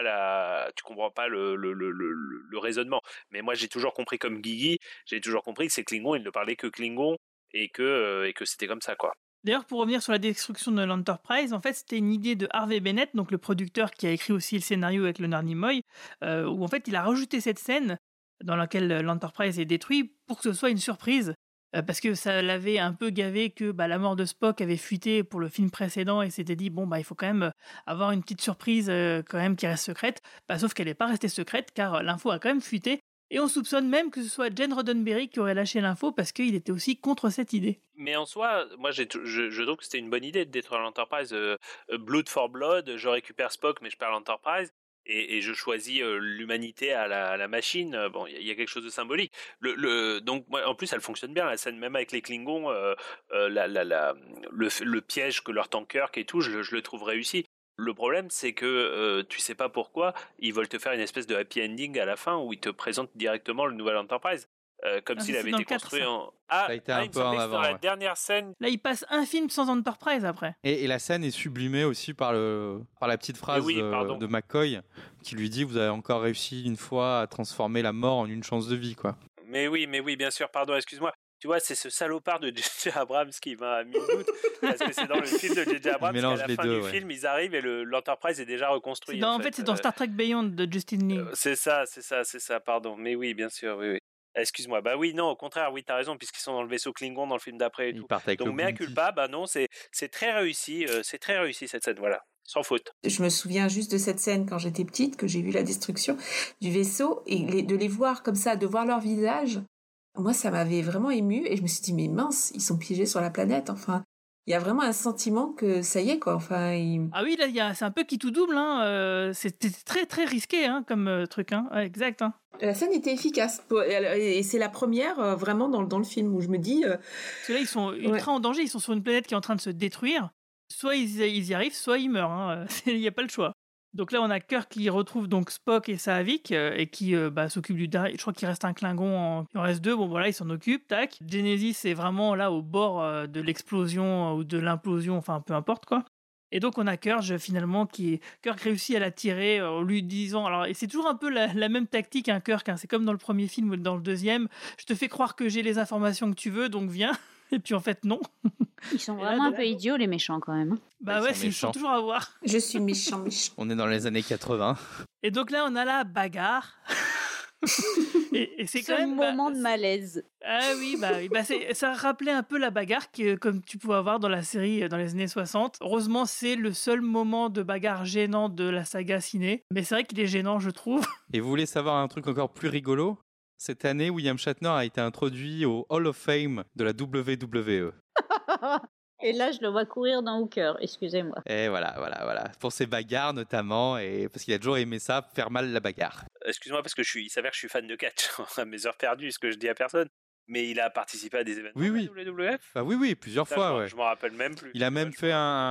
le raisonnement. Mais moi, j'ai toujours compris comme Guigui, j'ai toujours compris que ces Klingons, ils ne parlaient que Klingon, et que c'était comme ça, quoi. D'ailleurs, pour revenir sur la destruction de l'Enterprise, en fait, c'était une idée de Harvey Bennett, donc le producteur qui a écrit aussi le scénario avec Leonard Nimoy, où en fait, il a rajouté cette scène dans laquelle l'Enterprise est détruite pour que ce soit une surprise. Parce que ça l'avait un peu gavé que la mort de Spock avait fuité pour le film précédent et s'était dit il faut quand même avoir une petite surprise quand même qui reste secrète. Sauf qu'elle n'est pas restée secrète car l'info a quand même fuité et on soupçonne même que ce soit Gene Roddenberry qui aurait lâché l'info parce qu'il était aussi contre cette idée. Mais en soi, moi je trouve que c'était une bonne idée de détruire l'Enterprise. Blood for Blood, je récupère Spock mais je perds l'Enterprise. Et je choisis l'humanité à la machine. Bon, il y a quelque chose de symbolique. Donc, moi, en plus, elle fonctionne bien la scène, même avec les Klingons. Le piège que leur tend Kirk et tout, je le trouve réussi. Le problème, c'est que tu sais pas pourquoi ils veulent te faire une espèce de happy ending à la fin où ils te présentent directement le nouvel Enterprise. Comme s'il avait été construit en... ça a été un peu en avant. Dans la dernière scène. Là, il passe un film sans Enterprise après. Et la scène est sublimée aussi par la petite phrase de McCoy qui lui dit vous avez encore réussi une fois à transformer la mort en une chance de vie, quoi. Mais oui, bien sûr, pardon, excuse-moi. Tu vois, c'est ce salopard de J.J. Abrams qui m'a mis le doute, parce que c'est dans le film de J.J. Abrams qu'à la fin du film, ils arrivent et l'Enterprise est déjà reconstruit. En fait, c'est dans Star Trek Beyond de Justin Lin. C'est ça, pardon. Mais oui, bien sûr, oui. Excuse-moi, oui, non, au contraire, oui, t'as raison, puisqu'ils sont dans le vaisseau Klingon dans le film d'après et tout. Donc, mea culpa, non, c'est très réussi, cette scène, voilà, sans faute. Je me souviens juste de cette scène quand j'étais petite, que j'ai vu la destruction du vaisseau, et de les voir comme ça, de voir leur visage, Moi, ça m'avait vraiment émue et je me suis dit, mais mince, ils sont piégés sur la planète. Enfin, il y a vraiment un sentiment que ça y est, quoi. Enfin, Ah oui, là, c'est un peu qui tout double. Hein. C'était très, très risqué comme truc. Hein. Ouais, exact. Hein. La scène était efficace. Et c'est la première vraiment dans le film où je me dis... Parce que là, ils sont ultra en danger. Ils sont sur une planète qui est en train de se détruire. Soit ils y arrivent, soit ils meurent. Hein. Il n'y a pas le choix. Donc là, on a Kirk qui retrouve donc Spock et Saavik et qui s'occupe du dernier. Je crois qu'il reste un Klingon, il en reste 2. Bon, voilà, il s'en occupe. Tac. Genesis est vraiment là au bord de l'explosion ou de l'implosion, enfin peu importe quoi. Et donc on a Kirk finalement Kirk réussit à la tirer en lui disant. Alors, et c'est toujours un peu la même tactique, hein, Kirk. Hein, c'est comme dans le premier film ou dans le deuxième. Je te fais croire que j'ai les informations que tu veux, donc viens. Et puis en fait, non. Ils sont vraiment un peu idiots, les méchants, quand même. Bah ouais, ils sont toujours à voir. Je suis méchant. On est dans les années 80. Et donc là, on a la bagarre. et c'est quand même moment de malaise. Ah oui, ça rappelait un peu la bagarre comme tu pouvais avoir dans la série dans les années 60. Heureusement, c'est le seul moment de bagarre gênant de la saga ciné. Mais c'est vrai qu'il est gênant, je trouve. Et vous voulez savoir un truc encore plus rigolo ? Cette année, William Shatner a été introduit au Hall of Fame de la WWE. Et là, je le vois courir dans Hooker, excusez-moi. Et voilà. Pour ses bagarres notamment, et parce qu'il a toujours aimé ça, faire mal la bagarre. Excuse-moi, parce que il s'avère que je suis fan de catch à mes heures perdues, ce que je dis à personne. Mais il a participé à des événements de la WWF. Bah oui, plusieurs fois. Ouais. Je m'en rappelle même plus. Il a même fait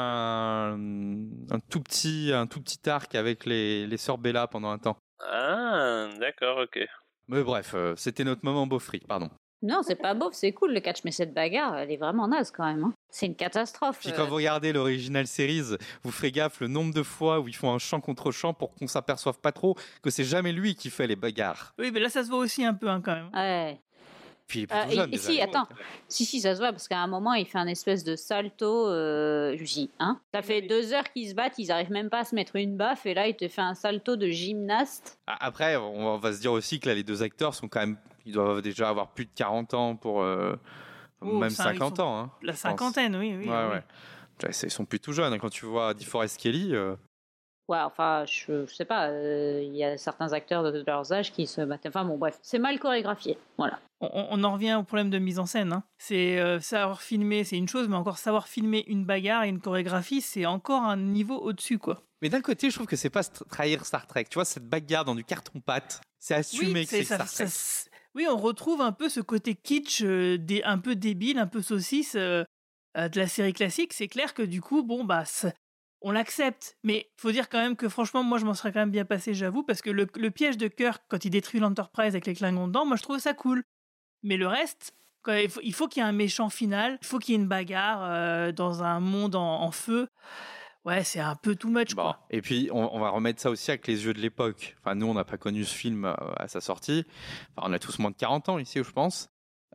un tout petit arc avec les sœurs Bella pendant un temps. Ah, d'accord, ok. Mais bref, c'était notre moment beaufry, pardon. Non, c'est pas beauf, c'est cool le catch, mais cette bagarre, elle est vraiment naze quand même. Hein. C'est une catastrophe. Puis quand vous regardez l'original series, vous ferez gaffe le nombre de fois où ils font un champ contre champ pour qu'on s'aperçoive pas trop que c'est jamais lui qui fait les bagarres. Oui, mais là ça se voit aussi un peu quand même. Ouais. Puis il est plutôt jeune. Si, attends. Si, ça se voit, parce qu'à un moment, il fait un espèce de salto. Je me dis, hein, ça fait 2 heures qu'ils se battent, ils arrivent même pas à se mettre une baffe, et là, il te fait un salto de gymnaste. Après, on va se dire aussi que là, les deux acteurs sont quand même. Ils doivent déjà avoir plus de 40 ans pour. Même 50 ans. Hein, la cinquantaine, oui. Ouais. Ils sont plutôt jeunes. Quand tu vois DeForest Kelly. Ouais, enfin, je sais pas, il y a certains acteurs de leurs âges qui se battent. Enfin bon, bref, c'est mal chorégraphié, voilà. On en revient au problème de mise en scène. Hein. C'est savoir filmer, c'est une chose, mais encore savoir filmer une bagarre et une chorégraphie, c'est encore un niveau au-dessus, quoi. Mais d'un côté, je trouve que c'est pas trahir Star Trek. Tu vois, cette bagarre dans du carton-pâte, c'est assumé que c'est Star Trek. Oui, on retrouve un peu ce côté kitsch, un peu débile, un peu saucisse de la série classique. C'est clair que du coup, on l'accepte, mais il faut dire quand même que franchement, moi je m'en serais quand même bien passé, j'avoue, parce que le piège de Kirk, quand il détruit l'Enterprise avec les Klingons dedans, moi je trouve ça cool. Mais le reste, il faut qu'il y ait un méchant final, il faut qu'il y ait une bagarre dans un monde en feu. Ouais, c'est un peu too much, quoi. Et puis, on va remettre ça aussi avec les yeux de l'époque. Enfin, nous, on n'a pas connu ce film à sa sortie. Enfin, on a tous moins de 40 ans ici, je pense.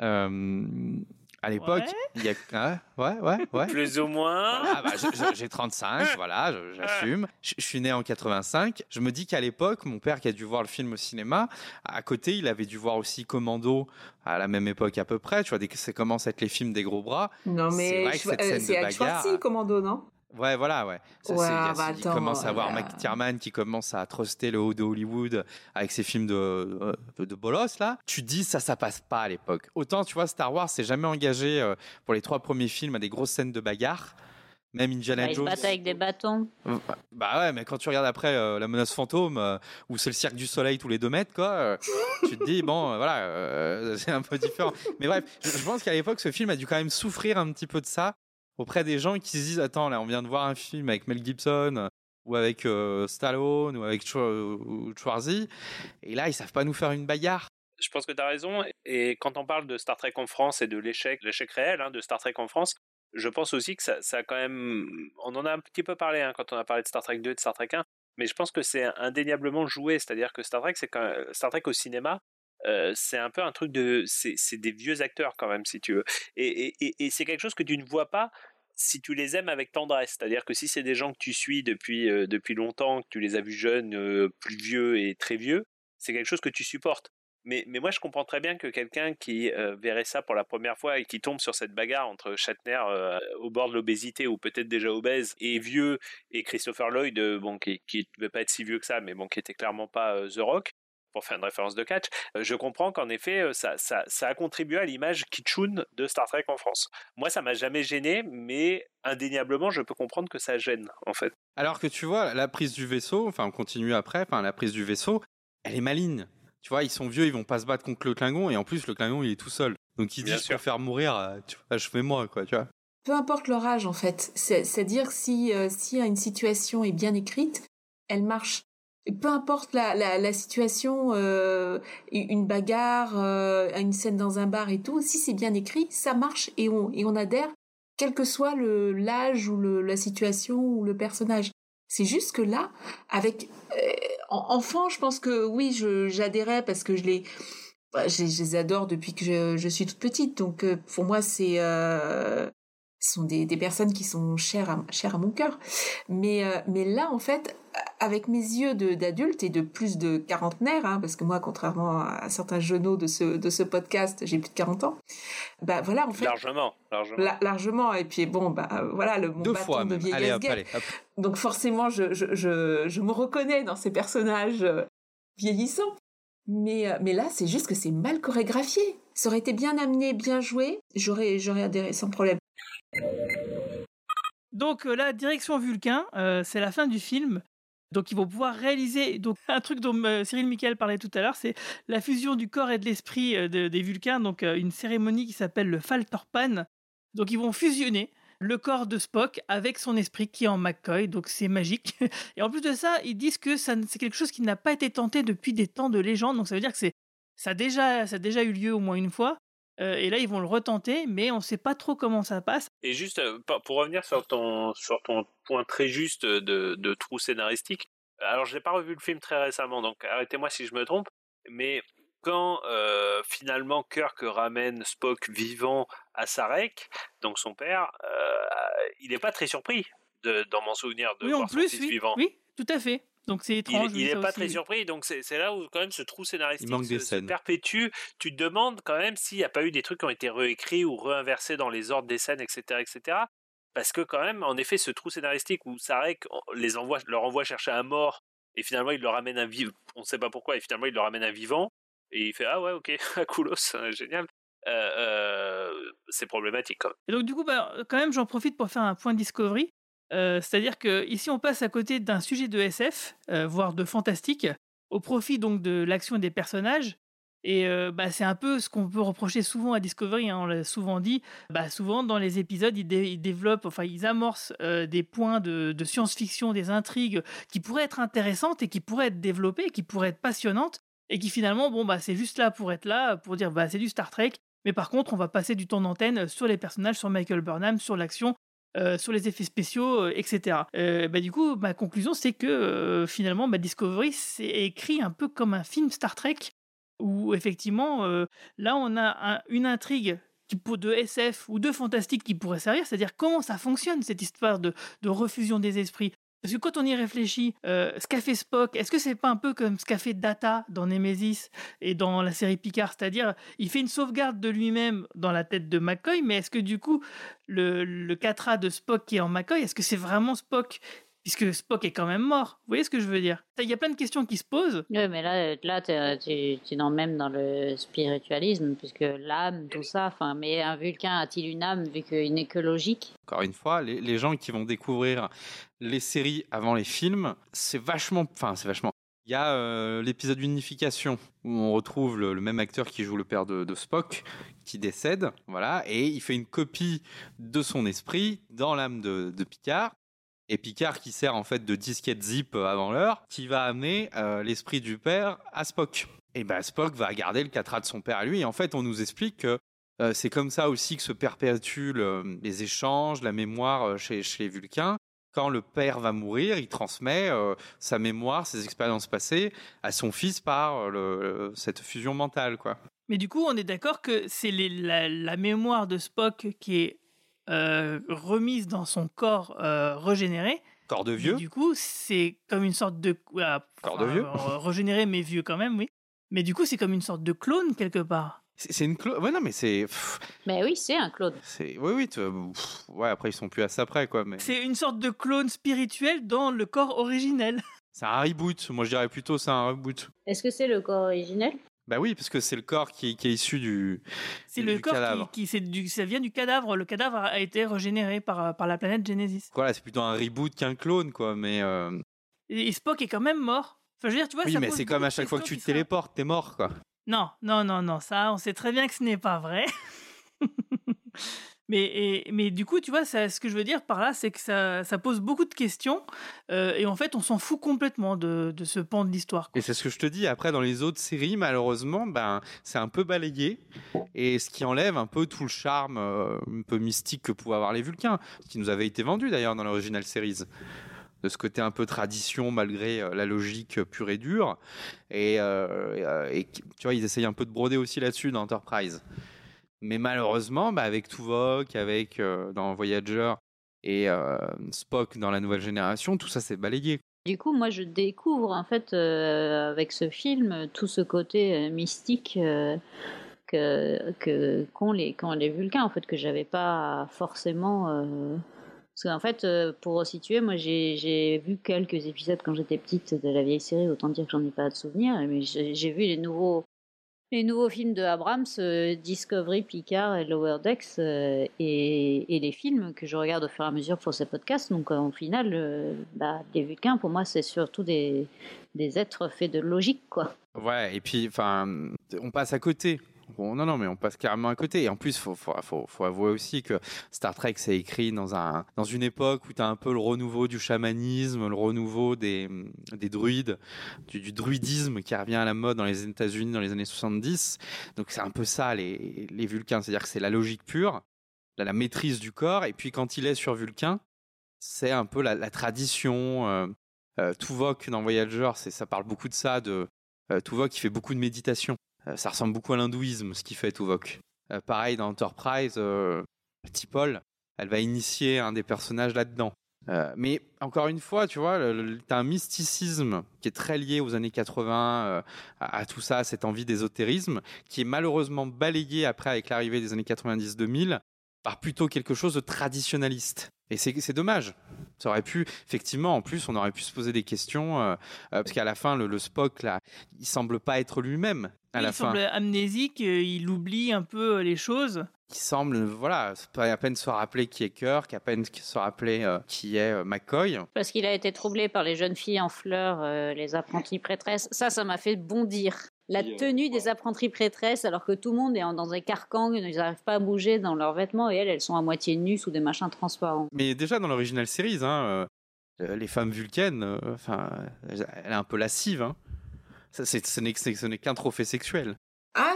À l'époque, il y a... Ouais. Plus ou moins. J'ai 35, voilà, j'assume. Je suis né en 85. Je me dis qu'à l'époque, mon père qui a dû voir le film au cinéma, à côté, il avait dû voir aussi Commando à la même époque à peu près. Tu vois, dès que ça commence à être les films des gros bras. Non, mais c'est avec Schwarzy, Commando, non ? Ouais, voilà, ouais. Il commence à voir McTiernan qui commence à truster le haut de Hollywood avec ses films de bolos, là. Tu dis, ça passe pas à l'époque. Autant, tu vois, Star Wars s'est jamais engagé pour les 3 premiers films à des grosses scènes de bagarre. Même Indiana Jones. Ils se battent avec des bâtons. Bah ouais, mais quand tu regardes après La Menace Fantôme, où c'est le Cirque du Soleil tous les 2 mètres, quoi, tu te dis, voilà, c'est un peu différent. Mais bref, je pense qu'à l'époque, ce film a dû quand même souffrir un petit peu de ça, auprès des gens qui se disent, attends, là, on vient de voir un film avec Mel Gibson, ou avec Stallone, ou avec Schwarzy, et là, ils savent pas nous faire une bagarre. Je pense que tu as raison, et quand on parle de Star Trek en France et de l'échec réel de Star Trek en France, je pense aussi que ça a quand même... On en a un petit peu parlé quand on a parlé de Star Trek 2 et de Star Trek 1, mais je pense que c'est indéniablement joué, c'est-à-dire que Star Trek au cinéma, c'est un peu un truc c'est des vieux acteurs quand même, si tu veux, et c'est quelque chose que tu ne vois pas si tu les aimes avec tendresse, c'est-à-dire que si c'est des gens que tu suis depuis longtemps, que tu les as vus jeunes, plus vieux et très vieux, c'est quelque chose que tu supportes. Mais moi je comprends très bien que quelqu'un qui verrait ça pour la première fois et qui tombe sur cette bagarre entre Shatner au bord de l'obésité ou peut-être déjà obèse et vieux, et Christopher Lloyd qui ne devait pas être si vieux que ça, mais qui était clairement pas The Rock. pour faire une référence de catch, je comprends qu'en effet, ça a contribué à l'image kitschoun de Star Trek en France. Moi, ça m'a jamais gêné, mais indéniablement, je peux comprendre que ça gêne, en fait. Alors que tu vois, la prise du vaisseau, enfin, on continue après, enfin, la prise du vaisseau, elle est maligne. Tu vois, ils sont vieux, ils vont pas se battre contre le Klingon, et en plus, le Klingon, il est tout seul. Donc, ils disent pour faire mourir, tu vois, achevez-moi, quoi, tu vois. Peu importe leur âge, en fait. C'est-à-dire que si une situation est bien écrite, elle marche. Et peu importe la situation, une bagarre, une scène dans un bar et tout, si c'est bien écrit, ça marche et on adhère, quel que soit l'âge ou la situation ou le personnage. C'est juste que là, avec enfant, je pense que oui, j'adhérais parce que je les adore depuis que je suis toute petite. Donc pour moi, ce sont des personnes qui sont chères à mon cœur. Mais là, en fait, avec mes yeux d'adulte et de plus de quarantenaire, parce que moi, contrairement à certains jeunes de ce podcast, j'ai plus de 40 ans. Bah voilà, en fait. Largement. Et puis bon, voilà, mon bâton de vieillesse gay. Donc forcément, je me reconnais dans ces personnages vieillissants. Mais là, c'est juste que c'est mal chorégraphié. Ça aurait été bien amené, bien joué, j'aurais adhéré sans problème. Donc la direction Vulcain, c'est la fin du film. Donc ils vont pouvoir réaliser un truc dont Cyril Michael parlait tout à l'heure, c'est la fusion du corps et de l'esprit des Vulcains, donc une cérémonie qui s'appelle le Falterpan. Donc ils vont fusionner le corps de Spock avec son esprit qui est en McCoy, donc c'est magique. Et en plus de ça, ils disent que c'est quelque chose qui n'a pas été tenté depuis des temps de légende, donc ça veut dire que ça a déjà eu lieu au moins une fois. Et là, ils vont le retenter, mais on ne sait pas trop comment ça passe. Et juste, pour revenir sur ton point très juste de trou scénaristique, alors je n'ai pas revu le film très récemment, donc arrêtez-moi si je me trompe, mais quand finalement Kirk ramène Spock vivant à Sarek, donc son père, il n'est pas très surpris, dans mon souvenir, de voir son fils vivant. Oui, tout à fait. Donc c'est étrange. Il n'est pas très surpris, donc c'est là où quand même ce trou scénaristique se perpétue. Tu te demandes quand même s'il n'y a pas eu des trucs qui ont été réécrits ou réinversés dans les ordres des scènes, etc., etc. Parce que quand même, en effet, ce trou scénaristique où Sarek leur envoie chercher un mort et finalement il leur ramène un vivant, on ne sait pas pourquoi, et finalement il leur ramène un vivant et il fait ah ouais ok, coolos, génial. C'est problématique quand même. Et donc du coup, quand même, j'en profite pour faire un point Discovery. C'est-à-dire qu'ici on passe à côté d'un sujet de SF, voire de fantastique, au profit donc de l'action des personnages. Et c'est un peu ce qu'on peut reprocher souvent à Discovery, on l'a souvent dit. Souvent dans les épisodes, ils développent, enfin ils amorcent des points de science-fiction, des intrigues qui pourraient être intéressantes et qui pourraient être développées, qui pourraient être passionnantes, et qui finalement, c'est juste là, pour dire c'est du Star Trek. Mais par contre, on va passer du temps d'antenne sur les personnages, sur Michael Burnham, sur l'action. Sur les effets spéciaux, etc. Du coup, ma conclusion, c'est que finalement, Discovery, c'est écrit un peu comme un film Star Trek, où effectivement, là, on a une intrigue de SF ou de fantastique qui pourrait servir, c'est-à-dire comment ça fonctionne, cette histoire de refusion des esprits. Parce que quand on y réfléchit, ce qu'a fait Spock, est-ce que c'est pas un peu comme ce qu'a fait Data dans Nemesis et dans la série Picard, c'est-à-dire il fait une sauvegarde de lui-même dans la tête de McCoy, mais est-ce que du coup le Catra de Spock qui est en McCoy, est-ce que c'est vraiment Spock, puisque Spock est quand même mort? Vous voyez ce que je veux dire? Il y a plein de questions qui se posent. Oui, mais là tu es même dans le spiritualisme, puisque l'âme, tout ça, mais un Vulcain a-t-il une âme vu qu'il n'est que logique? Encore une fois, les gens qui vont découvrir les séries avant les films, c'est vachement... Il y a l'épisode Unification, où on retrouve le même acteur qui joue le père de Spock, qui décède, voilà, et il fait une copie de son esprit dans l'âme de Picard. Et Picard qui sert en fait de disquette zip avant l'heure, qui va amener l'esprit du père à Spock. Et Spock va garder le Catra de son père à lui. Et en fait, on nous explique que c'est comme ça aussi que se perpétuent les échanges, la mémoire chez les Vulcains. Quand le père va mourir, il transmet sa mémoire, ses expériences passées à son fils par cette fusion mentale, quoi. Mais du coup, on est d'accord que c'est la mémoire de Spock qui est remise dans son corps régénéré. Corps de vieux. Mais du coup, c'est comme une sorte de... corps de vieux. Régénéré, mais vieux quand même, oui. Mais du coup, c'est comme une sorte de clone, quelque part. C'est une clone. Ouais, non, mais c'est. Mais oui, c'est un clone. Ouais, après, ils sont plus à ça près, quoi. Mais... C'est une sorte de clone spirituel dans le corps originel. C'est un reboot. Moi, je dirais plutôt c'est un reboot. Est-ce que c'est le corps originel ? Bah oui, parce que c'est le corps qui est issu du C'est le corps cadavre. Ça vient du cadavre. Le cadavre a été régénéré par la planète Genesis. Voilà, c'est plutôt un reboot qu'un clone, quoi. Mais Et Spock est quand même mort. Enfin, je veux dire, tu vois, oui, ça mais pose c'est comme à chaque fois que tu te téléportes, t'es mort, quoi. Non, ça, on sait très bien que ce n'est pas vrai. mais du coup, tu vois, ce que je veux dire par là, c'est que ça pose beaucoup de questions et en fait, on s'en fout complètement de ce pan de l'histoire, quoi. Et c'est ce que je te dis. Après, dans les autres séries, malheureusement, c'est un peu balayé. Et ce qui enlève un peu tout le charme un peu mystique que pouvaient avoir les Vulcains, ce qui nous avait été vendu d'ailleurs dans l'original series. De ce côté un peu tradition malgré la logique pure et dure. Et tu vois, ils essayent un peu de broder aussi là-dessus dans Enterprise. Mais malheureusement, avec Tuvok, avec dans Voyager et Spock dans la nouvelle génération, tout ça s'est balayé. Du coup, moi, je découvre en fait avec ce film tout ce côté mystique qu'ont les Vulcains, en fait, que j'avais pas forcément. Parce qu'en fait, pour resituer, moi j'ai vu quelques épisodes quand j'étais petite de la vieille série, autant dire que j'en ai pas de souvenirs, mais j'ai vu les nouveaux films de Abrams, Discovery, Picard et Lower Decks, et les films que je regarde au fur et à mesure pour ces podcasts. Donc au final, les Vulcains, pour moi, c'est surtout des êtres faits de logique, quoi. Ouais, et puis, on passe à côté. Bon, non, mais on passe carrément à côté. Et en plus, faut avouer aussi que Star Trek s'est écrit dans une époque où tu as un peu le renouveau du chamanisme, le renouveau des druides, du druidisme qui revient à la mode dans les États-Unis dans les années 70. Donc c'est un peu ça, les Vulcains. C'est-à-dire que c'est la logique pure, la maîtrise du corps. Et puis quand il est sur Vulcain, c'est un peu la tradition. Tuvok dans Voyager, ça parle beaucoup de ça. Tuvok qui fait beaucoup de méditation. Ça ressemble beaucoup à l'hindouisme, ce qu'il fait Tuvok. Pareil, dans Enterprise, T'Pol, elle va initier un des personnages là-dedans. Mais encore une fois, tu vois, t'as un mysticisme qui est très lié aux années 80, à tout ça, cette envie d'ésotérisme, qui est malheureusement balayé après avec l'arrivée des années 90-2000 par plutôt quelque chose de traditionnaliste. Et c'est dommage. Ça aurait pu, effectivement, en plus, on aurait pu se poser des questions, parce qu'à la fin, le Spock, là, il semble pas être lui-même. Il semble amnésique, il oublie un peu les choses. Il semble, à peine se rappeler qui est Kirk, à peine se rappeler qui est McCoy. Parce qu'il a été troublé par les jeunes filles en fleurs, les apprenties prêtresses. Ça m'a fait bondir. La tenue des apprenties prêtresses, alors que tout le monde est dans un carcan, ils n'arrivent pas à bouger dans leurs vêtements, et elles sont à moitié nues sous des machins transparents. Mais déjà dans l'original series, les femmes vulcaines, elle est un peu lascive. Hein. Ce n'est qu'un trophée sexuel. Ah,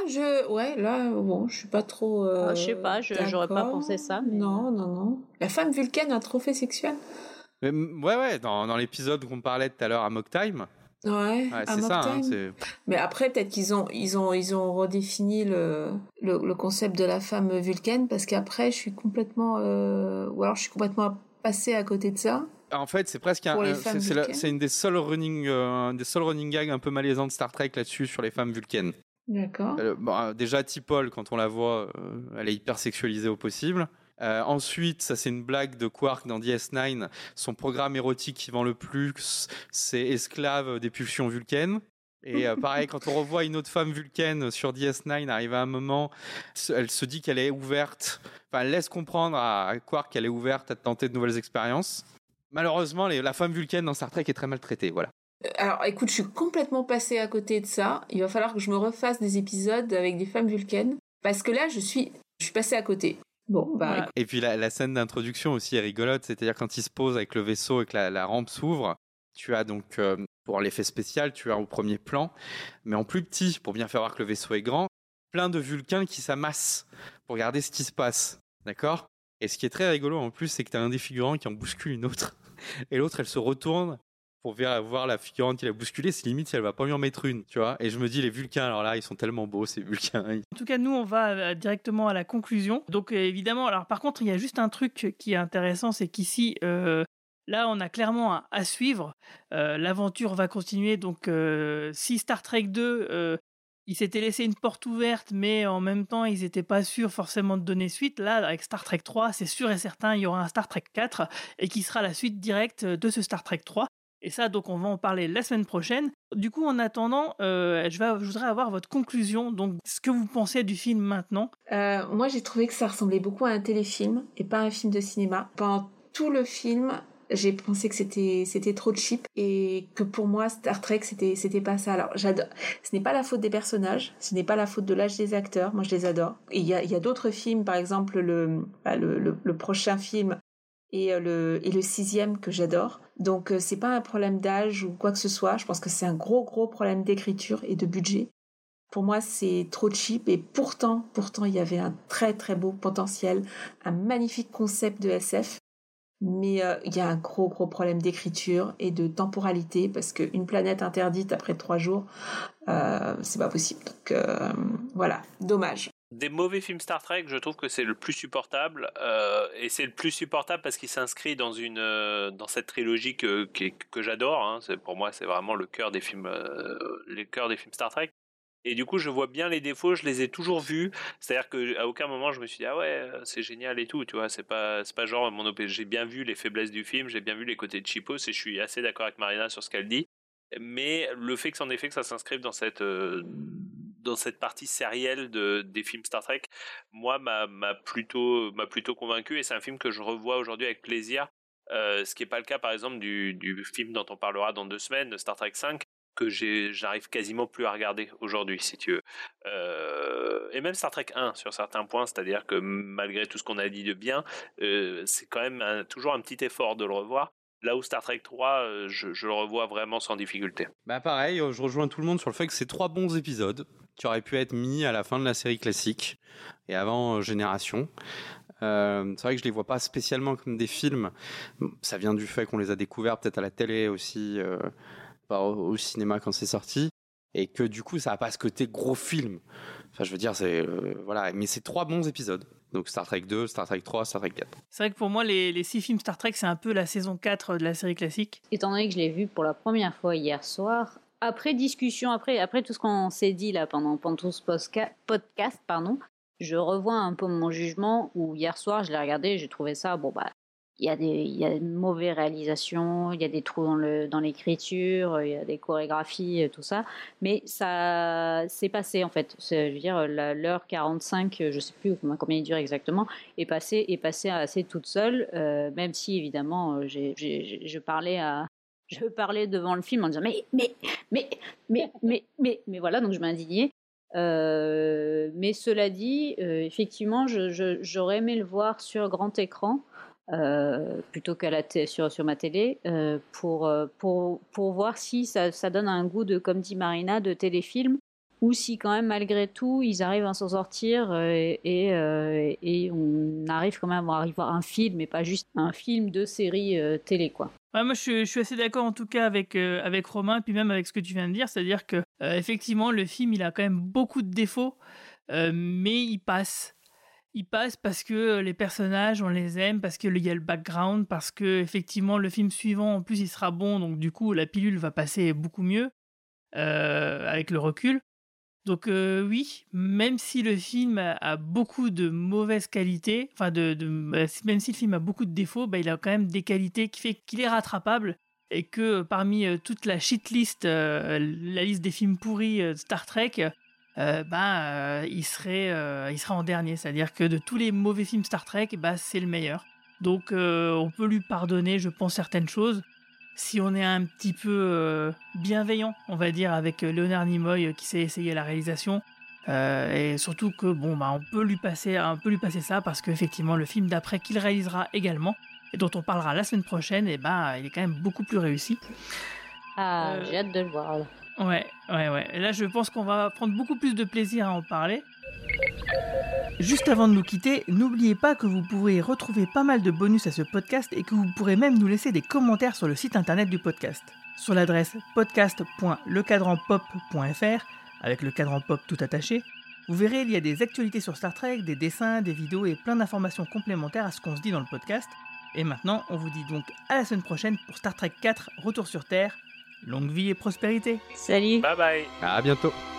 je suis pas trop. Je sais pas, j'aurais pas pensé ça. Mais... Non. La femme vulcaine a un trophée sexuel. Mais, ouais, dans l'épisode qu'on parlait tout à l'heure à Mock Time. Ouais, c'est ça. Mais après, peut-être qu'ils ont redéfini le concept de la femme vulcaine, parce qu'après, je suis complètement passée à côté de ça. En fait, c'est presque c'est une des seuls running gags un peu malaisants de Star Trek là-dessus sur les femmes vulcaines. D'accord. Déjà, T'Pol, quand on la voit, elle est hyper sexualisée au possible. Ensuite, ça c'est une blague de Quark dans DS9. Son programme érotique qui vend le plus, c'est Esclave des pulsions vulcaines. Et pareil, quand on revoit une autre femme vulcaine sur DS9, arrive à un moment, elle se dit qu'elle est ouverte. Elle laisse comprendre à Quark qu'elle est ouverte à tenter de nouvelles expériences. Malheureusement, la femme vulcaine dans Star Trek est très maltraitée, voilà. Alors, écoute, je suis complètement passée à côté de ça. Il va falloir que je me refasse des épisodes avec des femmes vulcaines, parce que là, je suis passée à côté. Bon, Ouais. Et puis la scène d'introduction aussi est rigolote, c'est-à-dire quand il se pose avec le vaisseau et que la rampe s'ouvre, tu as donc, pour l'effet spécial, tu as au premier plan, mais en plus petit, pour bien faire voir que le vaisseau est grand, plein de Vulcains qui s'amassent pour regarder ce qui se passe, d'accord ? Et ce qui est très rigolo en plus, c'est que tu as un des figurants qui en bouscule une autre, et l'autre elle se retourne pour voir la figurante qui l'a bousculée, c'est limite si elle va pas lui en mettre une, tu vois. Et je me dis, les Vulcains, alors là, ils sont tellement beaux, ces Vulcains. En tout cas, nous, on va directement à la conclusion. Donc, évidemment, alors par contre, il y a juste un truc qui est intéressant, c'est qu'ici, là, on a clairement à suivre. L'aventure va continuer. Donc, si Star Trek 2, ils s'étaient laissé une porte ouverte, mais en même temps, ils n'étaient pas sûrs forcément de donner suite. Là, avec Star Trek 3, c'est sûr et certain, il y aura un Star Trek 4 et qui sera la suite directe de ce Star Trek 3. Et ça, donc, on va en parler la semaine prochaine. Du coup, en attendant, je voudrais avoir votre conclusion. Donc, ce que vous pensez du film maintenant. Moi, j'ai trouvé que ça ressemblait beaucoup à un téléfilm et pas à un film de cinéma. Pendant tout le film, j'ai pensé que c'était trop cheap et que pour moi, Star Trek, c'était pas ça. Alors, j'adore. Ce n'est pas la faute des personnages, ce n'est pas la faute de l'âge des acteurs. Moi, je les adore. Et il y a d'autres films, par exemple, le prochain film et le 6e que j'adore. Donc c'est pas un problème d'âge ou quoi que ce soit, je pense que c'est un gros problème d'écriture et de budget. Pour moi, c'est trop cheap et pourtant il y avait un très très beau potentiel, un magnifique concept de SF, mais il y a un gros problème d'écriture et de temporalité parce qu'une planète interdite après 3 jours, c'est pas possible. Donc voilà, dommage. Des mauvais films Star Trek, je trouve que c'est le plus supportable, et c'est le plus supportable parce qu'il s'inscrit dans cette trilogie que j'adore. Hein. Pour moi, c'est vraiment le cœur des films Star Trek. Et du coup, je vois bien les défauts, je les ai toujours vus. C'est-à-dire qu'à aucun moment, je me suis dit ah ouais, c'est génial et tout. Tu vois, c'est pas genre j'ai bien vu les faiblesses du film, j'ai bien vu les côtés de cheapos et je suis assez d'accord avec Marina sur ce qu'elle dit. Mais le fait que ça s'inscrive dans cette partie sérielle des films Star Trek, moi, m'a plutôt convaincu, et c'est un film que je revois aujourd'hui avec plaisir, ce qui n'est pas le cas, par exemple, du film dont on parlera dans 2 semaines, Star Trek 5, que j'arrive quasiment plus à regarder aujourd'hui, si tu veux. Et même Star Trek 1, sur certains points, c'est-à-dire que malgré tout ce qu'on a dit de bien, c'est quand même toujours un petit effort de le revoir. Là où Star Trek 3, je le revois vraiment sans difficulté. Bah pareil, je rejoins tout le monde sur le fait que c'est 3 bons épisodes qui auraient pu être mis à la fin de la série classique et avant Génération. C'est vrai que je les vois pas spécialement comme des films. Ça vient du fait qu'on les a découverts peut-être à la télé aussi, au cinéma quand c'est sorti, et que du coup ça a pas ce côté gros film. Enfin, je veux dire, voilà, mais c'est 3 bons épisodes. Donc Star Trek 2, Star Trek 3, Star Trek 4. C'est vrai que pour moi, les 6 films Star Trek, c'est un peu la saison 4 de la série classique. Étant donné que je l'ai vu pour la première fois hier soir, après discussion, après tout ce qu'on s'est dit là pendant tout ce podcast, je revois un peu mon jugement où hier soir, je l'ai regardé, j'ai trouvé ça, il y a de mauvaises réalisations, il y a des trous dans l'écriture, il y a des chorégraphies, tout ça. Mais ça s'est passé, en fait. Je veux dire, l'heure 45, je ne sais plus combien il dure exactement, est passée assez toute seule, même si, évidemment, je parlais devant le film en disant mais voilà, donc je m'indignais. Mais cela dit, effectivement, j'aurais aimé le voir sur grand écran. Plutôt qu'à sur ma télé, pour voir si ça donne un goût de, comme dit Marina, de téléfilm, ou si quand même malgré tout ils arrivent à s'en sortir et on arrive quand même à avoir un film et pas juste un film de série télé, quoi. Ouais, moi je suis assez d'accord en tout cas avec Romain, puis même avec ce que tu viens de dire, c'est-à-dire que effectivement le film il a quand même beaucoup de défauts, mais il passe. Il passe parce que les personnages, on les aime, parce qu'il y a le background, parce que effectivement le film suivant, en plus, il sera bon, donc du coup, la pilule va passer beaucoup mieux avec le recul. Donc oui, même si le film a beaucoup de mauvaises qualités, enfin même si le film a beaucoup de défauts, il a quand même des qualités qui fait qu'il est rattrapable et que parmi toute la shitlist, la liste des films pourris de Star Trek, il serait en dernier, c'est-à-dire que de tous les mauvais films Star Trek, c'est le meilleur. Donc on peut lui pardonner, je pense, certaines choses si on est un petit peu bienveillant, on va dire, avec Leonard Nimoy qui s'est essayé à la réalisation, et surtout que on peut lui passer ça parce qu'effectivement le film d'après qu'il réalisera également et dont on parlera la semaine prochaine, il est quand même beaucoup plus réussi. J'ai hâte de le voir. Ouais. Et là, je pense qu'on va prendre beaucoup plus de plaisir à en parler. Juste avant de nous quitter, n'oubliez pas que vous pourrez retrouver pas mal de bonus à ce podcast et que vous pourrez même nous laisser des commentaires sur le site internet du podcast. Sur l'adresse podcast.lecadranpop.fr, avec le cadran pop tout attaché, vous verrez, il y a des actualités sur Star Trek, des dessins, des vidéos et plein d'informations complémentaires à ce qu'on se dit dans le podcast. Et maintenant, on vous dit donc à la semaine prochaine pour Star Trek 4, Retour sur Terre. Longue vie et prospérité. Salut. Bye bye. À bientôt.